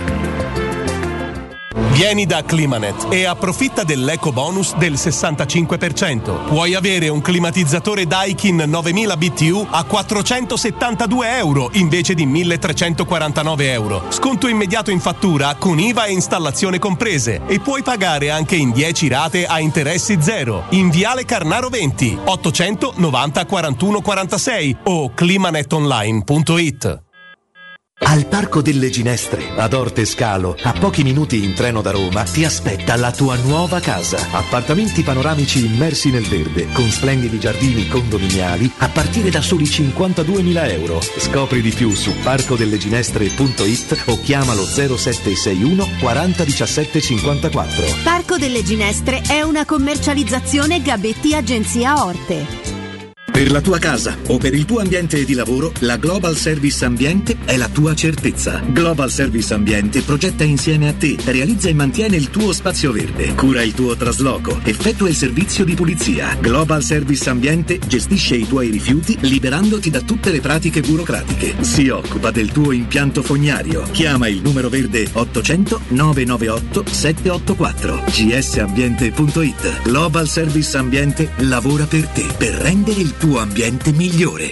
Vieni da Climanet e approfitta dell'eco bonus del sessantacinque per cento. Puoi avere un climatizzatore Daikin novemila B T U a quattrocentosettantadue euro invece di milletrecentoquarantanove euro. Sconto immediato in fattura con I V A e installazione comprese e puoi pagare anche in dieci rate a interessi zero. In Viale Carnaro venti, ottocento novanta quarantuno quarantasei o climanetonline punto it. Al Parco delle Ginestre, ad Orte Scalo, a pochi minuti in treno da Roma, ti aspetta la tua nuova casa. Appartamenti panoramici immersi nel verde, con splendidi giardini condominiali, a partire da soli cinquantaduemila euro. Scopri di più su parco delle ginestre punto it o chiamalo zero sette sei uno quaranta diciassette cinquantaquattro. Parco delle Ginestre è una commercializzazione Gabetti Agenzia Orte. Per la tua casa o per il tuo ambiente di lavoro, la Global Service Ambiente è la tua certezza. Global Service Ambiente progetta insieme a te, realizza e mantiene il tuo spazio verde, cura il tuo trasloco, effettua il servizio di pulizia. Global Service Ambiente gestisce i tuoi rifiuti liberandoti da tutte le pratiche burocratiche. Si occupa del tuo impianto fognario. Chiama il numero verde ottocento nove nove otto sette otto quattro g s ambiente punto it. Global Service Ambiente lavora per te, per rendere il tuo ambiente migliore.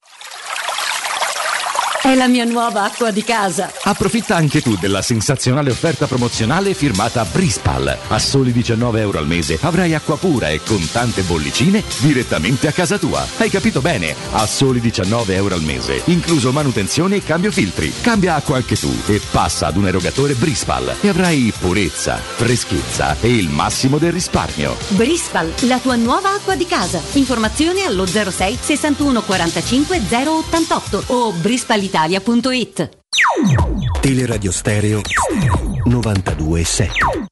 È la mia nuova acqua di casa. Approfitta anche tu della sensazionale offerta promozionale firmata Brispal. A soli diciannove euro al mese avrai acqua pura e con tante bollicine direttamente a casa tua. Hai capito bene? A soli diciannove euro al mese, incluso manutenzione e cambio filtri. Cambia acqua anche tu e passa ad un erogatore Brispal e avrai purezza, freschezza e il massimo del risparmio. Brispal, la tua nuova acqua di casa. Informazioni allo zero sei sessantuno quarantacinque zero ottantotto o brispal italia punto it. Teleradio Stereo novantadue sette.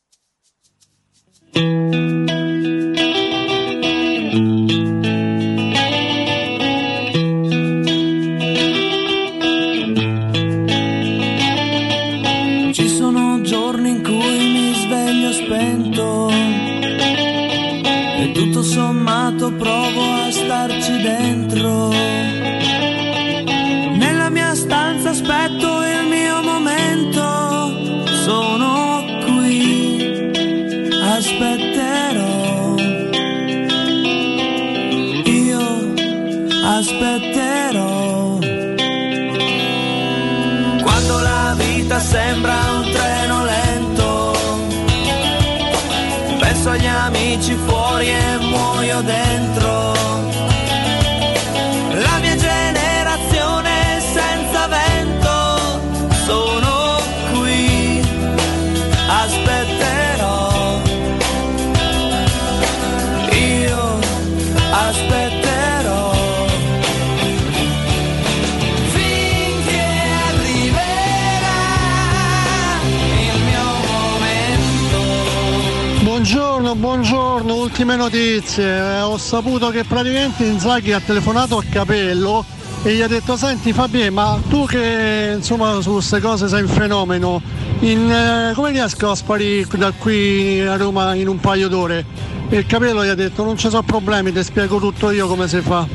Ci sono giorni in cui mi sveglio spento e tutto sommato provo a starci dentro. Nella mia stanza aspetto il mio momento, sono qui, aspetterò, io aspetterò. Quando la vita sembra un treno lento, penso agli amici fuori e muoio dentro. La mia generazione senza vento, sono qui, aspetterò, io aspetterò, finché arriverà il mio momento. Buongiorno, buongiorno, ultime notizie. Eh, ho saputo che praticamente Inzaghi ha telefonato a Capello e gli ha detto: senti Fabio, ma tu che insomma su queste cose sei un fenomeno, in, eh, come riesco a sparire da qui a Roma in un paio d'ore? E il Capello gli ha detto: non ci sono problemi, ti spiego tutto io come si fa.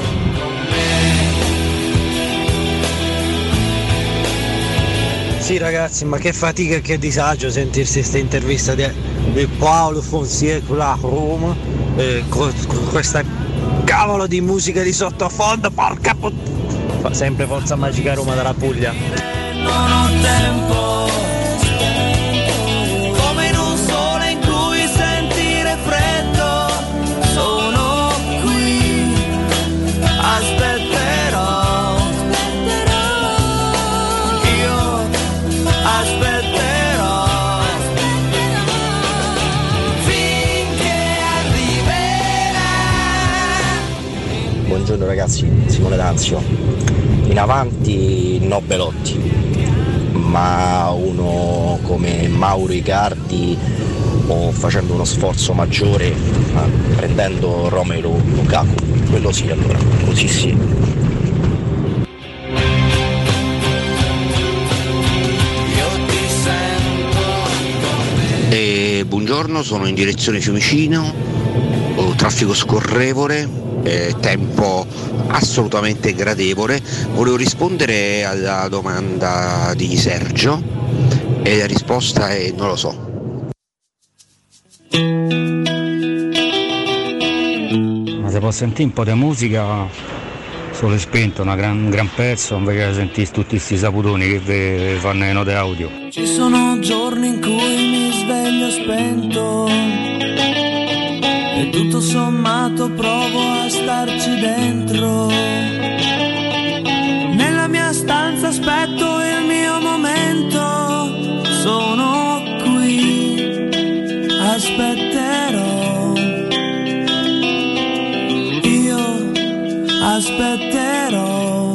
Sì ragazzi, ma che fatica e che disagio sentirsi questa intervista di, di Paolo Fonseca a Roma, eh, con, con questa cavolo di musica di sottofondo, porca put... Fa sempre Forza Magica Roma dalla Puglia. Non ho tempo, come in un sole in cui sentire freddo, sono qui, aspetterò, io aspetterò, finché arriverà. Buongiorno ragazzi, Simone D'Anzio. In avanti no Belotti, ma uno come Mauro Icardi o facendo uno sforzo maggiore, eh, prendendo Romelu Lukaku, quello sì, allora, così sì. E buongiorno, sono in direzione Fiumicino, ho traffico scorrevole. Eh, tempo assolutamente gradevole. Volevo rispondere alla domanda di Sergio e la risposta è non lo so. Ma se può sentire un po' di musica, Sole Spento, una gran, un gran pezzo, invece di sentire tutti questi saputoni che vi fanno le note audio. Ci sono giorni in cui mi sveglio spento e tutto sommato provo a starci dentro. Nella mia stanza aspetto il mio momento, sono qui, aspetterò, io aspetterò.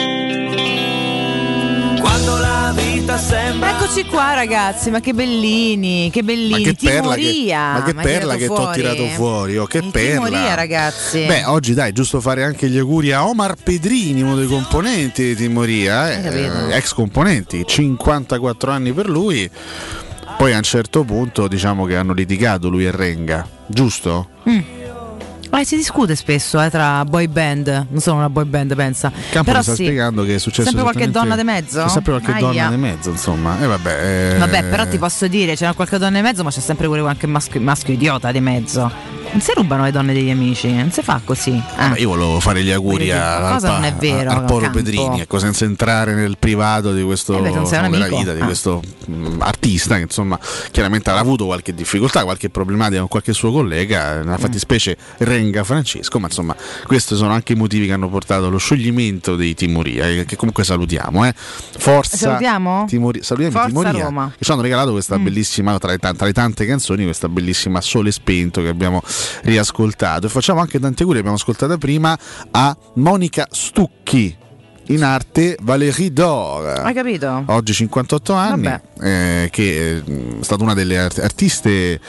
Quando la vita sembra. Eccoci qua ragazzi, ma che bellini, che bellini. Ma che perla che, Timoria, ma che, ma perla che ti ho fuori. tirato fuori, oh, che Il perla. Timoria, ragazzi. Beh, oggi dai, giusto fare anche gli auguri a Omar Pedrini, uno dei componenti di Timoria, eh, eh, ex componenti, cinquantaquattro anni per lui. Poi a un certo punto diciamo che hanno litigato lui e Renga, giusto? Mm. Eh, si discute spesso eh, tra boy band, non sono una boy band, pensa. Campo Però mi sta sì. spiegando che è successo sempre qualche esattamente- donna di mezzo? C'è sempre qualche Aia. donna di mezzo, insomma. E vabbè, eh, Vabbè, però ti posso dire, c'è qualche donna di mezzo, ma c'è sempre pure qualche maschio, maschio idiota di mezzo. Non si rubano le donne degli amici, non si fa così. Vabbè, io volevo fare gli auguri Voglio dire, a- al, qualcosa pa- non è vero, al Poro Campo. Pedrini, ecco, senza entrare nel privato di questo Eh beh, non sei un insomma, della amico. vita di Ah. questo mh, artista che insomma chiaramente ha avuto qualche difficoltà, qualche problematica con qualche suo collega, nella Mm. fattispecie Renga Francesco, ma insomma questi sono anche i motivi che hanno portato allo scioglimento dei Timoria, eh, che comunque salutiamo, eh. Forza Salutiamo? Timoria, salutiamo i Forza Timoria, Roma. che ci hanno regalato questa Mm. bellissima, tra le, ta- tra le tante canzoni, questa bellissima Sole Spento che abbiamo riascoltato, e facciamo anche tanti auguri, abbiamo ascoltato prima a Monica Stucchi, in arte Valérie Dor. Hai capito? Oggi cinquantotto anni, Vabbè. eh, che è stata una delle art- artiste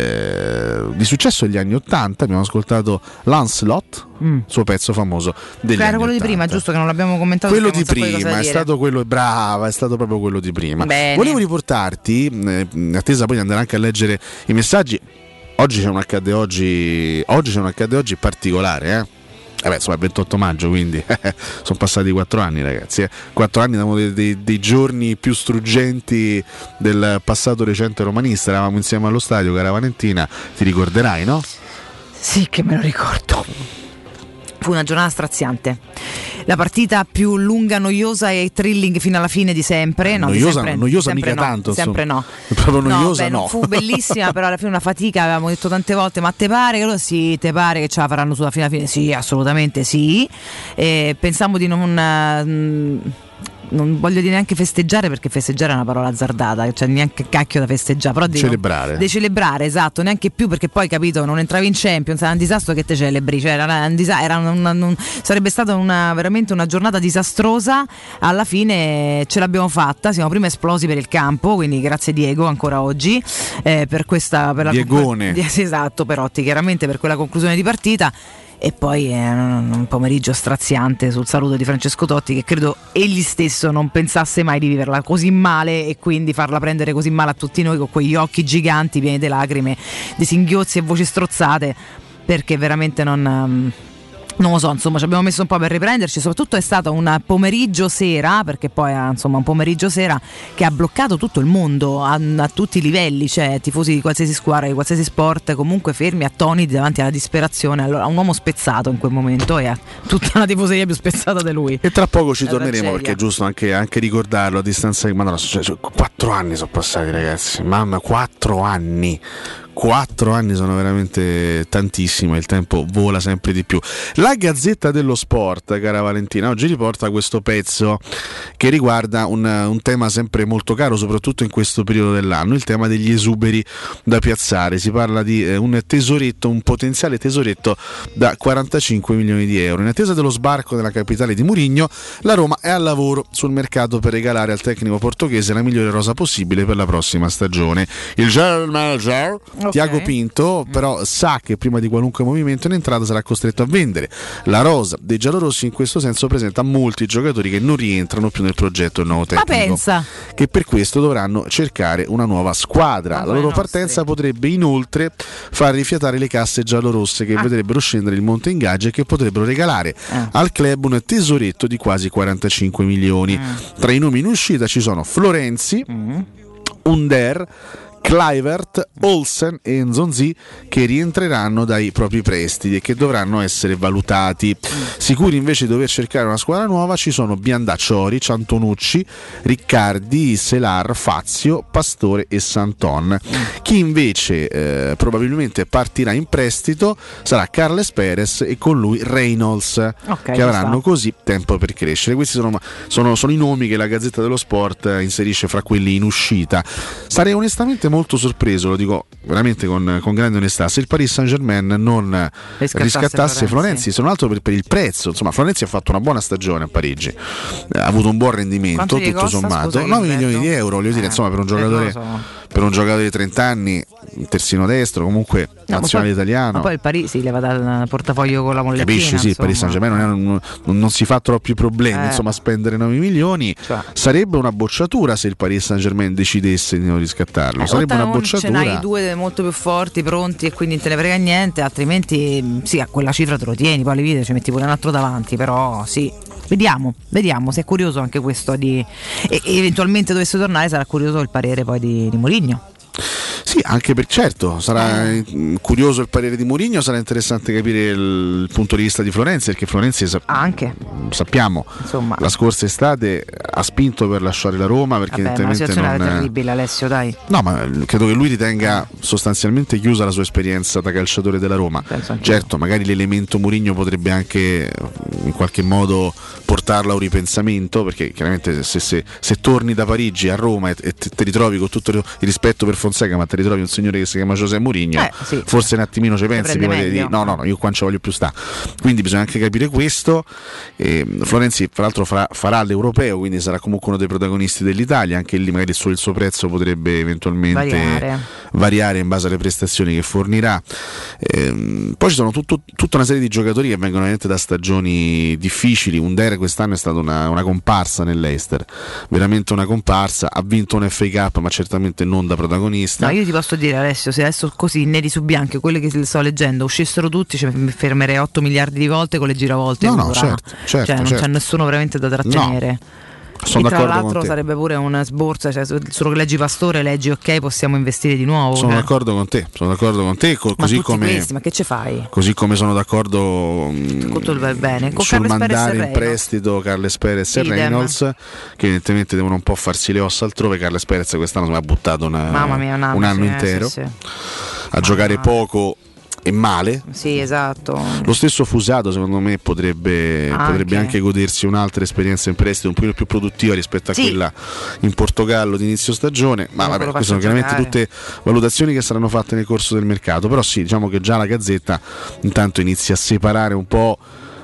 eh, di successo degli anni ottanta. Abbiamo ascoltato Lancelot, Mm. suo pezzo famoso degli Era anni quello di ottanta. prima, giusto, che non l'abbiamo commentato. Quello di perché abbiamo un sacco prima, cose è da dire. stato quello, brava, è stato proprio quello di prima. Bene. Volevo riportarti, eh, in attesa poi di andare anche a leggere i messaggi. Oggi c'è un accade oggi, oggi c'è un accade oggi particolare, eh? Eh beh, insomma, è ventotto maggio, quindi sono passati quattro anni, ragazzi. Eh. Quattro anni da uno dei, dei- dei giorni più struggenti del passato recente romanista. Eravamo insieme allo stadio, cara Valentina, ti ricorderai, no? Sì, che me lo ricordo. Fu una giornata straziante. La partita più lunga, noiosa e thrilling fino alla fine di sempre. No, di Noiosa- sempre, noiosa sempre mica no, tanto, Sempre insomma. no. Proprio noiosa, beh, no. non fu bellissima, però alla fine una fatica. Avevamo detto tante volte: ma te pare che loro sì, te pare che ce la faranno sulla fine alla fine? Sì, assolutamente sì. E pensiamo di non. mm, non voglio dire neanche festeggiare, perché festeggiare è una parola azzardata, cioè neanche cacchio da festeggiare, però di Celebrare. di celebrare, esatto, neanche più, perché poi capito, non entravi in Champions, era un disastro che te celebri, cioè era un disa- era una- un- sarebbe stata una, veramente una giornata disastrosa. Alla fine ce l'abbiamo fatta, siamo prima esplosi per il campo, quindi grazie Diego ancora oggi eh, per questa per la Diegone. di- sì, esatto, Perotti, chiaramente per quella conclusione di partita. E poi eh, un un pomeriggio straziante sul saluto di Francesco Totti, che credo egli stesso non pensasse mai di viverla così male e quindi farla prendere così male a tutti noi, con quegli occhi giganti pieni di lacrime, di singhiozzi e voci strozzate, perché veramente non... ehm, non lo so, insomma, ci abbiamo messo un po' per riprenderci. Soprattutto è stato un pomeriggio sera, perché poi eh, insomma un pomeriggio sera che ha bloccato tutto il mondo a, a tutti i livelli, cioè tifosi di qualsiasi squadra, di qualsiasi sport, comunque fermi, attoniti davanti alla disperazione. Allora, un uomo spezzato in quel momento, e a tutta la tifoseria più spezzata di lui. E tra poco ci Una torneremo, tragedia. perché è giusto anche, anche ricordarlo a distanza di... Ma no, cioè, cioè, quattro anni sono passati, ragazzi. Mamma, quattro anni. Quattro anni sono veramente tantissimo, il tempo vola sempre di più. La Gazzetta dello Sport, cara Valentina, oggi riporta questo pezzo che riguarda un, un tema sempre molto caro, soprattutto in questo periodo dell'anno, il tema degli esuberi da piazzare. Si parla di eh, un tesoretto, un potenziale tesoretto da quarantacinque milioni di euro. In attesa dello sbarco nella capitale di Mourinho, la Roma è al lavoro sul mercato per regalare al tecnico portoghese la migliore rosa possibile per la prossima stagione. Il general manager Tiago Pinto però sa che prima di qualunque movimento in entrata sarà costretto a vendere. La rosa dei giallorossi in questo senso presenta molti giocatori che non rientrano più nel progetto del nuovo Ma tecnico, pensa, che per questo dovranno cercare una nuova squadra. La loro partenza potrebbe inoltre far rifiatare le casse giallorosse, che Ah. vedrebbero scendere il monte ingaggi e che potrebbero regalare al club un tesoretto di quasi quarantacinque milioni. Tra i nomi in uscita ci sono Florenzi, Under, Kluivert, Olsen e Nzonzi, che rientreranno dai propri prestiti e che dovranno essere valutati. Sicuri invece di dover cercare una squadra nuova ci sono Biandà, Cioric, Antonucci, Riccardi, Selar, Fazio, Pastore e Santon. Chi invece eh, probabilmente partirà in prestito sarà Carles Perez e con lui Reynolds, okay, che avranno così tempo per crescere. Questi sono, sono, sono i nomi che la Gazzetta dello Sport inserisce fra quelli in uscita. Sarei onestamente molto sorpreso, lo dico veramente con, con grande onestà, se il Paris Saint-Germain non riscattasse, riscattasse Florenzi, se non altro per, per il prezzo. Insomma, Florenzi ha fatto una buona stagione a Parigi, ha avuto un buon rendimento tutto costa, sommato, scusa, nove milioni di euro, voglio dire, eh, insomma, per un giocatore so. per un giocatore di trenta anni, terzino destro, comunque no, nazionale poi, italiano. Ma poi il Paris si leva dal portafoglio con la mollettina. Capisci, sì, il Paris Saint-Germain non, è, non, non si fa troppi problemi, eh. insomma, a spendere nove milioni. Cioè. Sarebbe una bocciatura se il Paris Saint-Germain decidesse di non riscattarlo. Eh, Sarebbe una bocciatura. Ce n'hai due molto più forti, pronti, e quindi non te ne frega niente, altrimenti sì, a quella cifra te lo tieni, poi alle vite ci metti pure un altro davanti, però sì. Vediamo, vediamo, se è curioso anche questo di, e eventualmente dovesse tornare sarà curioso il parere poi di, di Mourinho. Sì, anche per certo, sarà eh. curioso il parere di Mourinho, sarà interessante capire il, il punto di vista di Florenzi, perché Florenzi sa- anche. sappiamo, insomma, la scorsa estate ha spinto per lasciare la Roma perché Vabbè, evidentemente la situazione non era terribile, Alessio, dai. No, ma credo che lui ritenga sostanzialmente chiusa la sua esperienza da calciatore della Roma. Certo, magari l'elemento Mourinho potrebbe anche in qualche modo portarlo a un ripensamento, perché chiaramente se, se, se torni da Parigi a Roma e, e te, te ritrovi, con tutto il rispetto per Fonseca, ma te ritrovi un signore che si chiama José Mourinho, eh, sì. forse un attimino ci pensi prima di dire no no no io qua non ci voglio più sta. Quindi bisogna anche capire questo. e Florenzi fra l'altro farà, farà l'europeo, quindi sarà comunque uno dei protagonisti dell'Italia, anche lì magari il suo prezzo potrebbe eventualmente variare, variare in base alle prestazioni che fornirà. E poi ci sono tutto, tutta una serie di giocatori che vengono veramente da stagioni difficili. Under quest'anno è stata una, una comparsa nell'Eister, veramente una comparsa, ha vinto un F A Cup ma certamente non da protagonista. No, io ti posso dire, Alessio, se adesso così neri su bianchi, quelle che sto leggendo, uscissero tutti, cioè, mi fermerei otto miliardi di volte con le giravolte. No, no, certo, certo, cioè, non certo. c'è nessuno veramente da trattenere. No. Sono e tra d'accordo l'altro con te. Sarebbe pure una sborsa, cioè, solo che leggi Pastore, leggi ok, possiamo investire di nuovo. Sono eh? d'accordo con te, sono d'accordo con te, co- ma così tutti come questi, ma che ci fai? Così come sono d'accordo mh, tutto va bene. Con sul Carles mandare Perez in prestito Carles Perez e Idem. Reynolds, che evidentemente devono un po' farsi le ossa altrove. Carles Perez quest'anno si è buttato una, Mamma mia, un anno, un anno sì, intero sì, sì. a giocare poco e male. Sì, esatto. Lo stesso Fusato secondo me potrebbe anche, potrebbe anche godersi un'altra esperienza in prestito un pochino più produttiva rispetto a sì. quella in Portogallo di inizio stagione, ma vabbè, queste sono chiaramente tutte valutazioni che saranno fatte nel corso del mercato. Però sì, diciamo che già la Gazzetta intanto inizia a separare un po'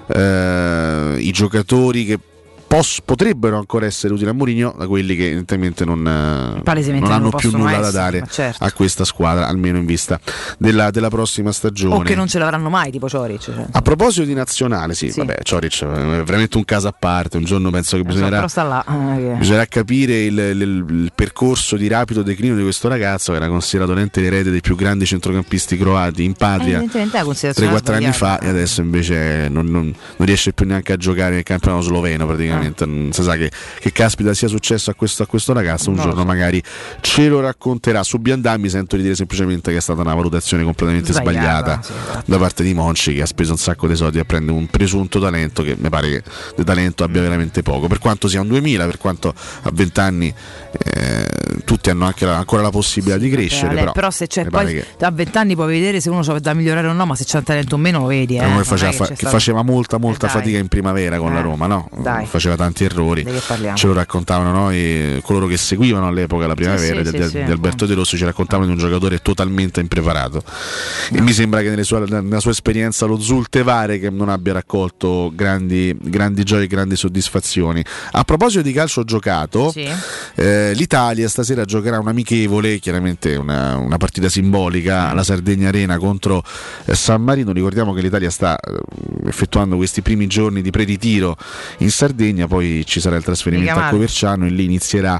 eh, i giocatori che Poss- potrebbero ancora essere utili a Mourinho da quelli che evidentemente non, non hanno più nulla essere, da dare certo. a questa squadra, almeno in vista della, della prossima stagione, o che non ce l'avranno mai, tipo Cioric. Cioè. A proposito di nazionale, sì, sì. vabbè, Cioric è veramente un caso a parte. Un giorno penso che bisognerà, so, là, eh, bisognerà capire il, il, il percorso di rapido declino di questo ragazzo, che era considerato l'erede dei più grandi centrocampisti croati in patria tre quattro anni fa, e adesso invece non, non, non riesce più neanche a giocare nel campionato sloveno praticamente. Non si sa che, che caspita sia successo a questo, a questo ragazzo. Un no, giorno so. magari ce lo racconterà. Su Biandà mi sento di dire semplicemente che è stata una valutazione completamente sbagliata, sbagliata sì, esatto. da parte di Monci, che ha speso un sacco di soldi a prendere un presunto talento che mi pare che di talento abbia veramente poco, per quanto sia un duemila, per quanto a venti anni eh, tutti hanno anche la, ancora la possibilità sì, di crescere. Però, però se c'è poi che... a venti anni puoi vedere se uno c'ha da migliorare o no, ma se c'è un talento o meno lo vedi. Eh. Che faceva, fa- che stato... faceva molta molta eh, fatica in primavera con eh, la Roma, no? Dai. Faceva tanti errori, ce lo raccontavano noi coloro che seguivano all'epoca la primavera sì, sì, di, sì, di Alberto De Rossi, ci raccontavano di un giocatore totalmente impreparato no. e mi sembra che nelle sue, nella sua esperienza lo Zultevare che non abbia raccolto grandi, grandi gioie e grandi soddisfazioni. A proposito di calcio giocato, sì. eh, l'Italia stasera giocherà un amichevole, chiaramente una, una partita simbolica alla Sardegna Arena contro eh, San Marino. Ricordiamo che l'Italia sta eh, effettuando questi primi giorni di pre-ritiro in Sardegna Sardegna, poi ci sarà il trasferimento a Coverciano e lì inizierà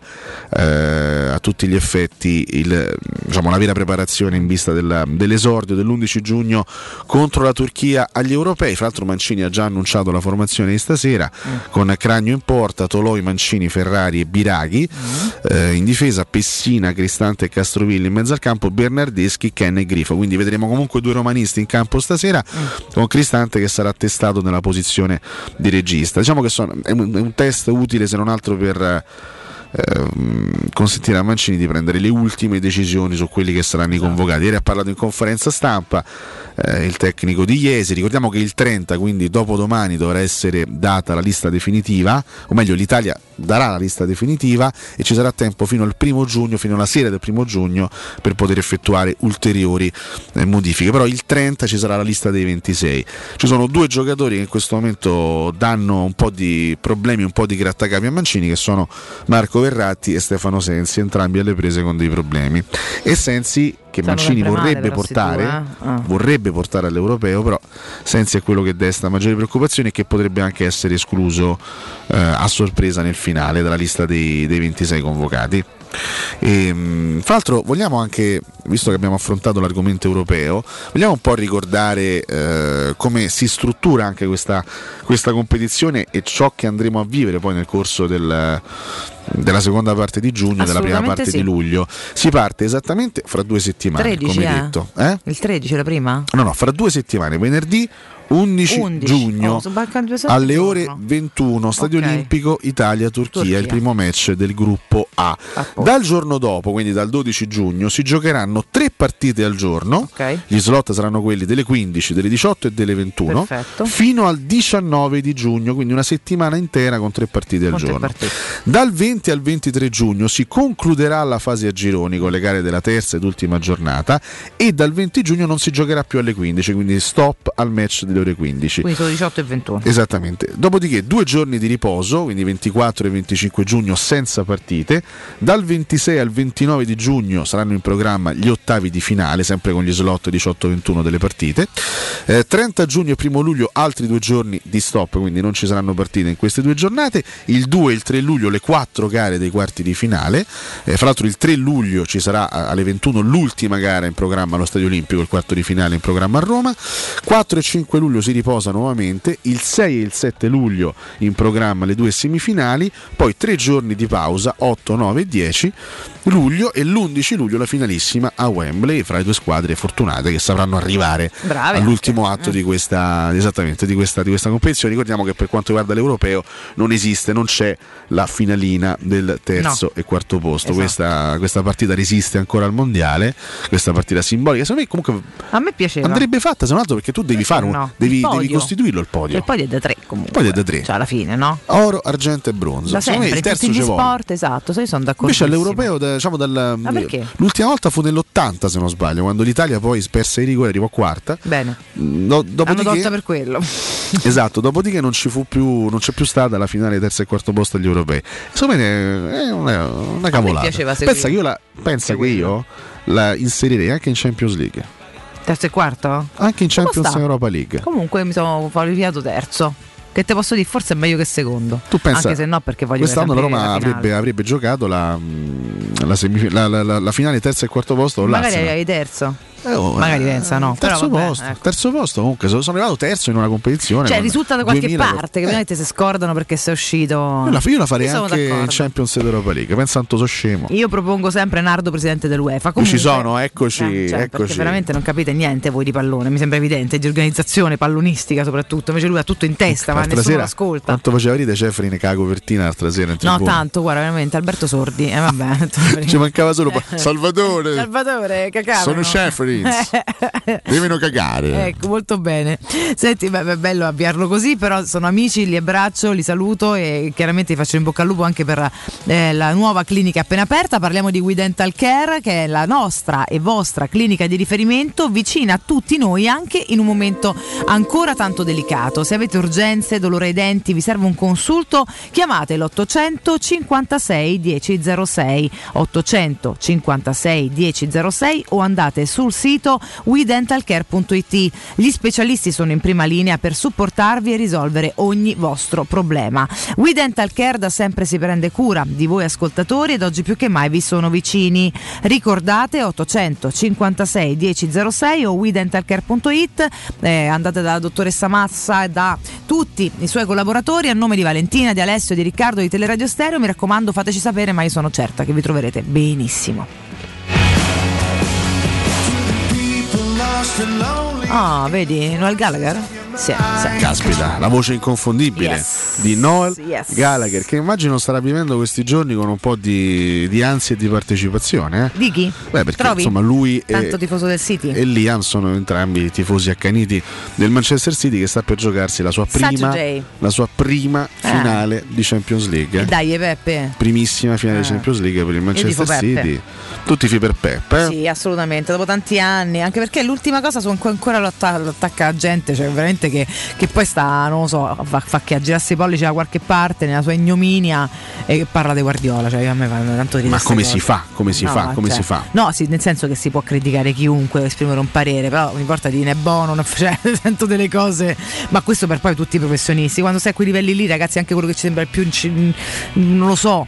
eh, a tutti gli effetti il, diciamo, la vera preparazione in vista della, dell'esordio dell'undici giugno contro la Turchia agli europei. Fra l'altro Mancini ha già annunciato la formazione di stasera mm. con Cragno in porta, Toloi, Mancini, Ferrari e Biraghi, mm. eh, in difesa Pessina, Cristante e Castrovilli, in mezzo al campo Bernardeschi, Ken e Grifo. Quindi vedremo comunque due romanisti in campo stasera, mm. con Cristante che sarà testato nella posizione di regista. Diciamo che sono, è, un, è un test utile se non altro per eh, consentire a Mancini di prendere le ultime decisioni su quelli che saranno i convocati. Ieri ha parlato in conferenza stampa eh, il tecnico di Iesi. Ricordiamo che il trenta, quindi dopodomani, dovrà essere data la lista definitiva, o meglio l'Italia darà la lista definitiva e ci sarà tempo fino al primo giugno, fino alla sera del primo giugno, per poter effettuare ulteriori eh, modifiche. Però il trenta ci sarà la lista dei ventisei. Ci sono due giocatori che in questo momento danno un po' di problemi, un po' di grattacapi a Mancini, che sono Marco Verratti e Stefano Sensi, entrambi alle prese con dei problemi. E Sensi che Stanno Mancini vorrebbe portare, due, eh? ah. vorrebbe portare all'europeo, però Sensi è quello che desta maggiori preoccupazioni e che potrebbe anche essere escluso eh, a sorpresa nel finale dalla lista dei, dei ventisei convocati. E, fra l'altro vogliamo anche, visto che abbiamo affrontato l'argomento europeo, vogliamo un po' ricordare eh, come si struttura anche questa, questa competizione e ciò che andremo a vivere poi nel corso del, della seconda parte di giugno e della prima parte sì. di luglio. Si parte esattamente fra due settimane, tredici, come eh? detto. Eh? Il tredici la prima? No, no, fra due settimane, venerdì undici giugno oh, alle ore ventuno, Stadio okay. Olimpico Italia-Turchia, Turchia. Il primo match del gruppo A. Dal giorno dopo, quindi dal dodici giugno, si giocheranno tre partite al giorno, okay. Gli slot saranno quelli delle quindici, delle diciotto e delle ventuno. Perfetto. Fino al diciannove di giugno, quindi una settimana intera con tre partite con al giorno. Partite. Dal venti al ventitré giugno si concluderà la fase a gironi con le gare della terza ed ultima giornata e dal venti giugno non si giocherà più alle quindici, quindi stop al match delle ore quindici. Quindi sono diciotto e ventuno. Esattamente. Dopodiché due giorni di riposo, quindi ventiquattro e venticinque giugno senza partite. Dal ventisei al ventinove di giugno saranno in programma gli ottavi di finale, sempre con gli slot diciotto ventuno delle partite. Eh, trenta giugno e primo luglio altri due giorni di stop, quindi non ci saranno partite in queste due giornate. Il due e il tre luglio le quattro gare dei quarti di finale. Eh, fra l'altro il tre luglio ci sarà alle ventuno l'ultima gara in programma allo Stadio Olimpico, il quarto di finale in programma a Roma. quattro e cinque luglio si riposa nuovamente, il sei e il sette luglio in programma le due semifinali, poi tre giorni di pausa, otto, nove e dieci luglio, e l'undici luglio la finalissima a Wembley fra le due squadre fortunate che sapranno arrivare Brave all'ultimo anche. atto eh. di questa esattamente di questa, di questa competizione. Ricordiamo che per quanto riguarda l'europeo non esiste, non c'è la finalina del terzo no. e quarto posto. Esatto. Questa, questa partita resiste ancora al mondiale, questa partita simbolica. Secondo me comunque a me piaceva. Andrebbe fatta, se non altro, perché tu devi fare un, no. devi, devi costituirlo il podio. Il podio è da tre comunque. Il podio è da tre. Cioè alla fine, no? Oro, argento e bronzo. Da sempre, il terzo tutti gli sport, esatto, io sono d'accordo. Invece all'europeo, diciamo dal Ma perché? L'ultima volta fu nell'ottanta, se non sbaglio, quando l'Italia poi perse i rigori, arrivò quarta. Bene. No, Hanno tolta per quello. Esatto, dopodiché non ci fu più, non c'è più stata la finale terzo e quarto posto agli europei. Insomma è una, una cavolata. Pensa che io la pensa che io la inserirei anche in Champions League. Terzo e quarto? Anche in Champions Europa League. Comunque mi sono qualificato terzo. Che te posso dire, forse è meglio che secondo. Tu pensa, anche se no, perché voglio quest'anno la Roma la avrebbe, avrebbe giocato la, la, semif- la, la, la, la finale terzo e quarto posto. Magari avevi terzo. Eh, oh, magari pensa no, terzo però vabbè, posto, ecco. terzo posto comunque sono arrivato terzo in una competizione, cioè risulta da qualche duemila parte che ovviamente eh. si scordano perché sei uscito. Io la, io la farei io anche in Champions ed Europa League, pensa tanto so scemo. Io propongo sempre Nardo presidente dell'UEFA. Comunque, ci sono, eccoci, eh, cioè, eccoci. Perché veramente non capite niente voi di pallone, mi sembra evidente, di organizzazione pallonistica soprattutto, invece lui ha tutto in testa, ma nessuno sera, lo ascolta. Quanto faceva ridere Cefri ne cago copertina l'altra sera in No, tanto, guarda, veramente Alberto Sordi, eh vabbè. Ci mancava solo Salvatore. Salvatore, cacavano. Sono Cefri. Devono cagare. Ecco, molto bene. Senti, beh, è bello avviarlo così, però sono amici, li abbraccio, li saluto e chiaramente vi faccio in bocca al lupo anche per eh, la nuova clinica appena aperta. Parliamo di We Dental Care, che è la nostra e vostra clinica di riferimento, vicina a tutti noi anche in un momento ancora tanto delicato. Se avete urgenze, dolore ai denti, vi serve un consulto, chiamate l'ottocento cinquantasei dieci zero sei ottocento cinquantasei dieci zero sei o andate sul sito sito we dental care punto it. Gli specialisti sono in prima linea per supportarvi e risolvere ogni vostro problema. We Dental Care da sempre si prende cura di voi ascoltatori ed oggi più che mai vi sono vicini. Ricordate ottocentocinquantasei dieci zero sei o we dental care punto it, eh, andate dalla dottoressa Massa e da tutti i suoi collaboratori. A nome di Valentina, di Alessio, di Riccardo, di Teleradio Stereo, mi raccomando, fateci sapere, ma io sono certa che vi troverete benissimo. Ah, vedi Noel Gallagher? Sì, sì. Caspita, la voce inconfondibile Yes. di Noel Yes. Gallagher, che immagino starà vivendo questi giorni con un po' di, di ansia e di partecipazione. Eh? Di chi? Beh, perché Trovi? insomma lui Tanto e, tifoso del City. e Liam sono entrambi tifosi accaniti del Manchester City, che sta per giocarsi la sua prima, Saturday. la sua prima Eh. finale di Champions League. E dai, Peppe. Primissima finale di Eh. Champions League per il tifo Manchester Peppe. City. Tu tifi per Peppe? Sì, assolutamente, dopo tanti anni, anche perché l'ultima cosa su cui ancora lo, atta- lo attacca la gente, cioè veramente che, che poi sta, non lo so, fa, fa che aggirarsi i pollici da qualche parte nella sua ignominia e parla di Guardiola, cioè a me fanno tanto ridere. Ma come queste si cose. fa? Come si No, fa? ma Come cioè- si fa? No, sì, nel senso che si può criticare chiunque, esprimere un parere, però mi importa di ne buono, non- cioè, sento delle cose, ma questo per poi tutti i professionisti, quando sei a quei livelli lì, ragazzi, anche quello che ci sembra il più, non lo so,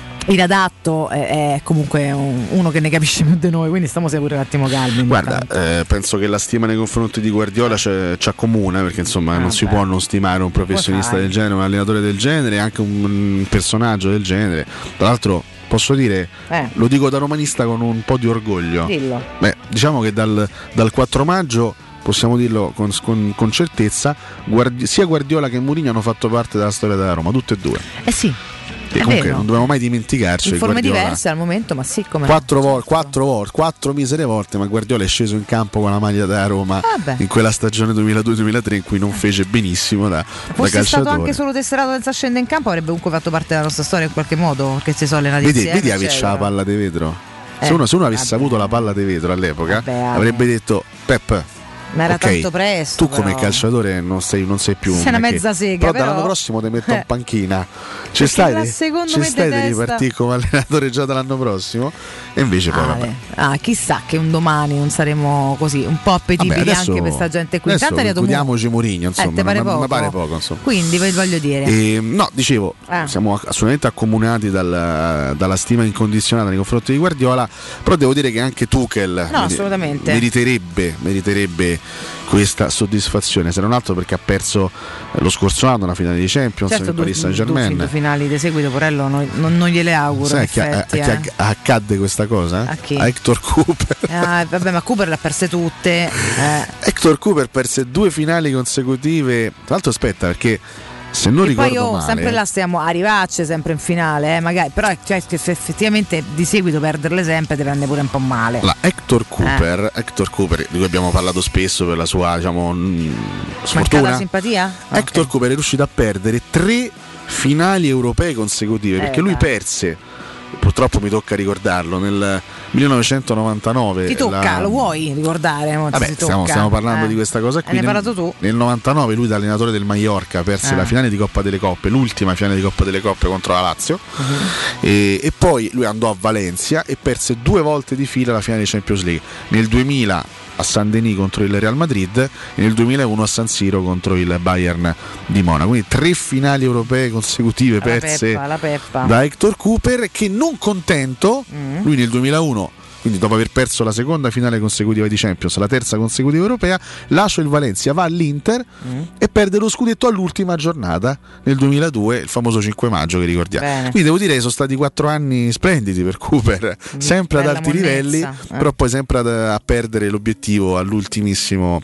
inadatto è, è comunque un- uno che ne capisce più di noi, quindi stiamo sempre un attimo calmi. Guarda, eh, penso che la stima nei confronti di Guardiola c'è, c'è comune, perché insomma Ah, non si beh. può non stimare un professionista fai? del genere, un allenatore del genere, anche un, un personaggio del genere. Tra l'altro posso dire, Eh. lo dico da romanista con un po' di orgoglio. Dillo. Beh, diciamo che dal, dal quattro maggio possiamo dirlo con, con- con certezza, Guardi- sia Guardiola che Mourinho hanno fatto parte della storia della Roma, tutte e due. Eh sì, E è comunque vero. non dobbiamo mai dimenticarci In che forme Guardiola diverse al momento, ma sì, come quattro volte, quattro volte, quattro misere volte, ma Guardiola è sceso in campo con la maglia della Roma Vabbè. in quella stagione duemiladue duemilatré in cui non fece benissimo da, da fosse calciatore. stato anche solo tesserato senza scendere in campo, avrebbe comunque fatto parte della nostra storia in qualche modo, perché si sono allenati Vedi, insieme. vedi averci eccetera. la palla di vetro. Se Eh, uno, se uno avesse vabbè. avuto la palla di vetro all'epoca, Vabbè, vabbè. avrebbe detto Pep. Ma era ok, tanto presto. tu come però. calciatore non sei, non sei più Sei una non è che- mezza sega, però, però- dall'anno prossimo ti metto in Eh. panchina. Ci Perché stai, la di- secondo ci me stai di detesta. ripartire come allenatore già dall'anno prossimo? E invece poi Ah, vabbè. beh. Ah, chissà che un domani non saremo così un po' appetibili Vabbè, adesso- anche per sta gente qui. adesso Intanto è arrivato chiudiamoci Mourinho, insomma, Eh, te pare ma- ma poco? pare poco, insomma. Quindi ve- voglio dire. E, no, dicevo, Eh. siamo assolutamente accomunati dal- dalla stima incondizionata nei confronti di Guardiola, però devo dire che anche Tuchel No, assolutamente. meriterebbe, meriterebbe questa soddisfazione, se non altro perché ha perso eh, lo scorso anno una finale di Champions Certo, in due, Paris Saint due Germain. finali di seguito, Porello, non, non- non gliele auguro. Sai in a chi, a- effetti, a chi eh. acc- accadde questa cosa? A chi? A Hector Cooper. Ah, vabbè, ma Cooper le ha perse tutte. Eh. Hector Cooper perse due finali consecutive. Tra l'altro aspetta, perché se non E ricordo poi oh, male, sempre là stiamo a arrivarci sempre in finale, eh, magari, però cioè, che se effettivamente di seguito perderle sempre ti prende pure un po' male. la Hector Cooper, Hector Cooper, di cui abbiamo parlato spesso per la sua, diciamo, mh, Mancata sfortuna. simpatia? Hector Cooper è riuscito a perdere tre finali europee consecutive, Eh, perché lui dai. perse, purtroppo mi tocca ricordarlo, nel millenovecentonovantanove. Ti tocca, la- lo vuoi ricordare? Mo, Vabbè, ti stiamo, tocca. stiamo parlando Eh. di questa cosa E qui. ne hai Nel, parlato tu? nel novantanove lui da allenatore del Mallorca perse Ah. la finale di Coppa delle Coppe, l'ultima finale di Coppa delle Coppe contro la Lazio. Mhm. e, e poi lui andò a Valencia e perse due volte di fila la finale di Champions League. Nel duemila a San Denis contro il Real Madrid e nel duemilauno a San Siro contro il Bayern di Monaco. Quindi tre finali europee consecutive La perse peppa, la peppa. da Hector Cooper, che non contento, Mm. lui nel duemilauno, quindi dopo aver perso la seconda finale consecutiva di Champions, la terza consecutiva europea, lascia il Valencia, va all'Inter Mm. e perde lo scudetto all'ultima giornata nel duemiladue, il famoso cinque maggio che ricordiamo. Bene. Quindi devo dire che sono stati quattro anni splendidi per Cooper, sempre ad bella alti monnezza, livelli, eh. però poi sempre ad- a perdere l'obiettivo all'ultimissimo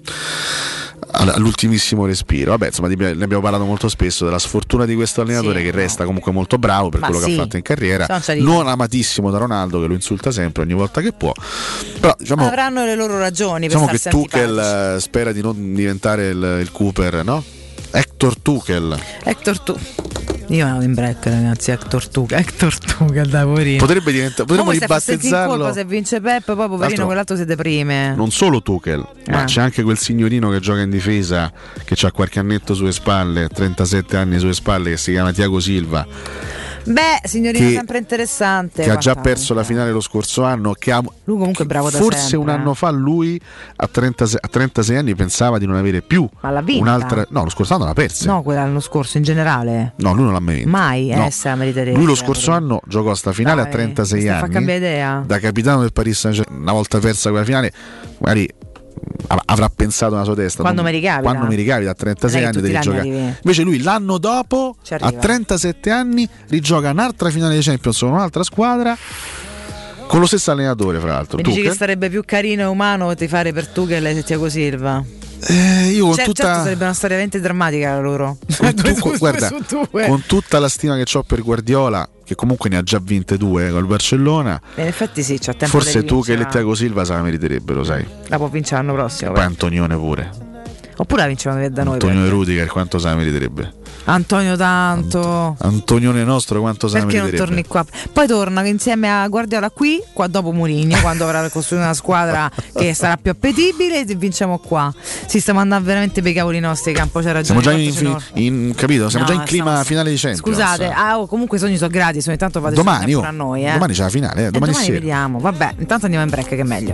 all'ultimissimo respiro. Vabbè, insomma, ne abbiamo parlato molto spesso della sfortuna di questo allenatore, Sì, che resta comunque molto bravo per Ma quello sì. che ha fatto in carriera, Se non ci arrivi. non amatissimo da Ronaldo, che lo insulta sempre ogni volta che può, però diciamo, Avranno le loro ragioni diciamo per che starsi Tuchel antipatici. eh, spera di non diventare il, il Cooper, no? Hector Tuchel Hector tu. Io vado in break, ragazzi. Hector Tuchel, Hector Tuchel, dai, poverino. potrebbe diventare, Ma potremmo poi se fosse in colpa, ribattezzarlo. se vince Pep, poi poverino L'altro- quell'altro si deprime. Non solo Tuchel, ma Ah. c'è anche quel signorino che gioca in difesa, che ha qualche annetto sulle spalle, trentasette anni sulle spalle, che si chiama Thiago Silva. Beh, signorina, che, sempre interessante. che ha già Quanta perso la finale lo scorso anno, che ha, lui comunque è bravo da forse sempre, un anno eh. fa lui a trentasei, a trentasei anni pensava di non avere più Ma l'ha vinta? un'altra. No, lo scorso anno l'ha persa. No, quella l'anno scorso in generale. No, lui non l'ha mai vinta. Mai, No. eh, se la meriterebbe. Lui lo scorso anno giocò sta finale Dai, a trentasei questa fa anni. cambiare idea. Da capitano del Paris Saint-Germain, una volta persa quella finale, magari av- avrà pensato nella sua testa. Quando non- mi ricapita. Quando mi ricapita a trentasei Non è che anni devi tutti gli anni giocare. arrivi. Invece lui l'anno dopo, Ci a arriva. trentasette anni, rigioca un'altra finale di Champions con un'altra squadra. Con lo stesso allenatore, fra l'altro. Mi dici Tuchel. che sarebbe più carino e umano ti fare per Tuchel e Thiago Silva? Eh, io con Cer- tutta Certo, sarebbe una storia veramente drammatica la loro. con, tu- Due su- con- due guarda, su due. con tutta la stima che ho per Guardiola, che comunque ne ha già vinte due col Barcellona, In effetti sì, c'ha tempo forse di Tuchel e vincere. Thiago Silva se la meriterebbero, sai. La può vincere l'anno prossimo. Poi però. Antonione pure. Oppure la vinciamo da noi. Antonio perché- Rudiger quanto se la meriterebbe. Antonio tanto. Antonione nostro quanto se la Perché non meriterebbe. torni qua? Poi torna insieme a Guardiola qui, qua dopo Mourinho, quando avrà costruito una squadra che sarà più appetibile e vinciamo qua. Si stiamo andando veramente per i cavoli nostri, Campo, c'è ragione. Siamo già in, quanto ce in- in- capito? Siamo No, già in clima stiamo- finale di Champions. Scusate, ah, oh, comunque i sogni sono gratis, ogni tanto fate Domani, sognare oh, pure a noi. Eh. domani c'è la finale, eh, Eh, domani, domani sera. vediamo. Vabbè, intanto andiamo in break che è meglio.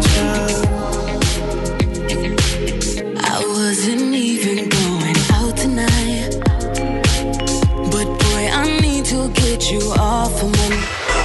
I wasn't even going out tonight, but boy, I need to get you off of me.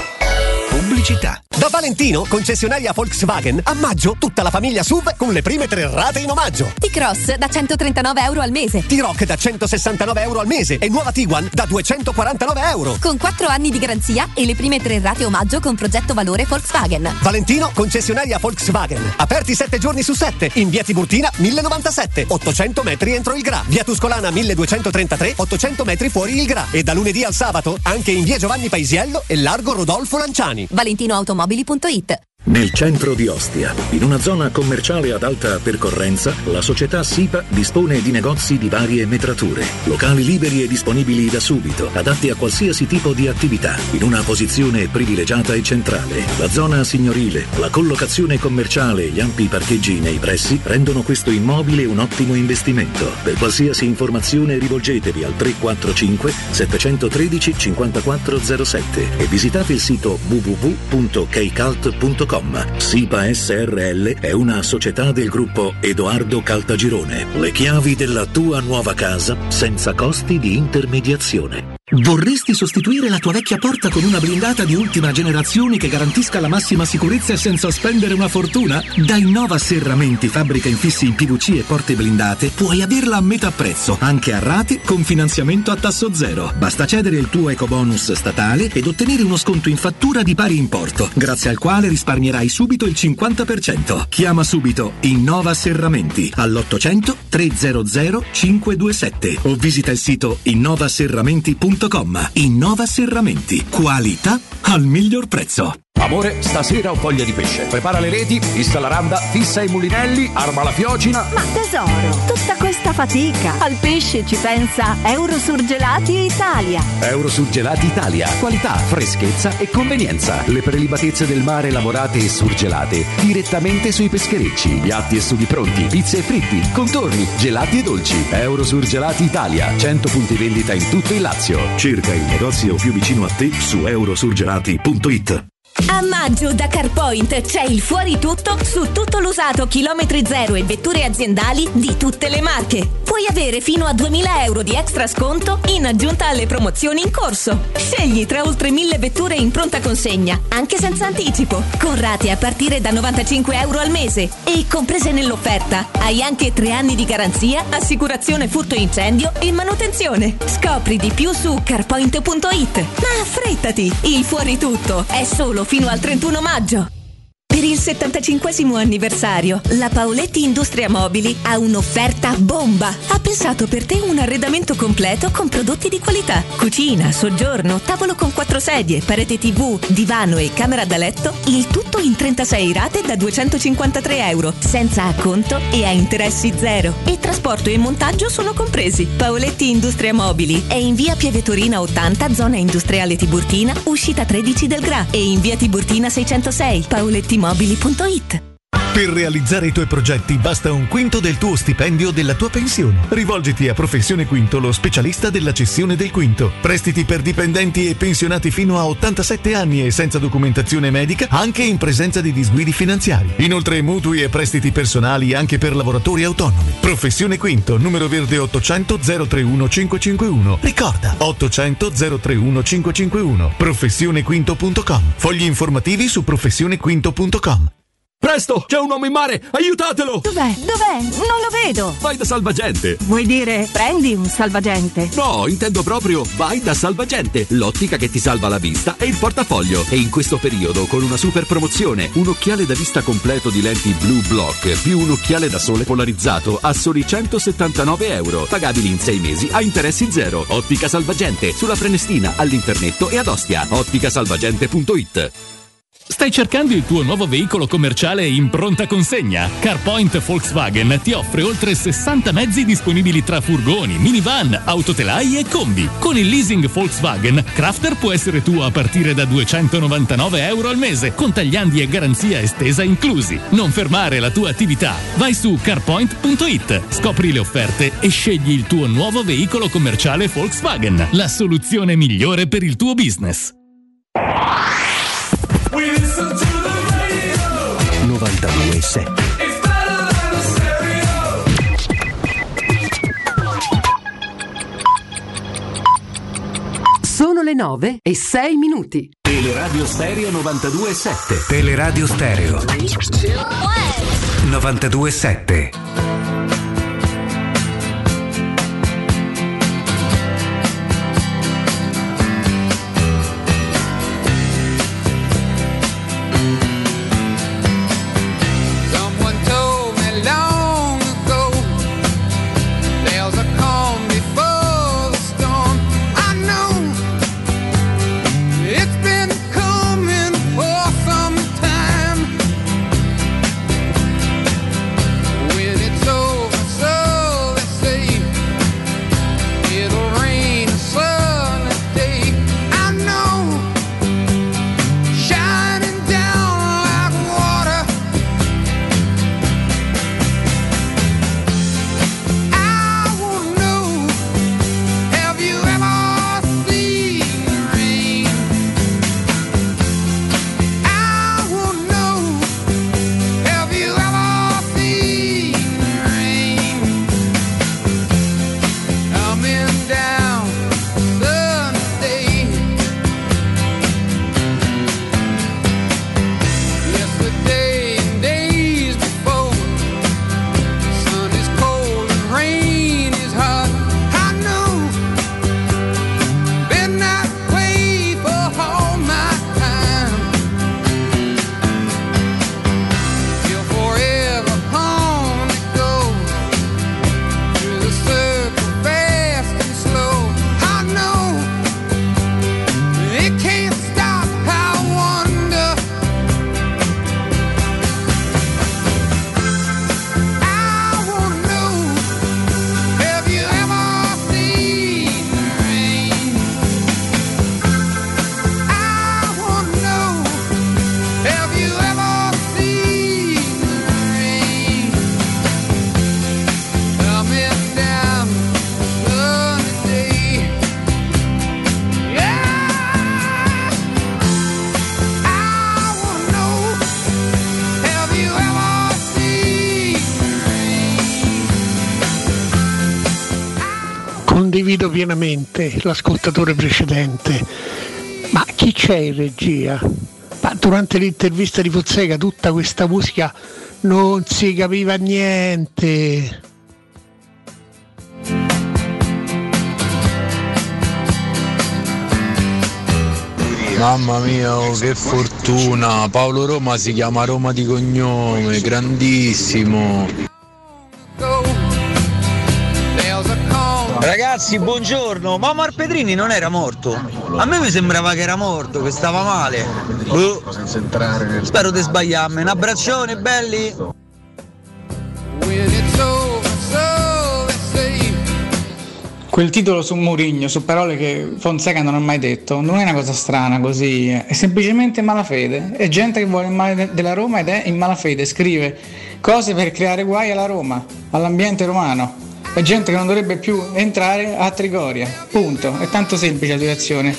Pubblicità. Da Valentino, concessionaria Volkswagen, a maggio tutta la famiglia S U V con le prime tre rate in omaggio. T-Cross da centotrentanove euro al mese. T-Rock da centosessantanove euro al mese e nuova Tiguan da duecentoquarantanove euro. Con quattro anni di garanzia e le prime tre rate omaggio con progetto valore Volkswagen. Valentino, concessionaria Volkswagen. Aperti sette giorni su sette. In via Tiburtina mille novantasette, ottocento metri entro il Gra. Via Tuscolana milleduecentotrentatré, ottocento metri fuori il Gra. E da lunedì al sabato anche in via Giovanni Paisiello e largo Rodolfo Lanciani. valentinoautomobili punto it. Nel centro di Ostia, in una zona commerciale ad alta percorrenza, la società SIPA dispone di negozi di varie metrature, locali liberi e disponibili da subito, adatti a qualsiasi tipo di attività, in una posizione privilegiata e centrale. La zona signorile, la collocazione commerciale e gli ampi parcheggi nei pressi rendono questo immobile un ottimo investimento. Per qualsiasi informazione rivolgetevi al tre quattro cinque sette uno tre cinque quattro zero sette e visitate il sito w w w punto keicalt punto com. SIPA S R L è una società del gruppo Edoardo Caltagirone. Le chiavi della tua nuova casa senza costi di intermediazione. Vorresti sostituire la tua vecchia porta con una blindata di ultima generazione che garantisca la massima sicurezza e senza spendere una fortuna? Da Innova Serramenti, fabbrica infissi in P V C e porte blindate, puoi averla a metà prezzo, anche a rate con finanziamento a tasso zero. Basta cedere il tuo ecobonus statale ed ottenere uno sconto in fattura di pari importo, grazie al quale risparmierai subito il cinquanta per cento. Chiama subito Innova Serramenti all'ottocento trecento cinquecentoventisette o visita il sito innovaserramenti punto com. Innova Serramenti, qualità al miglior prezzo. Amore, stasera ho voglia di pesce. Prepara le reti, fissa la randa, fissa i mulinelli, arma la fiocina. Ma tesoro, tutta questa fatica. Al pesce ci pensa Eurosurgelati Italia. Eurosurgelati Italia. Qualità, freschezza e convenienza. Le prelibatezze del mare lavorate e surgelate direttamente sui pescherecci. Piatti e sughi pronti, pizze e fritti, contorni, gelati e dolci. Eurosurgelati Italia. cento punti vendita in tutto il Lazio. Cerca il negozio più vicino a te su eurosurgelati punto it. A maggio da CarPoint c'è il fuori tutto su tutto l'usato chilometri zero e vetture aziendali di tutte le marche. Puoi avere fino a duemila euro di extra sconto in aggiunta alle promozioni in corso. Scegli tra oltre mille vetture in pronta consegna, anche senza anticipo, con rate a partire da novantacinque euro al mese. E comprese nell'offerta hai anche tre anni di garanzia, assicurazione furto incendio e manutenzione. Scopri di più su carpoint punto it. Ma affrettati, il fuori tutto è solo fino al trentuno maggio. Per il settantacinquesimo anniversario, la Paoletti Industria Mobili ha un'offerta bomba. Ha pensato per te un arredamento completo con prodotti di qualità. Cucina, soggiorno, tavolo con quattro sedie, parete tivù, divano e camera da letto. Il tutto in trentasei rate da duecentocinquantatré euro, senza acconto e a interessi zero. E trasporto e montaggio sono compresi. Paoletti Industria Mobili è in via Pievetorina ottanta, zona industriale Tiburtina, uscita tredici del Gra, e in via Tiburtina seicentosei. paolettimobili punto it. Per realizzare i tuoi progetti basta un quinto del tuo stipendio della tua pensione. Rivolgiti a Professione Quinto, lo specialista della cessione del quinto. Prestiti per dipendenti e pensionati fino a ottantasette anni e senza documentazione medica, anche in presenza di disguidi finanziari. Inoltre mutui e prestiti personali anche per lavoratori autonomi. Professione Quinto, numero verde ottocento zero trentuno cinquecentocinquantuno. Ricorda, ottocento zero trentuno cinquecentocinquantuno. professione quinto punto com. Fogli informativi su professione quinto punto com. Presto, c'è un uomo in mare, aiutatelo! Dov'è? Dov'è? Non lo vedo! Vai da Salvagente! Vuoi dire prendi un salvagente? No, intendo proprio vai da Salvagente, l'ottica che ti salva la vista e il portafoglio. E in questo periodo con una super promozione, un occhiale da vista completo di lenti Blue Block più un occhiale da sole polarizzato a soli centosettantanove euro, pagabili in sei mesi a interessi zero. Ottica Salvagente, sulla Prenestina, all'Internetto e ad Ostia. ottica salvagente punto it. Stai cercando il tuo nuovo veicolo commerciale in pronta consegna? CarPoint Volkswagen ti offre oltre sessanta mezzi disponibili tra furgoni, minivan, autotelai e combi. Con il leasing Volkswagen, Crafter può essere tuo a partire da duecentonovantanove euro al mese, con tagliandi e garanzia estesa inclusi. Non fermare la tua attività. Vai su carpoint punto it, scopri le offerte e scegli il tuo nuovo veicolo commerciale Volkswagen, la soluzione migliore per il tuo business. novantadue sette. Sono le nove e sei minuti. Teleradio Stereo novantadue sette. Teleradio Stereo novantadue sette. Condivido pienamente l'ascoltatore precedente, ma chi c'è in regia? Ma durante l'intervista di Fonseca tutta questa musica non si capiva niente. Mamma mia, oh, che fortuna! Paolo Roma si chiama Roma di cognome, grandissimo! Ragazzi, buongiorno. Ma Omar Pedrini non era morto? A me mi sembrava che era morto, che stava male. Boh. Spero di sbagliarmi. Un abbraccione, belli. quel titolo su Mourinho, su parole che Fonseca non ha mai detto, non è una cosa strana così, è semplicemente malafede. È gente che vuole il male della Roma ed è in malafede, scrive cose per creare guai alla Roma, all'ambiente romano. È gente che non dovrebbe più entrare a Trigoria, punto. È tanto semplice la situazione.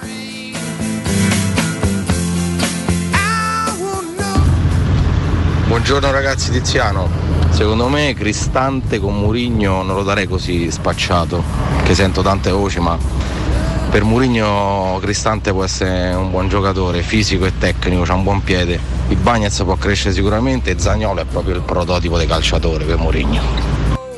Buongiorno ragazzi, Tiziano. Secondo me Cristante con Mourinho non lo darei così spacciato, che sento tante voci, ma per Mourinho Cristante può essere un buon giocatore, fisico e tecnico, c'ha un buon piede. Ibañez può crescere sicuramente e Zaniolo è proprio il prototipo di calciatore per Mourinho.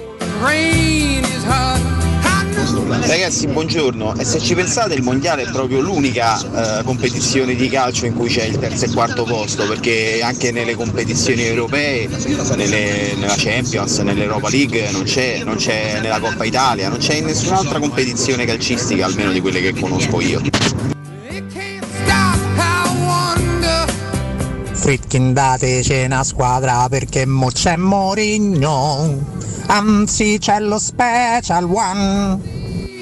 Ragazzi, buongiorno. E se ci pensate, il mondiale è proprio l'unica eh, competizione di calcio in cui c'è il terzo e quarto posto, perché anche nelle competizioni europee, nelle, nella Champions, nell'Europa League non c'è, non c'è nella Coppa Italia, non c'è in nessun'altra competizione calcistica, almeno di quelle che conosco io. Fritkin, dateci una squadra perché mo c'è Mourinho, anzi c'è lo Special One.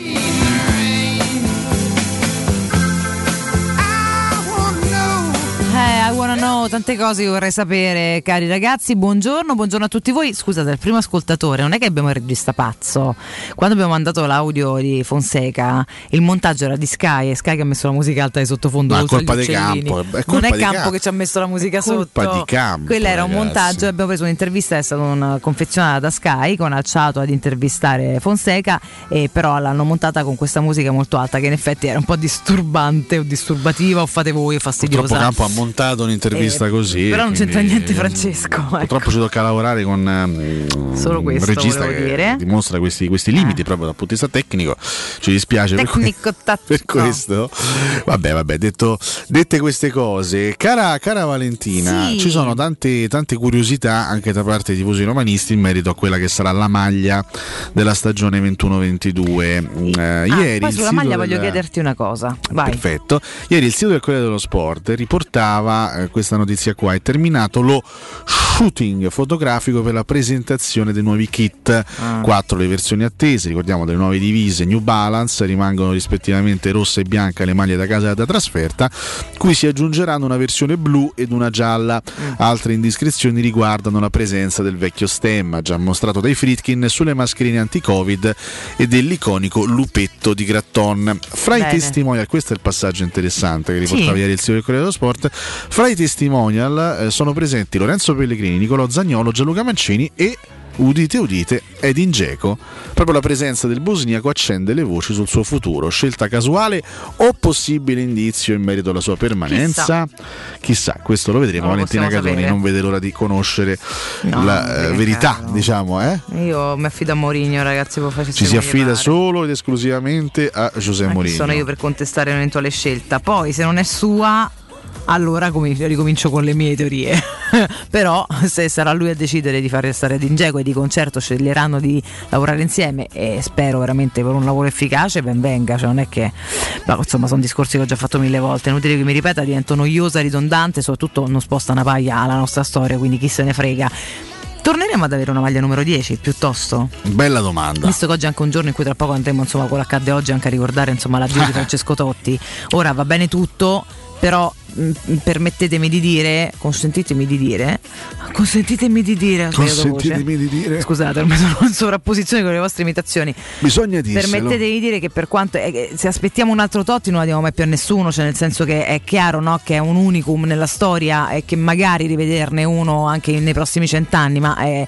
Eh, I wanna know, tante cose che vorrei sapere, cari ragazzi. Buongiorno, buongiorno a tutti voi. Scusate, il primo ascoltatore, non è che abbiamo il regista pazzo. Quando abbiamo mandato l'audio di Fonseca, il montaggio era di Sky, e Sky che ha messo la musica alta di sottofondo. Ma è colpa di Campo, è colpa non è di Campo Campo che ci ha messo la musica è colpa sotto. Di Campo, Quello era un ragazzi. montaggio. Abbiamo preso un'intervista, è stata una confezionata da Sky, con acciato ad intervistare Fonseca, e però l'hanno montata con questa musica molto alta, che in effetti era un po' disturbante o disturbativa, o fate voi, o fastidiosa. Purtroppo Campo ha montato un'intervista Eh, così. però non quindi- c'entra niente Francesco, ecco. Purtroppo ci tocca lavorare con um, Solo questo un regista volevo che dire. dimostra questi, questi limiti proprio dal punto di vista tecnico. Ci dispiace per, que- Tecnico tattico. per questo. Vabbè, vabbè, detto, dette queste cose, cara, cara Valentina, Sì. ci sono tante, tante curiosità anche da parte dei tifosi romanisti in merito a quella che sarà la maglia della stagione ventuno ventidue. Eh, Ah, ieri poi il sulla sito maglia del- voglio chiederti una cosa. Vai. Perfetto. Ieri il sito del Corriere dello Sport riportava eh, questa notizia qua: è terminato lo shooting fotografico per la presentazione dei nuovi kit. Ah. Quattro le versioni attese, ricordiamo delle nuove divise New Balance, rimangono rispettivamente rossa e bianca le maglie da casa e da trasferta, cui si aggiungeranno una versione blu ed una gialla. Mm. Altre indiscrezioni riguardano la presenza del vecchio stemma già mostrato dai Fritkin sulle mascherine anti-Covid e dell'iconico lupetto di Gratton. Fra Bene. i testimonial, questo è il passaggio interessante che riportava Sì. ieri il sito del Corriere dello Sport. Fra i testimonial eh, sono presenti Lorenzo Pellegrini, Nicolò Zaniolo, Gianluca Mancini e, udite udite, Edin Dzeko. Proprio la presenza del bosniaco accende le voci sul suo futuro. Scelta casuale o possibile indizio in merito alla sua permanenza? Chissà, Chissà questo lo vedremo. Non lo Valentina possiamo Catoni sapere. non vede l'ora di conoscere No, la eh, che verità, cavolo. diciamo, eh? Io mi affido a Mourinho, ragazzi, può farci Ci si affida solo ed esclusivamente a José Mourinho. Sono io per contestare un'eventuale scelta. Poi, se non è sua, allora com- ricomincio con le mie teorie. Però se sarà lui a decidere di far restare Edin Dzeko, e di concerto sceglieranno di lavorare insieme, e spero veramente per un lavoro efficace, ben venga. Cioè non è che, ma, insomma, sono discorsi che ho già fatto mille volte, è inutile che mi ripeta, divento noiosa, ridondante, soprattutto non sposta una paglia alla nostra storia, quindi chi se ne frega. Torneremo ad avere una maglia numero dieci piuttosto? Bella domanda. Visto che oggi è anche un giorno in cui tra poco andremo, insomma, quello accadde oggi, anche a ricordare, insomma, l'addio di Francesco Totti. Ora va bene tutto, però mh, permettetemi di dire, consentitemi di dire, consentitemi di dire, ho sbagliato voce. Consentitemi di dire. Scusate, ormai sono in sovrapposizione con le vostre imitazioni. Bisogna dirselo. Permettetemi di dire che per quanto eh, che se aspettiamo un altro Totti non la diamo mai più a nessuno, cioè nel senso che è chiaro, no, che è un unicum nella storia e che magari rivederne uno anche nei prossimi cent'anni, ma è,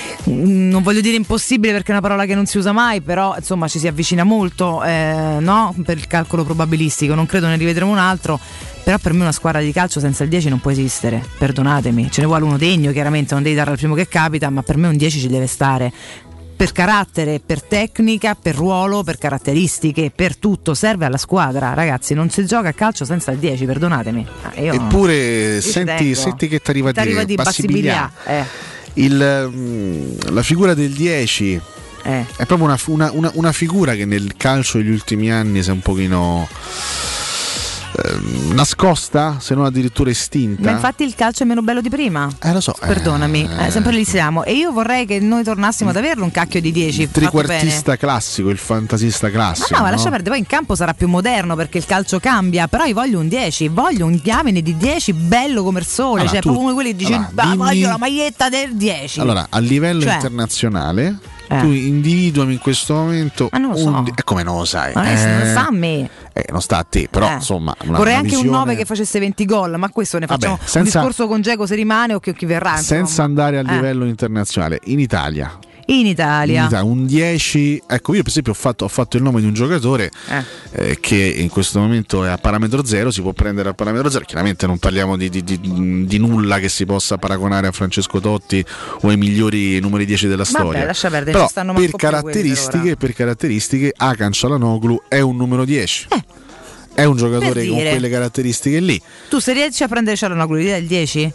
non voglio dire impossibile perché è una parola che non si usa mai, però insomma ci si avvicina molto, eh, no? Per il calcolo probabilistico, non credo ne rivedremo un altro. Però per me una squadra di calcio senza il dieci non può esistere, perdonatemi, ce ne vuole uno degno, chiaramente non devi dare al primo che capita, ma per me un dieci ci deve stare, per carattere, per tecnica, per ruolo, per caratteristiche, per tutto, serve alla squadra, ragazzi, non si gioca a calcio senza il dieci, perdonatemi. Ah, io, Eppure io ci senti, tengo. senti che ti arriva T'arriva di Bassibilia, eh. il, mh, la figura del dieci eh. è proprio una, una, una, una figura che nel calcio degli ultimi anni si è un pochino eh, nascosta, se non addirittura estinta. Ma infatti il calcio è meno bello di prima. Eh lo so. Perdonami, eh, eh, sempre lì siamo. E io vorrei che noi tornassimo ad averlo un cacchio di dieci. Il triquartista classico, il fantasista classico. Ma no, ma no? lascia perdere, poi in campo sarà più moderno perché il calcio cambia, però io voglio un dieci, voglio un diamine di dieci bello come il sole, Allora, cioè tu- proprio uno di quelli che dici, allora, "Bah, dimmi- voglio la maglietta del dieci". Allora, a livello Cioè, internazionale, Eh. tu individuami in questo momento. Ma non lo so. un di- E come non lo sai? Ma adesso Eh, non sta a me. eh, non sta a te, però Eh. insomma. Una, Vorrei una anche visione- un nove che facesse venti gol, ma questo ne facciamo Vabbè, senza- un discorso con Dzeko se rimane o che chi verrà. Senza insomma. andare a Eh. livello internazionale, in Italia. In Italia. In Italia, un dieci, ecco, io per esempio ho fatto, ho fatto il nome di un giocatore Eh. eh, che in questo momento è a parametro zero, si può prendere a parametro zero, chiaramente non parliamo di, di- di- di nulla che si possa paragonare a Francesco Totti o ai migliori numeri dieci della Vabbè, storia. lascia perdere, Però ci stanno per manco più quelli per caratteristiche, ora. per caratteristiche Hakan Çalhanoğlu è un numero dieci. È un giocatore Per con dire. quelle caratteristiche lì. Tu se riesci a prendere Çalhanoğlu l'idea del dieci?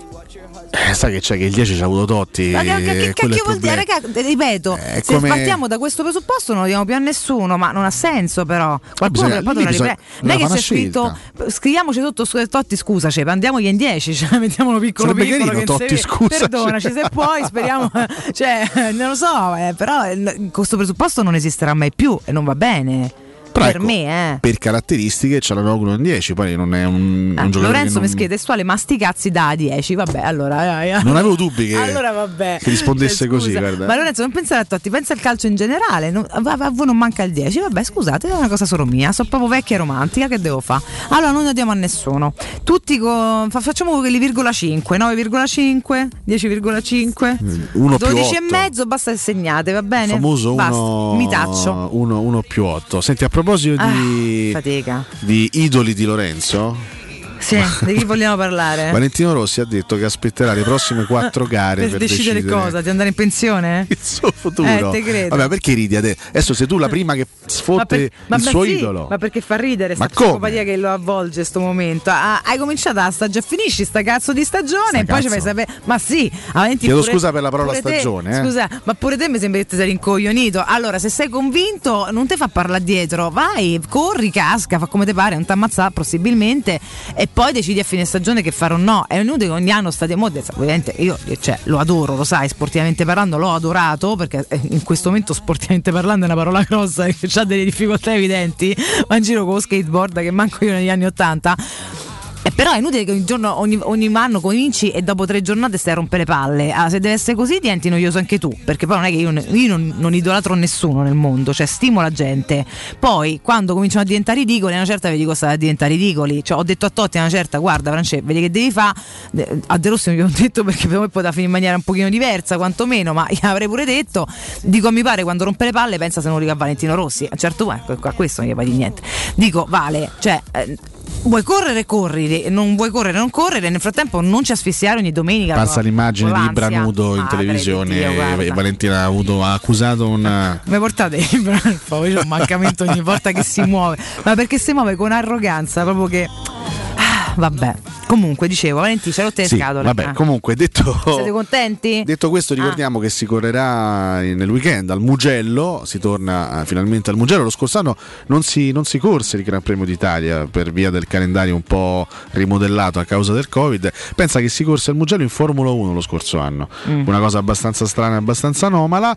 Eh, sai che c'è che il dieci c'ha avuto Totti. Ma che, che, che eh, quello è il cacchio vuol dire? problema. Raga, ripeto, È se come- partiamo da questo presupposto non lo diamo più a nessuno, ma non ha senso però. Qualcuno bisogna- poi lì dovrà bisogna- riprendere. Non è che bisogna c'è fare una scritto, scriviamoci sotto su Totti scusaci, andiamogli in dieci, cioè mettiamolo piccolo Sarebbe piccolo. carino, che Totti, se- scusaci. Perdonaci se puoi, speriamo, cioè non lo so, eh, però eh, questo presupposto non esisterà mai più e non va bene. Però per ecco, me, eh. per caratteristiche Çalhanoğlu un dieci, poi non è un, Ah, un giocatore Lorenzo che non, Meschede testuale, ma sti cazzi da dieci, vabbè, allora eh, non avevo dubbi che, allora vabbè. che rispondesse Cioè, così, scusa, guarda. ma Lorenzo non pensare a Totti, pensa al calcio in generale, non- a, a voi non manca il dieci, vabbè scusate, è una cosa solo mia, sono proprio vecchia e romantica, che devo fare? Allora non ne diamo a nessuno, tutti con, fa- facciamo quelli virgola cinque, nove virgola cinque, dieci virgola cinque, uno più dodici e otto. mezzo, basta che segnate, va bene? famoso Basta, uno, mi taccio. uno, uno più otto. Senti, a proposito di, Fatica. di idoli di Lorenzo, Sì, di chi vogliamo parlare? Valentino Rossi ha detto che aspetterà le prossime quattro gare per, per, decidere, cosa? Di andare in pensione? il suo futuro. Eh, te credo. Vabbè, perché ridi adesso? Adesso sei tu la prima che sfotte Ma, per- ma il beh, suo sì, idolo. ma perché fa ridere Ma sta come? psicopatia che lo avvolge sto momento. Ah, hai cominciato la stagione, finisci sta cazzo di stagione Sta e poi ci fai cazzo. sapere. Ma sì, Valenti, Chiedo pure- scusa per la parola pure te- stagione, eh. Scusa, ma pure te mi sembra che ti sei rincoglionito. Allora, se sei convinto, non ti fa parlare dietro, vai, corri, casca, fa come ti pare, non ti ammazzare possibilmente e poi decidi a fine stagione che fare o no. È inutile che ogni anno state modesta. Ovviamente io cioè, lo adoro, lo sai, sportivamente parlando l'ho adorato perché eh, in questo momento sportivamente parlando è una parola grossa che ha delle difficoltà evidenti, ma in giro con lo skateboard che manco io negli anni ottanta. E però è inutile che ogni giorno, ogni, ogni anno cominci e dopo tre giornate stai a rompere le palle. Ah, se deve essere così diventi noioso anche tu, perché poi non è che io, io non, non idolatro nessuno nel mondo, cioè stimo la gente. Poi quando cominciano a diventare ridicoli, a una certa vedi cosa da diventare ridicoli. Cioè, ho detto a Totti a una certa, guarda Francesco, vedi che devi fare. A De Rossi mi ho detto perché per me poteva finire in maniera un pochino diversa, quantomeno, ma io avrei pure detto, dico a mi pare quando rompe le palle pensa se non riga Valentino Rossi. A un certo punto, ecco, a questo non gli fai di niente. Dico, vale, cioè. Eh, vuoi correre, corri, non vuoi correre, non correre. Nel frattempo non ci asfissiare ogni domenica. Passa l'immagine con di l'ansia. Ibra nudo in Madre televisione di Dio, guarda. e Valentina ha, avuto, ha accusato un... Mi portate Ibra, poi c'è un mancamento ogni volta che si muove, ma perché si muove con arroganza, proprio che ah, vabbè. Comunque dicevo, Valentino, c'è rotte le Sì, scatole. vabbè, Ah. comunque detto, Siete contenti? detto questo ricordiamo che si correrà nel weekend al Mugello, si torna eh, finalmente al Mugello. Lo scorso anno non si, non si corse il Gran Premio d'Italia per via del calendario un po' rimodellato a causa del Covid. Pensa che si corse al Mugello in Formula uno lo scorso anno, Mm. una cosa abbastanza strana e abbastanza anomala.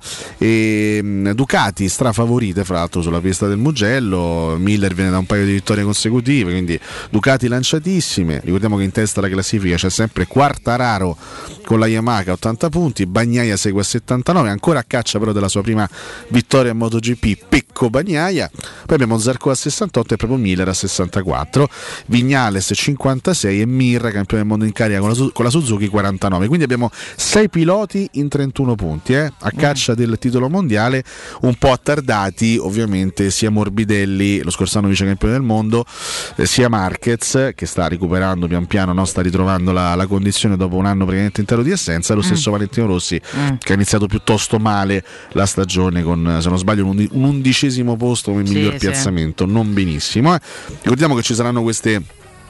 E, mh, Ducati strafavorite fra l'altro sulla pista del Mugello, Miller viene da un paio di vittorie consecutive, quindi Ducati lanciatissime. Ricordiamo che in testa alla classifica c'è sempre Quartararo con la Yamaha a ottanta punti, Bagnaia segue a settantanove, ancora a caccia però della sua prima vittoria in MotoGP, Pecco Bagnaia. Poi abbiamo Zarco a sessantotto e proprio Miller a sessantaquattro, Vignales cinquantasei e Mir, campione del mondo in carica con la, Su- con la Suzuki, quarantanove. Quindi abbiamo sei piloti in trentuno punti, eh, a caccia del titolo mondiale, un po' attardati ovviamente sia Morbidelli, lo scorso anno vice campione del mondo, eh, sia Marquez che sta recuperando pian piano, no? Sta ritrovando la, la condizione dopo un anno praticamente intero di assenza, lo stesso Mm. Valentino Rossi Mm. che ha iniziato piuttosto male la stagione con, se non sbaglio, un, undi- un undicesimo posto come Sì, miglior sì. piazzamento, non benissimo, eh. Ricordiamo che ci saranno queste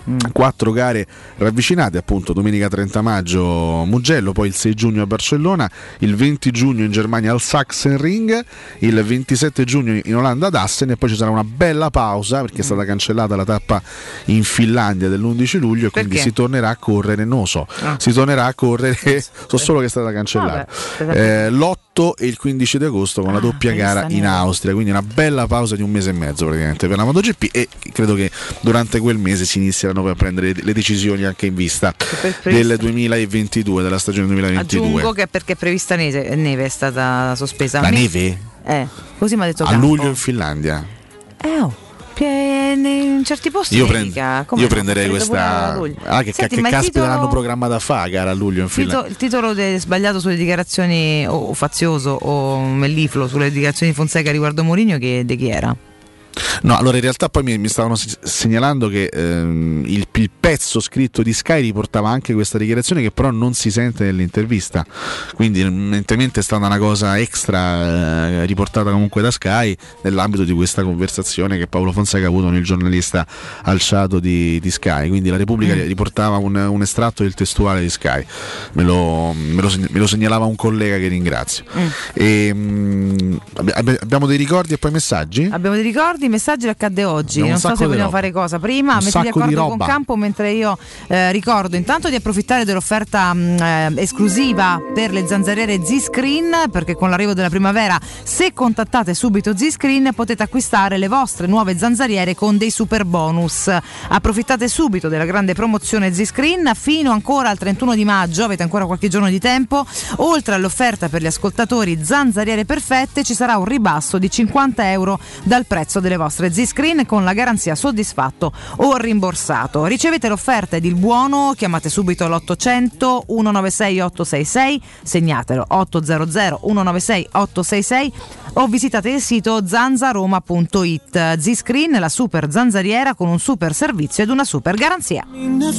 Mm. Quattro gare ravvicinate, appunto domenica trenta maggio Mugello, poi il sei giugno a Barcellona, il venti giugno in Germania al Sachsenring, il ventisette giugno in Olanda ad Assen, e poi ci sarà una bella pausa perché è stata Mm. cancellata la tappa in Finlandia dell'undici luglio, e quindi Perché? si tornerà a correre, non lo so, Ah. si tornerà a correre, so solo che è stata cancellata. Vabbè, Eh, l'otto e il quindici di agosto con la doppia per gara questa in neve. Austria, quindi una bella pausa di un mese e mezzo praticamente per la MotoGP, e credo che durante quel mese si inizieranno poi a prendere le decisioni anche in vista del duemilaventidue, della stagione duemilaventidue. Aggiungo che perché è prevista neve, neve è stata sospesa. La Me- neve? Eh, così mi ha detto A Campo. luglio in Finlandia. Eh, oh. Che in certi posti Io, nevica. prend- Come io no? prenderei Preso pure a questa. luglio. Ah, che, Senti, che ma il caspita titolo- l'hanno programmata a fa gara a luglio in Tito- Finlandia. il titolo de- sbagliato sulle dichiarazioni, o fazioso o mellifluo sulle dichiarazioni di Fonseca riguardo Mourinho, che di chi era? No, allora in realtà poi mi, mi stavano se- segnalando che ehm, il, il pezzo scritto di Sky riportava anche questa dichiarazione, che però non si sente nell'intervista, quindi evidentemente è stata una cosa extra eh, riportata comunque da Sky nell'ambito di questa conversazione che Paolo Fonseca ha avuto con il giornalista Alciato di, di Sky, quindi la Repubblica Mm. riportava un, un estratto del testuale di Sky, me lo, me lo, segn- me lo segnalava un collega che ringrazio. Mm. E, mh, abbi- abbiamo dei ricordi e poi messaggi? Abbiamo dei ricordi, i messaggi che accadde oggi. Abbiamo un Non so sacco se di vogliamo roba. fare cosa prima. Un Mettiti sacco di d'accordo con roba. Campo, mentre io eh, ricordo intanto di approfittare dell'offerta mh, eh, esclusiva per le zanzariere Z-Screen, perché con l'arrivo della primavera, se contattate subito Z-Screen, potete acquistare le vostre nuove zanzariere con dei super bonus. Approfittate subito della grande promozione Z-Screen fino ancora al trentuno di maggio, avete ancora qualche giorno di tempo. Oltre all'offerta per gli ascoltatori zanzariere perfette, ci sarà un ribasso di cinquanta euro dal prezzo delle vostre Z-Screen, con la garanzia soddisfatto o rimborsato. Ricevete l'offerta ed il buono, chiamate subito l'ottocento centonovantasei ottocentosessantasei, segnatelo ottocento centonovantasei ottocentosessantasei, o visitate il sito zanzaroma punto it. Z-Screen, la super zanzariera con un super servizio ed una super garanzia.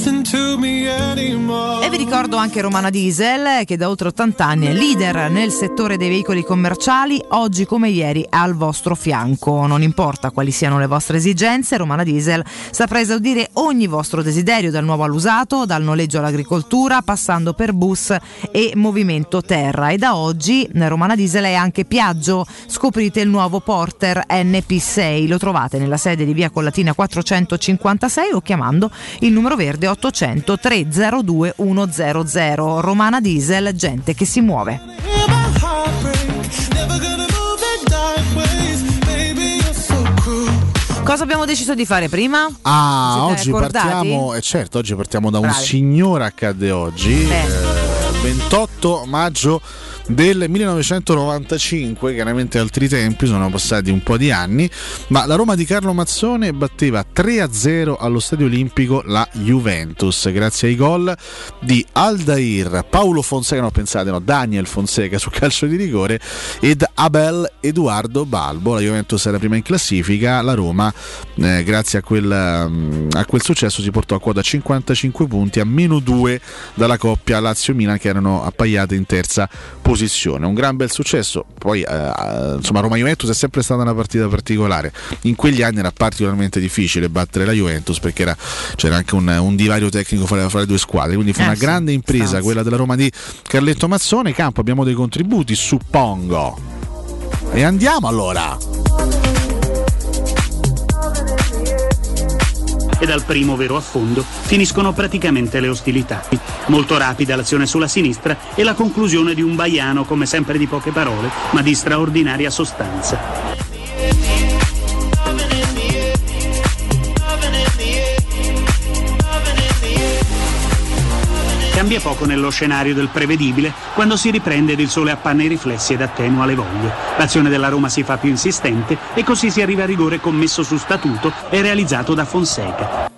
E vi ricordo anche Romana Diesel, che da oltre ottanta anni è leader nel settore dei veicoli commerciali, oggi come ieri è al vostro fianco. Non importa quali siano le vostre esigenze, Romana Diesel saprà esaudire ogni vostro desiderio, dal nuovo all'usato, dal noleggio all'agricoltura, passando per bus e movimento terra. E da oggi Romana Diesel è anche Piaggio. Scoprite il nuovo Porter N P sei, lo trovate nella sede di via Collatina quattrocentocinquantasei o chiamando il numero verde ottocento trecentodue centodue. Romana Diesel, gente che si muove. Cosa abbiamo deciso di fare prima? Ah, Siete oggi accordati? partiamo, eh certo, oggi partiamo da un Bravi. signore, accadde oggi, Beh. eh, ventotto maggio del millenovecentonovantacinque, chiaramente altri tempi, sono passati un po' di anni, ma la Roma di Carlo Mazzone batteva tre a zero allo Stadio Olimpico la Juventus, grazie ai gol di Aldair, Paolo Fonseca, no pensate, no, Daniel Fonseca su calcio di rigore, ed Abel Eduardo Balbo. La Juventus era prima in classifica, la Roma eh, grazie a quel, um, a quel successo si portò a quota cinquantacinque punti, a meno due dalla coppia Lazio-Milan, che erano appaiate in terza posizione. Un gran bel successo. Poi eh, insomma Roma-Juventus è sempre stata una partita particolare. In quegli anni era particolarmente difficile battere la Juventus, perché era, c'era anche un, un divario tecnico fra, fra le due squadre, quindi fu Eh una sì, grande impresa stanza. quella della Roma di Carletto Mazzone. Campo, abbiamo dei contributi, suppongo, e andiamo allora. E dal primo vero affondo finiscono praticamente le ostilità. Molto rapida l'azione sulla sinistra e la conclusione di un Baiano, come sempre di poche parole, ma di straordinaria sostanza. Cambia poco nello scenario del prevedibile quando si riprende ed il sole appanna i riflessi ed attenua le voglie. L'azione della Roma si fa più insistente e così si arriva a rigore commesso su statuto e realizzato da Fonseca.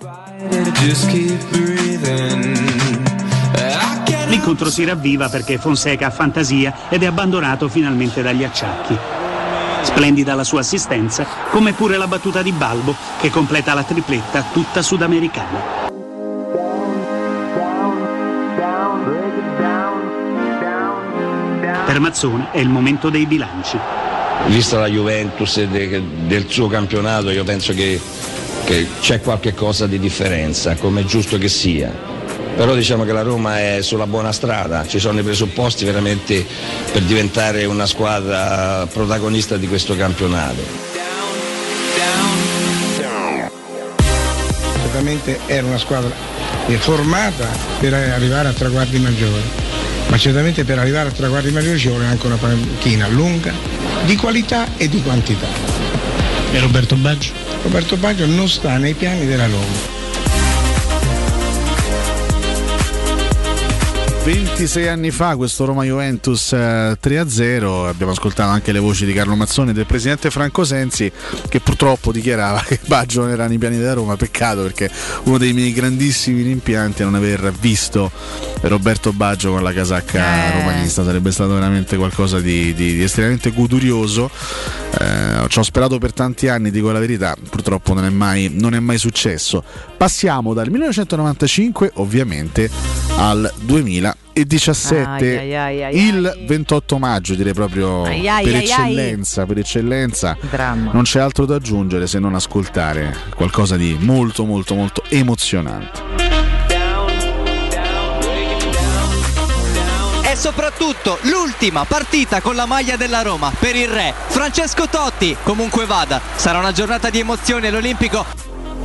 L'incontro si ravviva perché Fonseca ha fantasia ed è abbandonato finalmente dagli acciacchi. Splendida la sua assistenza, come pure la battuta di Balbo, che completa la tripletta tutta sudamericana. Per Mazzone è il momento dei bilanci. Vista la Juventus e de, del suo campionato, io penso che che c'è qualche cosa di differenza, come è giusto che sia. Però diciamo che la Roma è sulla buona strada, ci sono i presupposti veramente per diventare una squadra protagonista di questo campionato. Certamente era una squadra formata per arrivare a traguardi maggiori, ma certamente per arrivare a traguardi maggiori ci vuole anche una panchina lunga, di qualità e di quantità. E Roberto Baggio? Roberto Baggio non sta nei piani della Roma. ventisei anni fa questo Roma-Juventus eh, tre a zero, abbiamo ascoltato anche le voci di Carlo Mazzoni e del presidente Franco Sensi, che purtroppo dichiarava che Baggio non era nei piani della Roma. Peccato, perché uno dei miei grandissimi rimpianti è non aver visto Roberto Baggio con la casacca eh. romanista, sarebbe stato veramente qualcosa di, di, di estremamente godurioso. Eh, ci ho sperato per tanti anni, dico la verità, purtroppo non è mai, non è mai successo. Passiamo dal millenovecentonovantacinque ovviamente al duemiladiciassette, ai, ai, ai, il ai. ventotto maggio, direi proprio ai, ai, per ai, eccellenza, ai. per eccellenza. Dramma. Non c'è altro da aggiungere se non ascoltare qualcosa di molto molto molto emozionante. E soprattutto l'ultima partita con la maglia della Roma per il re Francesco Totti. Comunque vada, sarà una giornata di emozioni all'Olimpico.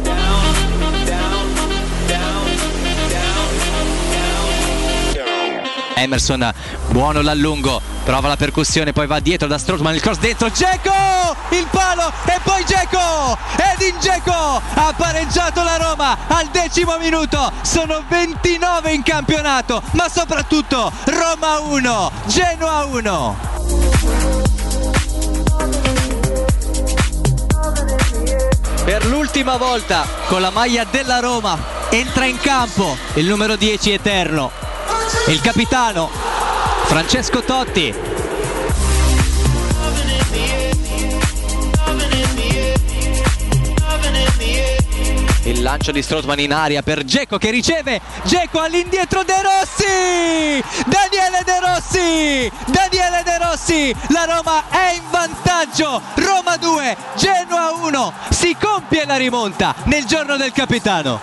Emerson, buono l'allungo, prova la percussione, poi va dietro da Strootman, il cross dentro, Dzeko, il palo e poi Dzeko, Edin Dzeko ha pareggiato la Roma al decimo minuto. Sono ventinove in campionato, ma soprattutto Roma uno, Genoa uno. Per l'ultima volta con la maglia della Roma entra in campo il numero dieci eterno, il capitano Francesco Totti. Il lancio di Strootman in aria per Dzeko che riceve, Dzeko all'indietro, De Rossi, Daniele De Rossi, Daniele De Rossi, la Roma è in vantaggio, Roma due, Genoa uno, si compie la rimonta nel giorno del capitano.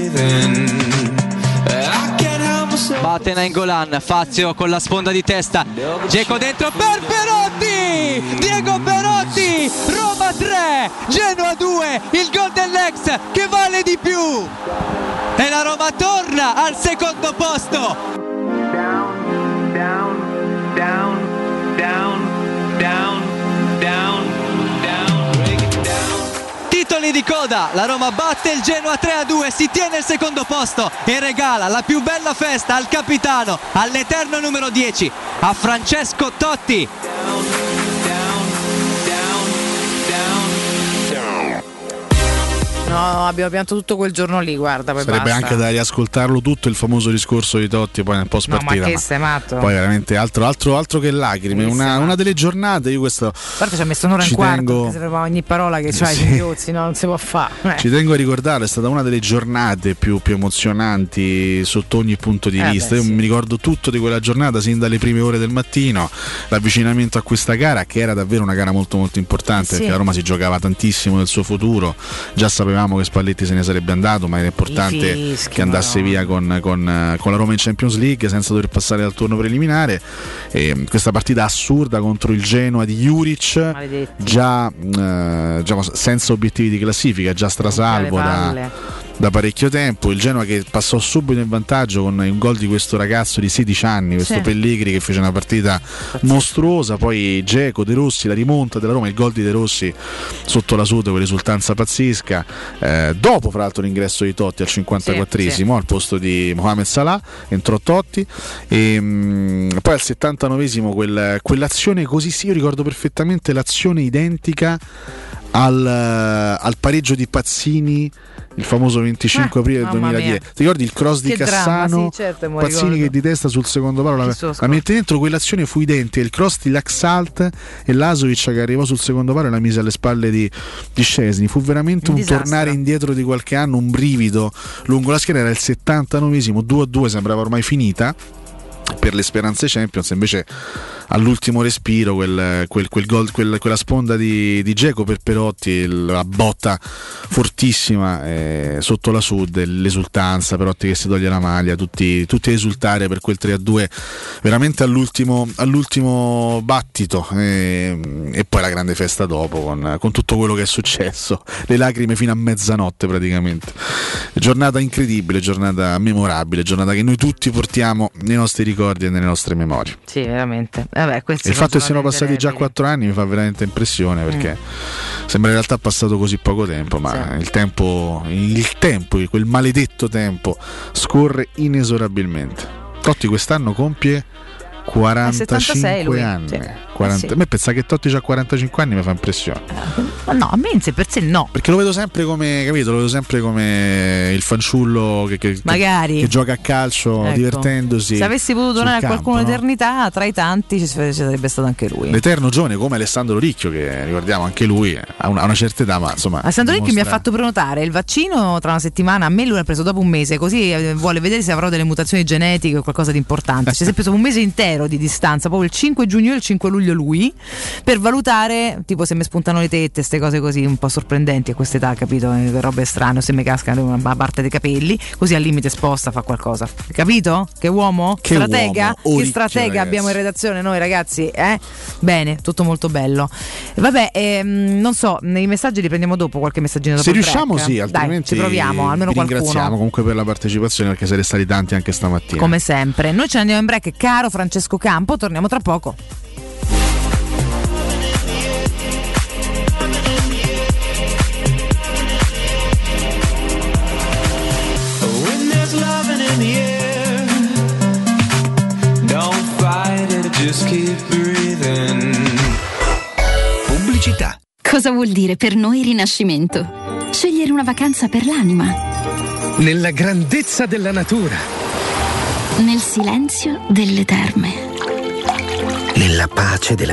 Batte Nainggolan, Fazio con la sponda di testa, Dzeko dentro per Perotti, Diego Perotti, Roma tre, Genoa due, il gol dell'ex che vale di più e la Roma torna al secondo posto. Down, down, down, down, down, down. Titoli di coda, la Roma batte il Genoa tre a due, si tiene il secondo posto e regala la più bella festa al capitano, all'eterno numero dieci, a Francesco Totti. No, abbiamo pianto tutto quel giorno lì, guarda, poi sarebbe basta. Anche da riascoltarlo tutto il famoso discorso di Totti poi nel post partita. No, ma che sei matto? Poi veramente altro, altro, altro che lacrime, una, una delle giornate, io questo guarda, ci ha messo un'ora e un quarto, tengo... perché sapeva ogni parola che c'ha, sì. I singhiozzi, no, non si può fare. Eh. Ci tengo a ricordare, è stata una delle giornate più, più emozionanti sotto ogni punto di eh vista. Beh, io sì. mi ricordo tutto di quella giornata, sin dalle prime ore del mattino, l'avvicinamento a questa gara, che era davvero una gara molto molto importante, sì. perché la Roma si giocava tantissimo del suo futuro. Già sapevamo che Spalletti se ne sarebbe andato, ma era importante fischi, che andasse no. via con, con, con la Roma in Champions League senza dover passare al turno preliminare. E questa partita assurda contro il Genoa di Juric, già, eh, già senza obiettivi di classifica, già strasalvo da, da parecchio tempo. Il Genoa che passò subito in vantaggio con un gol di questo ragazzo di sedici anni, questo sì. Pellegrini, che fece una partita mostruosa. Poi Dzeko, De Rossi, la rimonta della Roma, il gol di De Rossi sotto la Sud con esultanza pazzesca. Eh, dopo fra l'altro l'ingresso di Totti al cinquantaquattresimo, sì, sì. al posto di Mohamed Salah entrò Totti e mh, poi al settantanovesimo quel, quell'azione così, sì, io ricordo perfettamente l'azione identica al, al pareggio di Pazzini, il famoso venticinque aprile del duemiladieci. Ti ricordi il cross di che Cassano? Dramma, sì, certo, Pazzini ricordo. Che di testa sul secondo palo la, la mette dentro. Quell'azione fu identica, il cross di Laxalt e Lazovic che arrivò sul secondo palo e la mise alle spalle di, di Szczesny. Fu veramente un, un tornare indietro di qualche anno, un brivido lungo la schiena. Era il settantanovesimo, due a due, sembrava ormai finita. per le speranze Champions, invece all'ultimo respiro quel, quel, quel gol, quel, quella sponda di, di Dzeko per Perotti, la botta fortissima eh, sotto la Sud, l'esultanza, Perotti che si toglie la maglia, tutti, tutti a esultare per quel tre a due veramente all'ultimo, all'ultimo battito eh, e poi la grande festa dopo con, con tutto quello che è successo, le lacrime fino a mezzanotte praticamente. Giornata incredibile, giornata memorabile, giornata che noi tutti portiamo nei nostri ricordi e nelle nostre memorie. Sì, veramente. Vabbè, il fatto che siano passati già quattro anni mi fa veramente impressione, perché mm. sembra in realtà passato così poco tempo, ma sì. il tempo, il tempo, quel maledetto tempo scorre inesorabilmente. Totti quest'anno compie quarantacinque anni. Sì. quaranta Eh sì. A me pensa che Totti ha quarantacinque anni mi fa impressione. Ma no, a me in sé per sé no. Perché lo vedo sempre come, capito? Lo vedo sempre come il fanciullo che, che, Magari. che gioca a calcio, ecco, divertendosi. Se avessi potuto donare a qualcuno campo, l'eternità, tra i tanti ci sarebbe stato anche lui. L'eterno giovane come Alessandro Ricchio, che ricordiamo anche lui ha una, una certa età, ma insomma. Alessandro Ricchio mi ha fatto prenotare il vaccino tra una settimana, a me lui l'ha preso dopo un mese, così vuole vedere se avrò delle mutazioni genetiche o qualcosa di importante. Ci si è preso un mese intero di distanza, proprio il cinque giugno e il cinque luglio lui, per valutare tipo se mi spuntano le tette, queste cose così un po' sorprendenti a quest'età, capito? Eh, robe strane, se mi cascano una parte dei capelli, così al limite sposta, fa qualcosa, capito? Che uomo? Che stratega? Uomo. Che stratega ragazzi. Abbiamo in redazione noi ragazzi, eh? Bene, tutto molto bello. Vabbè, ehm, non so, i messaggi li prendiamo dopo, qualche messaggino dopo. Se riusciamo break. sì, altrimenti dai, ci proviamo, almeno vi ringraziamo qualcuno. comunque per la partecipazione, perché siete stati tanti anche stamattina. Come sempre. Noi ce ne andiamo in break, caro Francesco Campo, torniamo tra poco. Just keep breathing. Pubblicità. Cosa vuol dire per noi rinascimento? Scegliere una vacanza per l'anima. Nella grandezza della natura. Nel silenzio delle terme. Nella pace della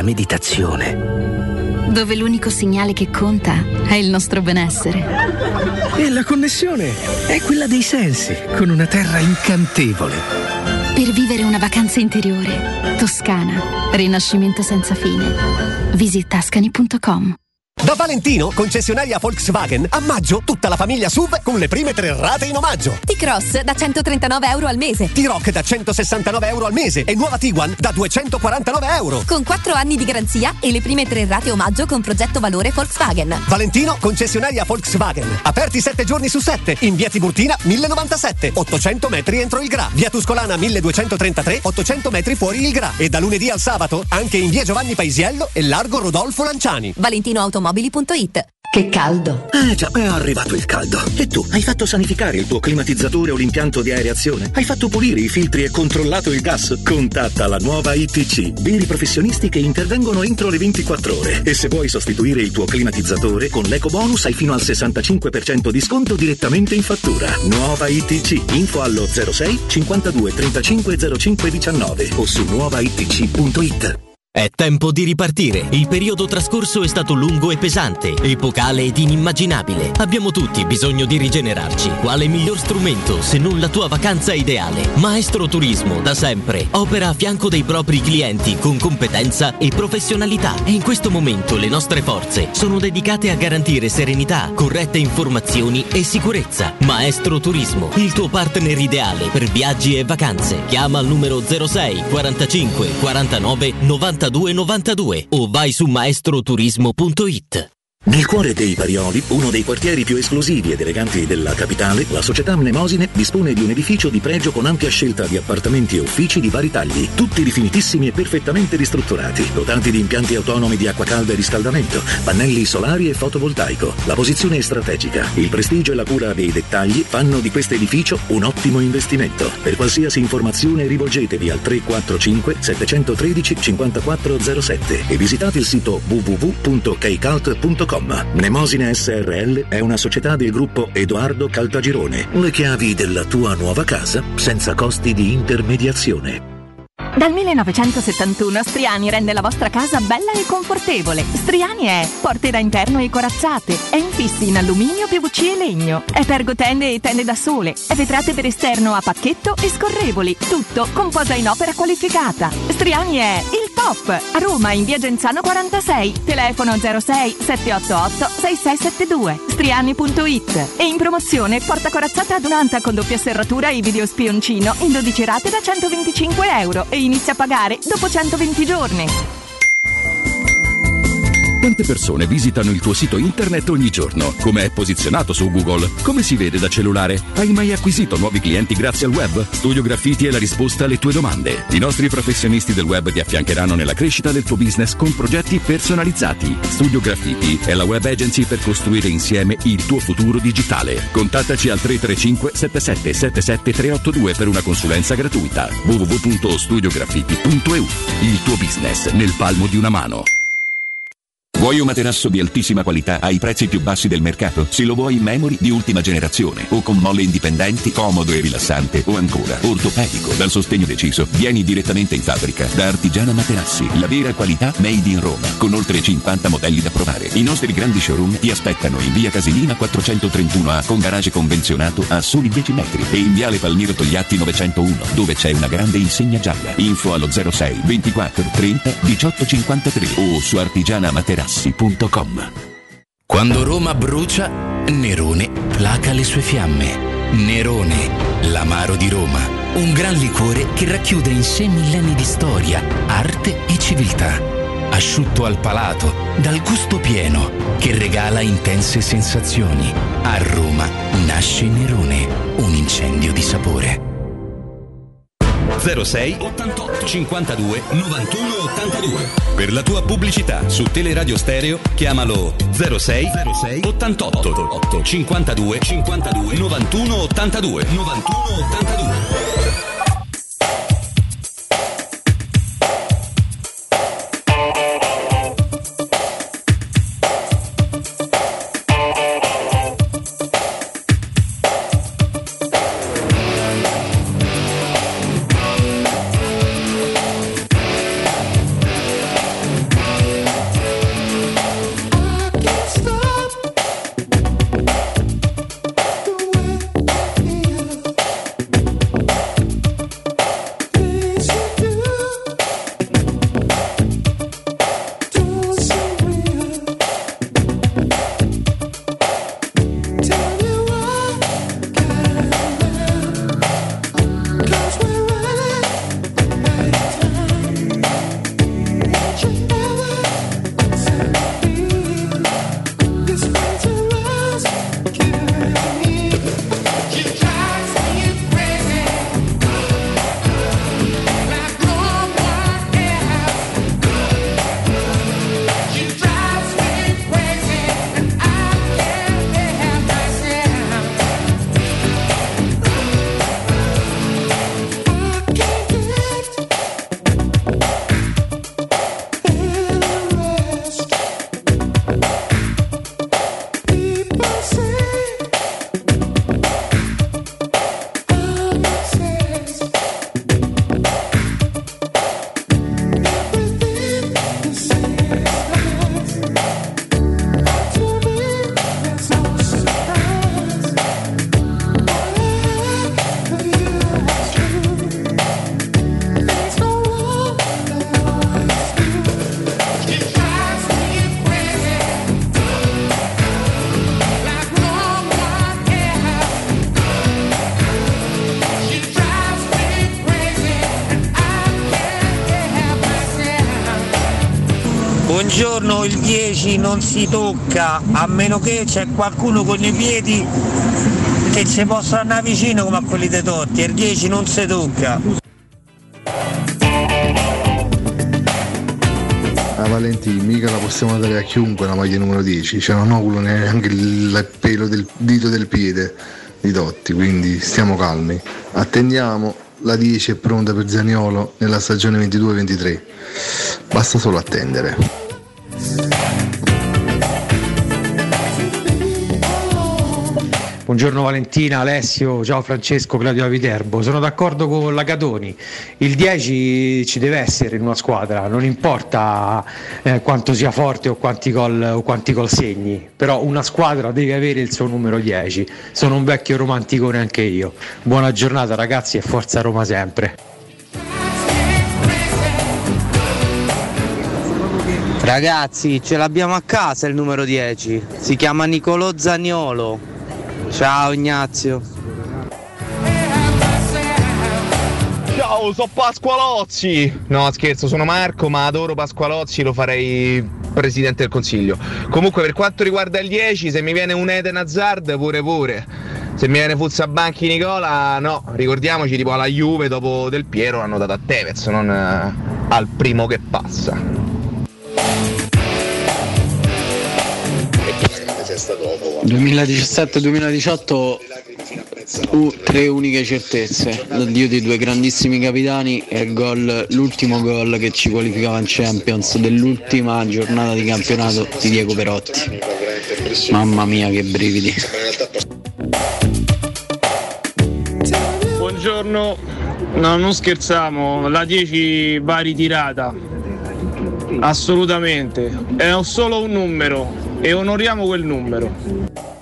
meditazione. Dove l'unico segnale che conta è il nostro benessere. E la connessione è quella dei sensi, con una terra incantevole. Per vivere una vacanza interiore. Toscana. Rinascimento senza fine. Visit Tascani punto com. Da Valentino, concessionaria Volkswagen, a maggio tutta la famiglia S U V con le prime tre rate in omaggio. T-Cross da centotrentanove euro al mese. T-Roc da centosessantanove euro al mese e nuova Tiguan da duecentoquarantanove euro. Con quattro anni di garanzia e le prime tre rate omaggio con progetto valore Volkswagen. Valentino, concessionaria Volkswagen. Aperti sette giorni su sette. In via Tiburtina mille novantasette, ottocento metri entro il Gra. Via Tuscolana milleduecentotrentatré, ottocento metri fuori il Gra. E da lunedì al sabato anche in via Giovanni Paisiello e largo Rodolfo Lanciani. Valentino Automobili punto it. Che caldo! Eh già, è arrivato il caldo. E tu, hai fatto sanificare il tuo climatizzatore o l'impianto di areazione? Hai fatto pulire i filtri e controllato il gas? Contatta la nuova I T C, veri professionisti che intervengono entro le ventiquattro ore. E se vuoi sostituire il tuo climatizzatore, con l'eco bonus hai fino al sessantacinque per cento di sconto direttamente in fattura. Nuova I T C, info allo zero sei cinquantadue trentacinque zero cinque diciannove o su nuova I T C punto it. È tempo di ripartire. Il periodo trascorso è stato lungo e pesante, epocale ed inimmaginabile. Abbiamo tutti bisogno di rigenerarci. Quale miglior strumento se non la tua vacanza ideale? Maestro Turismo, da sempre, opera a fianco dei propri clienti con competenza e professionalità. E in questo momento le nostre forze sono dedicate a garantire serenità, corrette informazioni e sicurezza. Maestro Turismo, il tuo partner ideale per viaggi e vacanze. Chiama al numero zero sei quarantacinque quarantanove novantadue novantadue o vai su maestro turismo punto it. Nel cuore dei Parioli, uno dei quartieri più esclusivi ed eleganti della capitale, la società Mnemosine dispone di un edificio di pregio con ampia scelta di appartamenti e uffici di vari tagli, tutti rifinitissimi e perfettamente ristrutturati, dotati di impianti autonomi di acqua calda e riscaldamento, pannelli solari e fotovoltaico. La posizione è strategica, il prestigio e la cura dei dettagli fanno di questo edificio un ottimo investimento. Per qualsiasi informazione rivolgetevi al tre quattro cinque sette uno tre cinque quattro zero sette e visitate il sito w w w punto keicalt punto com. Mnemosine S R L è una società del gruppo Edoardo Caltagirone. Le chiavi della tua nuova casa senza costi di intermediazione. Dal millenovecentosettantuno Striani rende la vostra casa bella e confortevole. Striani è porte da interno e corazzate, è infissi in alluminio, P V C e legno, è pergotende e tende da sole, è vetrate per esterno a pacchetto e scorrevoli, tutto con posa in opera qualificata. Striani è il top! A Roma in via Genzano quarantasei, telefono zero sei sette otto otto sei sei sette due, striani punto it. E in promozione porta corazzata adunanta con doppia serratura e video spioncino in dodici rate da centoventicinque euro e inizia a pagare dopo centoventi giorni. Quante persone visitano il tuo sito internet ogni giorno? Come è posizionato su Google? Come si vede da cellulare? Hai mai acquisito nuovi clienti grazie al web? Studio Graffiti è la risposta alle tue domande. I nostri professionisti del web ti affiancheranno nella crescita del tuo business con progetti personalizzati. Studio Graffiti è la web agency per costruire insieme il tuo futuro digitale. Contattaci al tre tre cinque sette sette sette sette tre otto due per una consulenza gratuita. w w w punto studio graffiti punto e u. Il tuo business nel palmo di una mano. Vuoi un materasso di altissima qualità ai prezzi più bassi del mercato? Se lo vuoi in memory di ultima generazione o con molle indipendenti, comodo e rilassante o ancora ortopedico dal sostegno deciso, vieni direttamente in fabbrica da Artigiana Materassi, la vera qualità made in Roma, con oltre cinquanta modelli da provare. I nostri grandi showroom ti aspettano in via Casilina quattrocentotrentuno A con garage convenzionato a soli dieci metri e in viale Palmiro Togliatti novecentouno dove c'è una grande insegna gialla. Info allo zero sei ventiquattro trenta diciotto cinquantatré o su artigiana materassi punto com. Quando Roma brucia, Nerone placa le sue fiamme. Nerone, l'amaro di Roma, un gran liquore che racchiude in sé millenni di storia, arte e civiltà. Asciutto al palato, dal gusto pieno, che regala intense sensazioni. A Roma nasce Nerone, un incendio di sapore. zero sei ottantotto cinquantadue novantuno ottantadue. Per la tua pubblicità su Teleradio Stereo chiamalo zero sei ottantotto cinquantadue cinquantadue novantuno ottantadue novantuno ottantadue. Buongiorno, il dieci non si tocca, a meno che c'è qualcuno con i piedi che ci possa andare vicino come a quelli dei Totti, il dieci non si tocca. Ah, Valentino, mica la possiamo dare a chiunque la maglia numero dieci, cioè non oculo neanche il pelo del dito del piede di Totti, quindi stiamo calmi. Attendiamo, la dieci è pronta per Zaniolo nella stagione ventidue ventitré, basta solo attendere. Buongiorno Valentina, Alessio, ciao Francesco, Claudio Viterbo. Sono d'accordo con la Catoni, il dieci ci deve essere in una squadra, non importa eh, quanto sia forte o quanti gol o quanti gol segni, però una squadra deve avere il suo numero dieci. Sono un vecchio romanticone anche io. Buona giornata ragazzi e forza Roma sempre. Ragazzi, ce l'abbiamo a casa il numero dieci, si chiama Nicolò Zaniolo. Ciao Ignazio. Ciao, sono Pasqualozzi. No, scherzo, sono Marco, ma adoro Pasqualozzi, lo farei presidente del consiglio. Comunque, per quanto riguarda il dieci, se mi viene un Eden Hazard, pure pure. Se mi viene Fuzzabanchi Nicola, no, ricordiamoci, tipo alla Juve dopo Del Piero l'hanno data a Tevez, non eh, al primo che passa. duemiladiciassette duemiladiciotto uh, tre uniche certezze, l'addio di due grandissimi capitani e il gol, l'ultimo gol che ci qualificava in Champions dell'ultima giornata di campionato di Diego Perotti. Mamma mia che brividi. Buongiorno, no, non scherziamo, la dieci va ritirata, assolutamente, è solo un numero e onoriamo quel numero.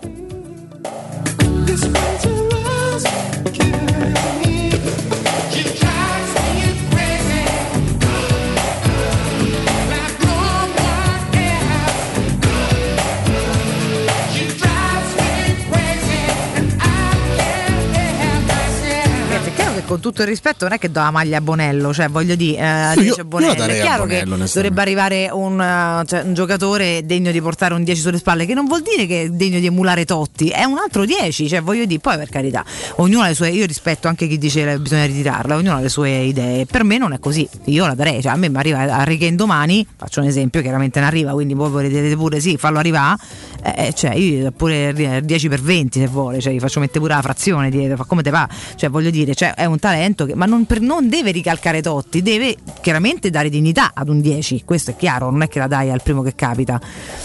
Con tutto il rispetto, non è che do la maglia a Bonello, cioè voglio dire, eh, io, dice Bonello, io è chiaro Bonello, che dovrebbe arrivare un, uh, cioè, un giocatore degno di portare un dieci sulle spalle, che non vuol dire che è degno di emulare Totti, è un altro dieci, cioè voglio dire, poi per carità, ognuno ha le sue, io rispetto anche chi dice che bisogna ritirarla, ognuno ha le sue idee, per me non è così, io la darei, cioè a me mi arriva Harry Kane domani, faccio un esempio, chiaramente non arriva, quindi voi vedete pure sì, fallo arrivare, eh, cioè io pure dieci per venti se vuole, cioè gli faccio mettere pure la frazione dietro, fa come te va, cioè voglio dire, cioè è un talento che, ma non, per, non deve ricalcare Totti, deve chiaramente dare dignità ad un dieci, questo è chiaro, non è che la dai al primo che capita.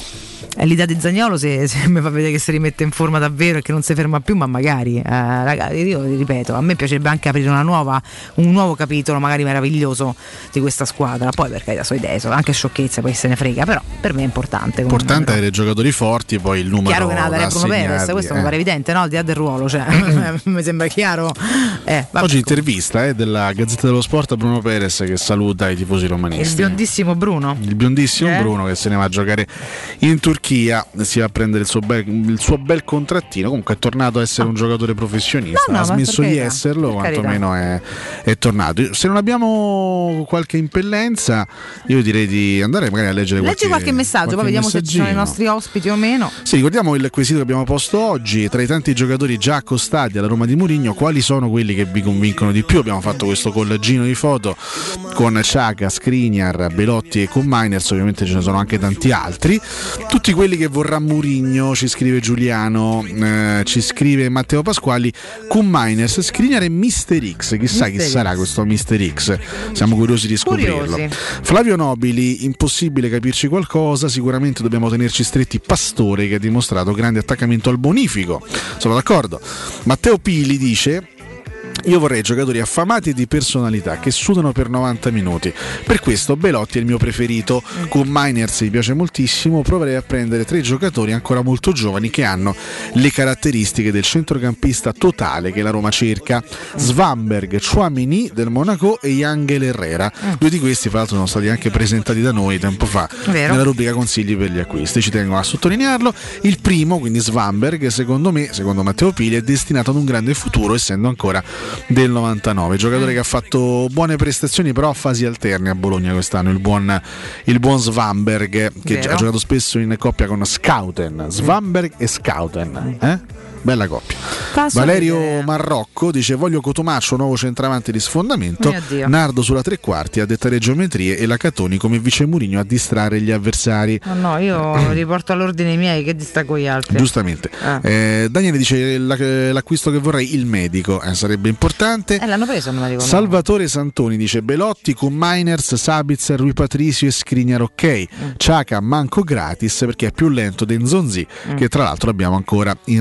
È l'idea di Zaniolo, se, se mi fa vedere che si rimette in forma davvero e che non si ferma più, ma magari eh, ragazzi, io ripeto, a me piacerebbe anche aprire una nuova, un nuovo capitolo magari meraviglioso di questa squadra, poi per carità sono idee, sono anche sciocchezze, poi se ne frega, però per me è importante. Importante però avere giocatori forti e poi il numero chiaro che nada da Bruno Perez, questo eh. mi pare evidente, no? Al di là del ruolo, cioè mi sembra chiaro. Eh, oggi intervista eh, della Gazzetta dello Sport a Bruno Perez che saluta i tifosi romanisti. Il biondissimo Bruno. Il biondissimo eh? Bruno che se ne va a giocare in Turchia, si va a prendere il suo bel, il suo bel contrattino, comunque è tornato a essere un giocatore professionista, no, no, ha smesso di esserlo, quantomeno è, è tornato. Se non abbiamo qualche impellenza io direi di andare magari a leggere Leggi qualche, qualche messaggio, poi vediamo se ci sono i nostri ospiti o meno. Sì, ricordiamo il quesito che abbiamo posto oggi: tra i tanti giocatori già accostati alla Roma di Mourinho, quali sono quelli che vi convincono di più? Abbiamo fatto questo collagino di foto con Xhaka, Skriniar, Belotti e con Miners, ovviamente ce ne sono anche tanti altri, tutti quelli che vorrà Mourinho, ci scrive Giuliano, eh, ci scrive Matteo Pasquali, con Miners, Skriniar e mister X, chissà mister chi X. sarà questo mister X, siamo curiosi di scoprirlo. Curiosi. Flavio Nobili, impossibile capirci qualcosa, sicuramente dobbiamo tenerci stretti Pastore che ha dimostrato grande attaccamento al bonifico, sono d'accordo. Matteo Pili dice: io vorrei giocatori affamati e di personalità che sudano per novanta minuti. Per questo Belotti è il mio preferito. Con Miners mi piace moltissimo. Proverei a prendere tre giocatori ancora molto giovani che hanno le caratteristiche del centrocampista totale che la Roma cerca: Svanberg, Tchouaméni del Monaco e Yangel Herrera. Due di questi, fra l'altro, sono stati anche presentati da noi tempo fa Vero. nella rubrica consigli per gli acquisti. Ci tengo a sottolinearlo. Il primo, quindi Svanberg, secondo me, secondo Matteo Pili, è destinato ad un grande futuro, essendo ancora del novantanove, giocatore che ha fatto buone prestazioni però a fasi alterne a Bologna quest'anno, il buon, il buon Svanberg che Vero. ha giocato spesso in coppia con Scouten, Svanberg e Scouten, eh? Bella coppia. Passo Valerio Marrocco dice: voglio Cotomaccio, nuovo centravanti di sfondamento, Nardo sulla tre quarti a dettare geometrie e la Catoni come vice Mourinho a distrarre gli avversari. No, no, io riporto all'ordine i miei che distacco gli altri. Giustamente. Ah. eh, Daniele dice: l'acquisto che vorrei, il medico, eh, sarebbe importante. Eh, l'hanno preso il medico. Salvatore Santoni dice: Belotti con Miners, Sabitzer, Rui Patricio e Skriniar, ok. mm. Xhaka manco gratis perché è più lento di Nzonzi, mm. che tra l'altro abbiamo ancora in rosa.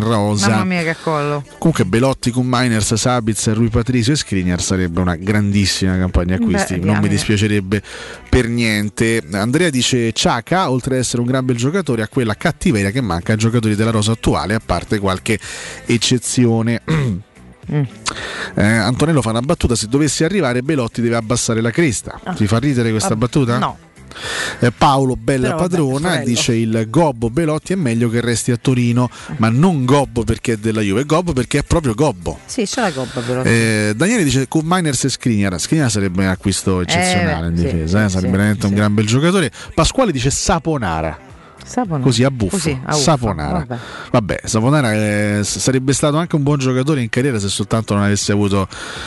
difesa. Mamma mia che collo. Comunque Belotti con Miners, Sabitzer, Rui Patricio e Skriniar sarebbe una grandissima campagna acquisti. Beh, non mi diamine. dispiacerebbe per niente. Andrea dice Ciaca, oltre ad essere un gran bel giocatore, ha quella cattiveria che manca ai giocatori della rosa attuale, a parte qualche eccezione. Mm. Eh, Antonello fa una battuta: se dovesse arrivare Belotti deve abbassare la cresta. Ah. Ti fa ridere questa Ah, battuta? no. Eh, Paolo Bella Però, vabbè, Padrona fratello. dice il Gobbo Belotti è meglio che resti a Torino, ma non Gobbo perché è della Juve, Gobbo perché è proprio Gobbo. Sì, c'è la coppa però. Eh, Daniele dice con Miners e Skriniar. Skriniar sarebbe un acquisto eccezionale Eh, in sì, difesa, eh, sì, sarebbe veramente sì. un gran bel giocatore. Pasquale dice Saponara. Saponara. Così a buffo, Così, a uffa, Saponara. vabbè. Vabbè, Saponara eh, s- sarebbe stato anche un buon giocatore in carriera se soltanto non avesse avuto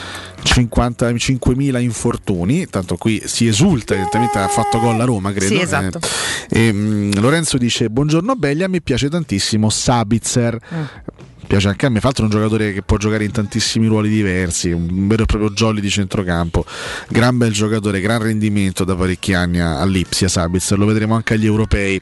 cinquantacinquemila infortuni. Tanto qui si esulta, evidentemente ha fatto gol a Roma, credo. Sì, esatto. Eh, e, mm, Lorenzo dice buongiorno belli, a me piace tantissimo Sabitzer. Mm. Piace anche a me, fra l'altro è un giocatore che può giocare in tantissimi ruoli diversi, un vero e proprio jolly di centrocampo, gran bel giocatore, gran rendimento da parecchi anni all'Ipsia Sabitzer, lo vedremo anche agli europei.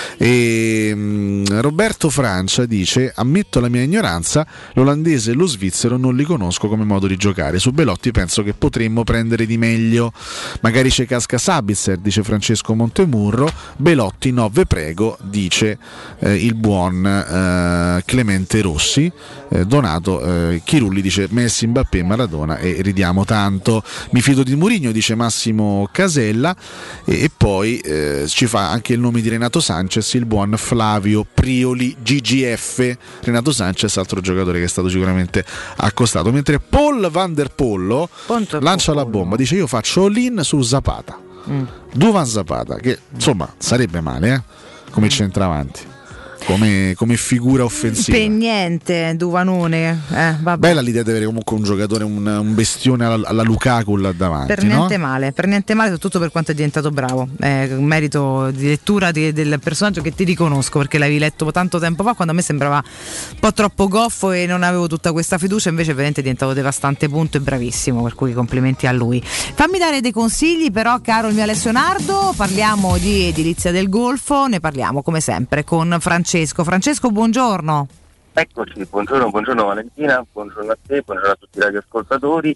E, mh, Roberto Francia dice ammetto la mia ignoranza, l'olandese e lo svizzero non li conosco come modo di giocare, su Belotti penso che potremmo prendere di meglio, magari c'è casca Sabitzer, dice Francesco Montemurro. Belotti no ve prego, dice eh, il buon eh, Clemente Rossi. Eh, Donato eh, Chirulli dice Messi, Mbappé, Maradona e ridiamo tanto. Mi fido di Mourinho, dice Massimo Casella. E, e poi eh, ci fa anche il nome di Renato Sanchez, il buon Flavio Prioli G G F. Renato Sanchez, altro giocatore che è stato sicuramente accostato, mentre Paul Van der Pollo Ponto lancia la bomba, dice io faccio all-in su Zapata. Mm. Duvan Zapata, che insomma sarebbe male eh? come centravanti, come, come figura offensiva. Per niente, Duvanone. Eh, vabbè. Bella l'idea di avere comunque un giocatore, un, un bestione alla, alla Lukaku là davanti. Per niente no? male, per niente male, soprattutto per quanto è diventato bravo. È un merito di lettura di- del personaggio che ti riconosco, perché l'avevi letto tanto tempo fa quando a me sembrava un po' troppo goffo e non avevo tutta questa fiducia, invece veramente è diventato devastante punto e bravissimo, per cui complimenti a lui. Fammi dare dei consigli però, caro il mio Alessio Nardo, parliamo di edilizia del Golfo, ne parliamo come sempre con Francesco. Francesco, buongiorno. Eccoci, buongiorno, buongiorno Valentina, buongiorno a te, buongiorno a tutti i radioascoltatori.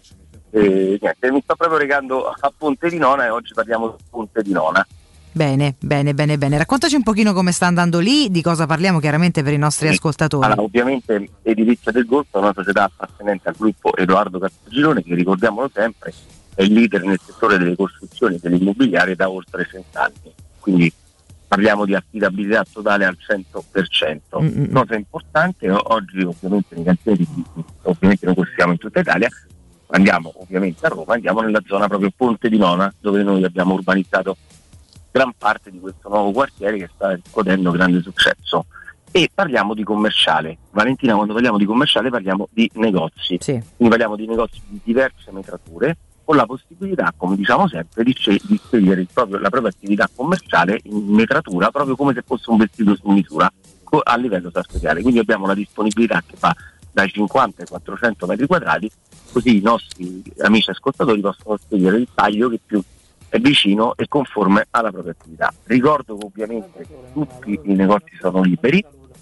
E, niente, mi sto proprio recando a Ponte di Nona e oggi parliamo di Ponte di Nona. Bene, bene, bene, bene. Raccontaci un pochino come sta andando lì, di cosa parliamo chiaramente per i nostri ascoltatori. Allora, ovviamente Edilizia del Golfo è una società appartenente al gruppo Edoardo Cartagirone che, ricordiamolo sempre, è il leader nel settore delle costruzioni e dell'immobiliare da oltre cent'anni. Quindi parliamo di affidabilità totale al cento per cento. Mm-mm. Cosa importante, o- oggi ovviamente nei cantieri, ovviamente noi costruiamo in tutta Italia, andiamo ovviamente a Roma, andiamo nella zona proprio Ponte di Nona, dove noi abbiamo urbanizzato gran parte di questo nuovo quartiere che sta riscuotendo grande successo. E parliamo di commerciale. Valentina, quando parliamo di commerciale parliamo di negozi. Sì. Quindi parliamo di negozi di diverse metrature, con la possibilità, come diciamo sempre, di, sce- di scegliere il proprio- la propria attività commerciale in metratura, proprio come se fosse un vestito su misura, co- a livello sartoriale. Quindi abbiamo la disponibilità che va dai cinquanta ai quattrocento metri quadrati, così i nostri amici ascoltatori possono scegliere il taglio che più è vicino e conforme alla propria attività. Ricordo che ovviamente tutti i negozi sono liberi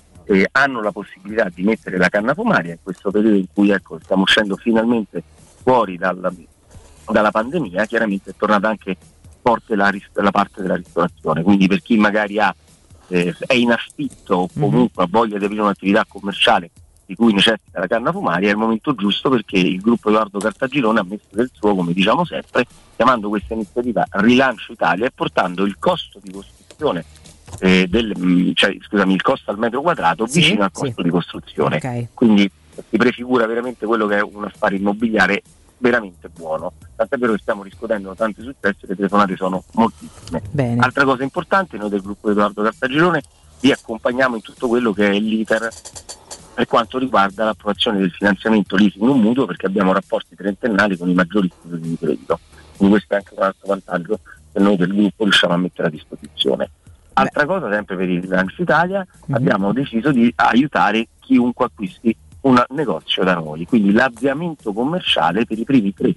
e hanno la possibilità di mettere la canna fumaria in questo periodo in cui, ecco, stiamo uscendo finalmente fuori dal, dalla pandemia. Chiaramente è tornata anche forte la, ris- la parte della ristorazione, quindi per chi magari ha, eh, è in affitto o comunque ha voglia di aprire un'attività commerciale di cui necessita la canna fumaria, è il momento giusto, perché il gruppo Edoardo Cartagirone ha messo del suo, come diciamo sempre, chiamando questa iniziativa Rilancio Italia e portando il costo di costruzione eh, del, mh, cioè, scusami, il costo al metro quadrato Sì, vicino al sì. costo di costruzione. Ok. Quindi si prefigura veramente quello che è un affare immobiliare veramente buono. Tant'è vero che stiamo riscuotendo tanti successi, le telefonate sono moltissime. Bene. Altra cosa importante, noi del gruppo Edoardo Cartagirone vi accompagniamo in tutto quello che è l'iter per quanto riguarda l'approvazione del finanziamento leasing non mutuo, perché abbiamo rapporti trentennali con i maggiori istituti di credito. Quindi questo è anche un altro vantaggio che noi del gruppo riusciamo a mettere a disposizione. Altra cosa, sempre per il Rilancio Italia, Mm-hmm. abbiamo deciso di aiutare chiunque acquisti un negozio da noi, quindi l'avviamento commerciale per i primi tre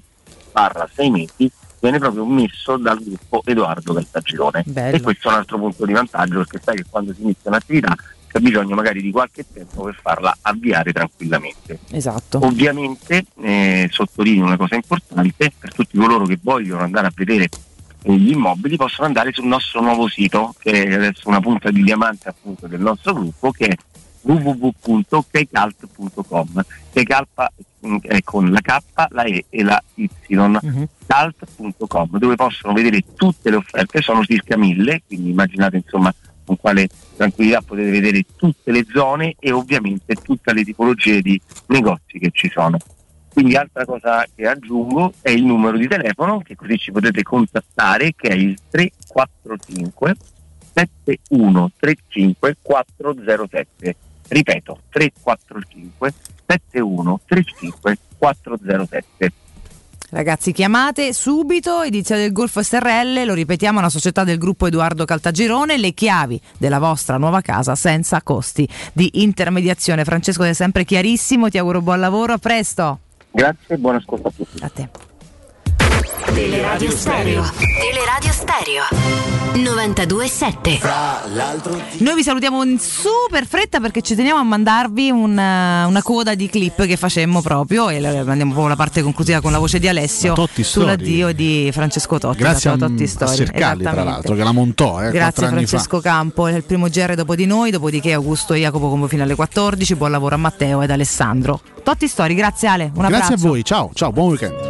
sei mesi viene proprio messo dal gruppo Edoardo Cartagirone. Bello. E questo è un altro punto di vantaggio, perché sai che quando si inizia un'attività c'è bisogno magari di qualche tempo per farla avviare tranquillamente. Esatto. Ovviamente eh, sottolineo una cosa importante: per tutti coloro che vogliono andare a vedere gli immobili possono andare sul nostro nuovo sito, che è adesso una punta di diamante appunto del nostro gruppo, che è w w w punto keycult punto com. Keycult è con la K, la E e la Y, uh-huh. cult punto com, dove possono vedere tutte le offerte. Sono circa mille, quindi immaginate insomma con quale tranquillità potete vedere tutte le zone e ovviamente tutte le tipologie di negozi che ci sono. Quindi altra cosa che aggiungo è il numero di telefono, che così ci potete contattare, che è il tre quattro cinque sette uno tre cinque quattro zero sette. Ripeto, tre quattro cinque sette uno tre cinque quattro zero sette. Ragazzi, chiamate subito. Edizia del Golfo S R L, lo ripetiamo, una società del gruppo Edoardo Caltagirone, le chiavi della vostra nuova casa senza costi di intermediazione. Francesco, sei sempre chiarissimo, ti auguro buon lavoro, a presto. Grazie e buon ascolto a tutti. A te. Teleradio Stereo. Teleradio Stereo novantadue sette. Noi vi salutiamo in super fretta perché ci teniamo a mandarvi una, una coda di clip che facemmo proprio, e andiamo proprio alla parte conclusiva con la voce di Alessio sull'addio di Francesco Totti. Grazie a, Totti a Sercalli, tra l'altro, che la montò eh, grazie Francesco fa. Campo, è il primo G R dopo di noi, dopodiché Augusto e Jacopo come fino alle quattordici. Buon lavoro a Matteo ed Alessandro. Totti Story, grazie Ale, un abbraccio. Grazie a voi, ciao, ciao, buon weekend.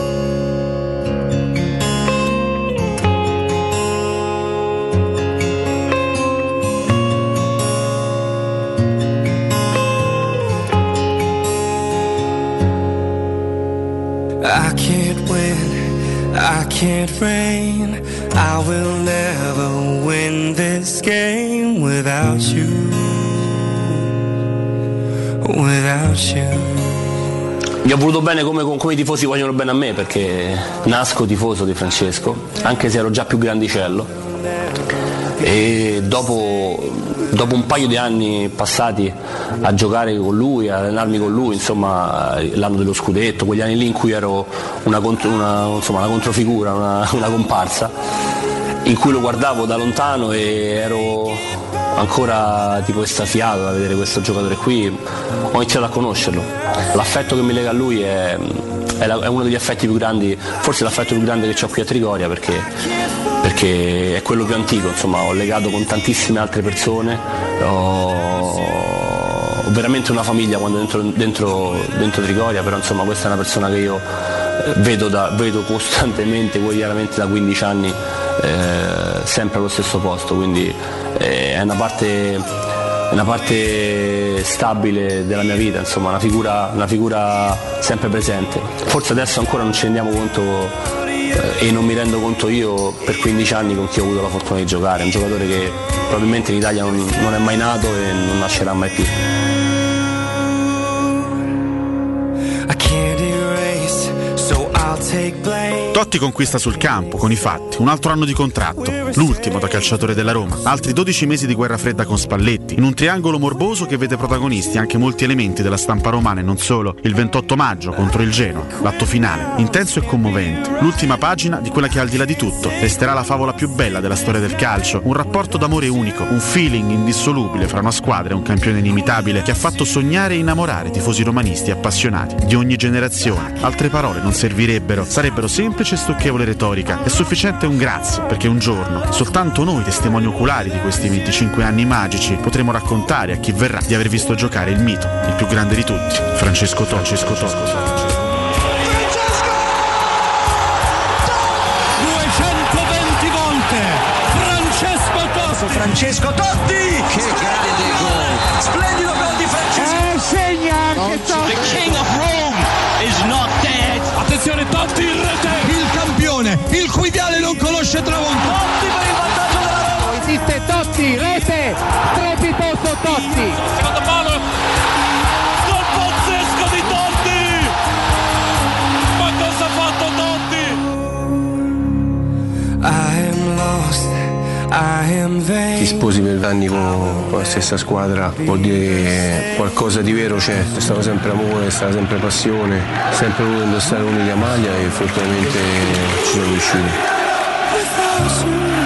I can't win, I can't reign, I will never win this game without you, without you. Gli ho voluto bene come, come i tifosi vogliono bene a me, perché nasco tifoso di Francesco, anche se ero già più grandicello, e dopo, dopo un paio di anni passati a giocare con lui, a allenarmi con lui, insomma l'anno dello scudetto, quegli anni lì in cui ero una, contro, una, insomma, una controfigura, una, una comparsa, in cui lo guardavo da lontano e ero ancora tipo estasiato da vedere questo giocatore qui, ho iniziato a conoscerlo. L'affetto che mi lega a lui è, è, la, è uno degli affetti più grandi, forse l'affetto più grande che ho qui a Trigoria, perché, perché è quello più antico, insomma ho legato con tantissime altre persone, ho, ho veramente una famiglia quando dentro, dentro, dentro Trigoria, però insomma questa è una persona che io vedo, da, vedo costantemente, quotidianamente da quindici anni, eh, sempre allo stesso posto, quindi eh, è una parte, una parte stabile della mia vita, insomma una figura, una figura sempre presente. Forse adesso ancora non ci rendiamo conto eh, e non mi rendo conto io per quindici anni con chi ho avuto la fortuna di giocare, è un giocatore che probabilmente in Italia non, non è mai nato e non nascerà mai più. Totti conquista sul campo, con i fatti, un altro anno di contratto, l'ultimo da calciatore della Roma, altri dodici mesi di guerra fredda con Spalletti, in un triangolo morboso che vede protagonisti anche molti elementi della stampa romana e non solo. Il ventotto maggio contro il Genoa, l'atto finale, intenso e commovente, l'ultima pagina di quella che al di là di tutto resterà la favola più bella della storia del calcio, un rapporto d'amore unico, un feeling indissolubile fra una squadra e un campione inimitabile che ha fatto sognare e innamorare tifosi romanisti appassionati di ogni generazione. Altre parole non servirebbero, sarebbero semplice e stucchevole retorica. È sufficiente un grazie, perché un giorno soltanto noi, testimoni oculari di questi venticinque anni magici, potremo raccontare a chi verrà di aver visto giocare il mito, il più grande di tutti, Francesco Totti. Francesco Totti. duecentoventi volte Francesco Totti. Francesco Totti, che grande gol, splendido gol di Francesco. E segna anche Totti. The King of Rome is not dead. Attenzione, Totti in rete, il campione, il cui viale non conosce tramonto. Totti per il vantaggio della Roma. Esiste Totti, rete, strepitoso Totti. Secondo palo, gol pazzesco di Totti. Ma cosa ha fatto Totti? I am lost. Ti sposi per anni con, con la stessa squadra, vuol dire qualcosa di vero c'è, c'è stato sempre amore, c'è stata sempre passione, sempre voluto indossare l'unica maglia e fortunatamente ci sono riusciti.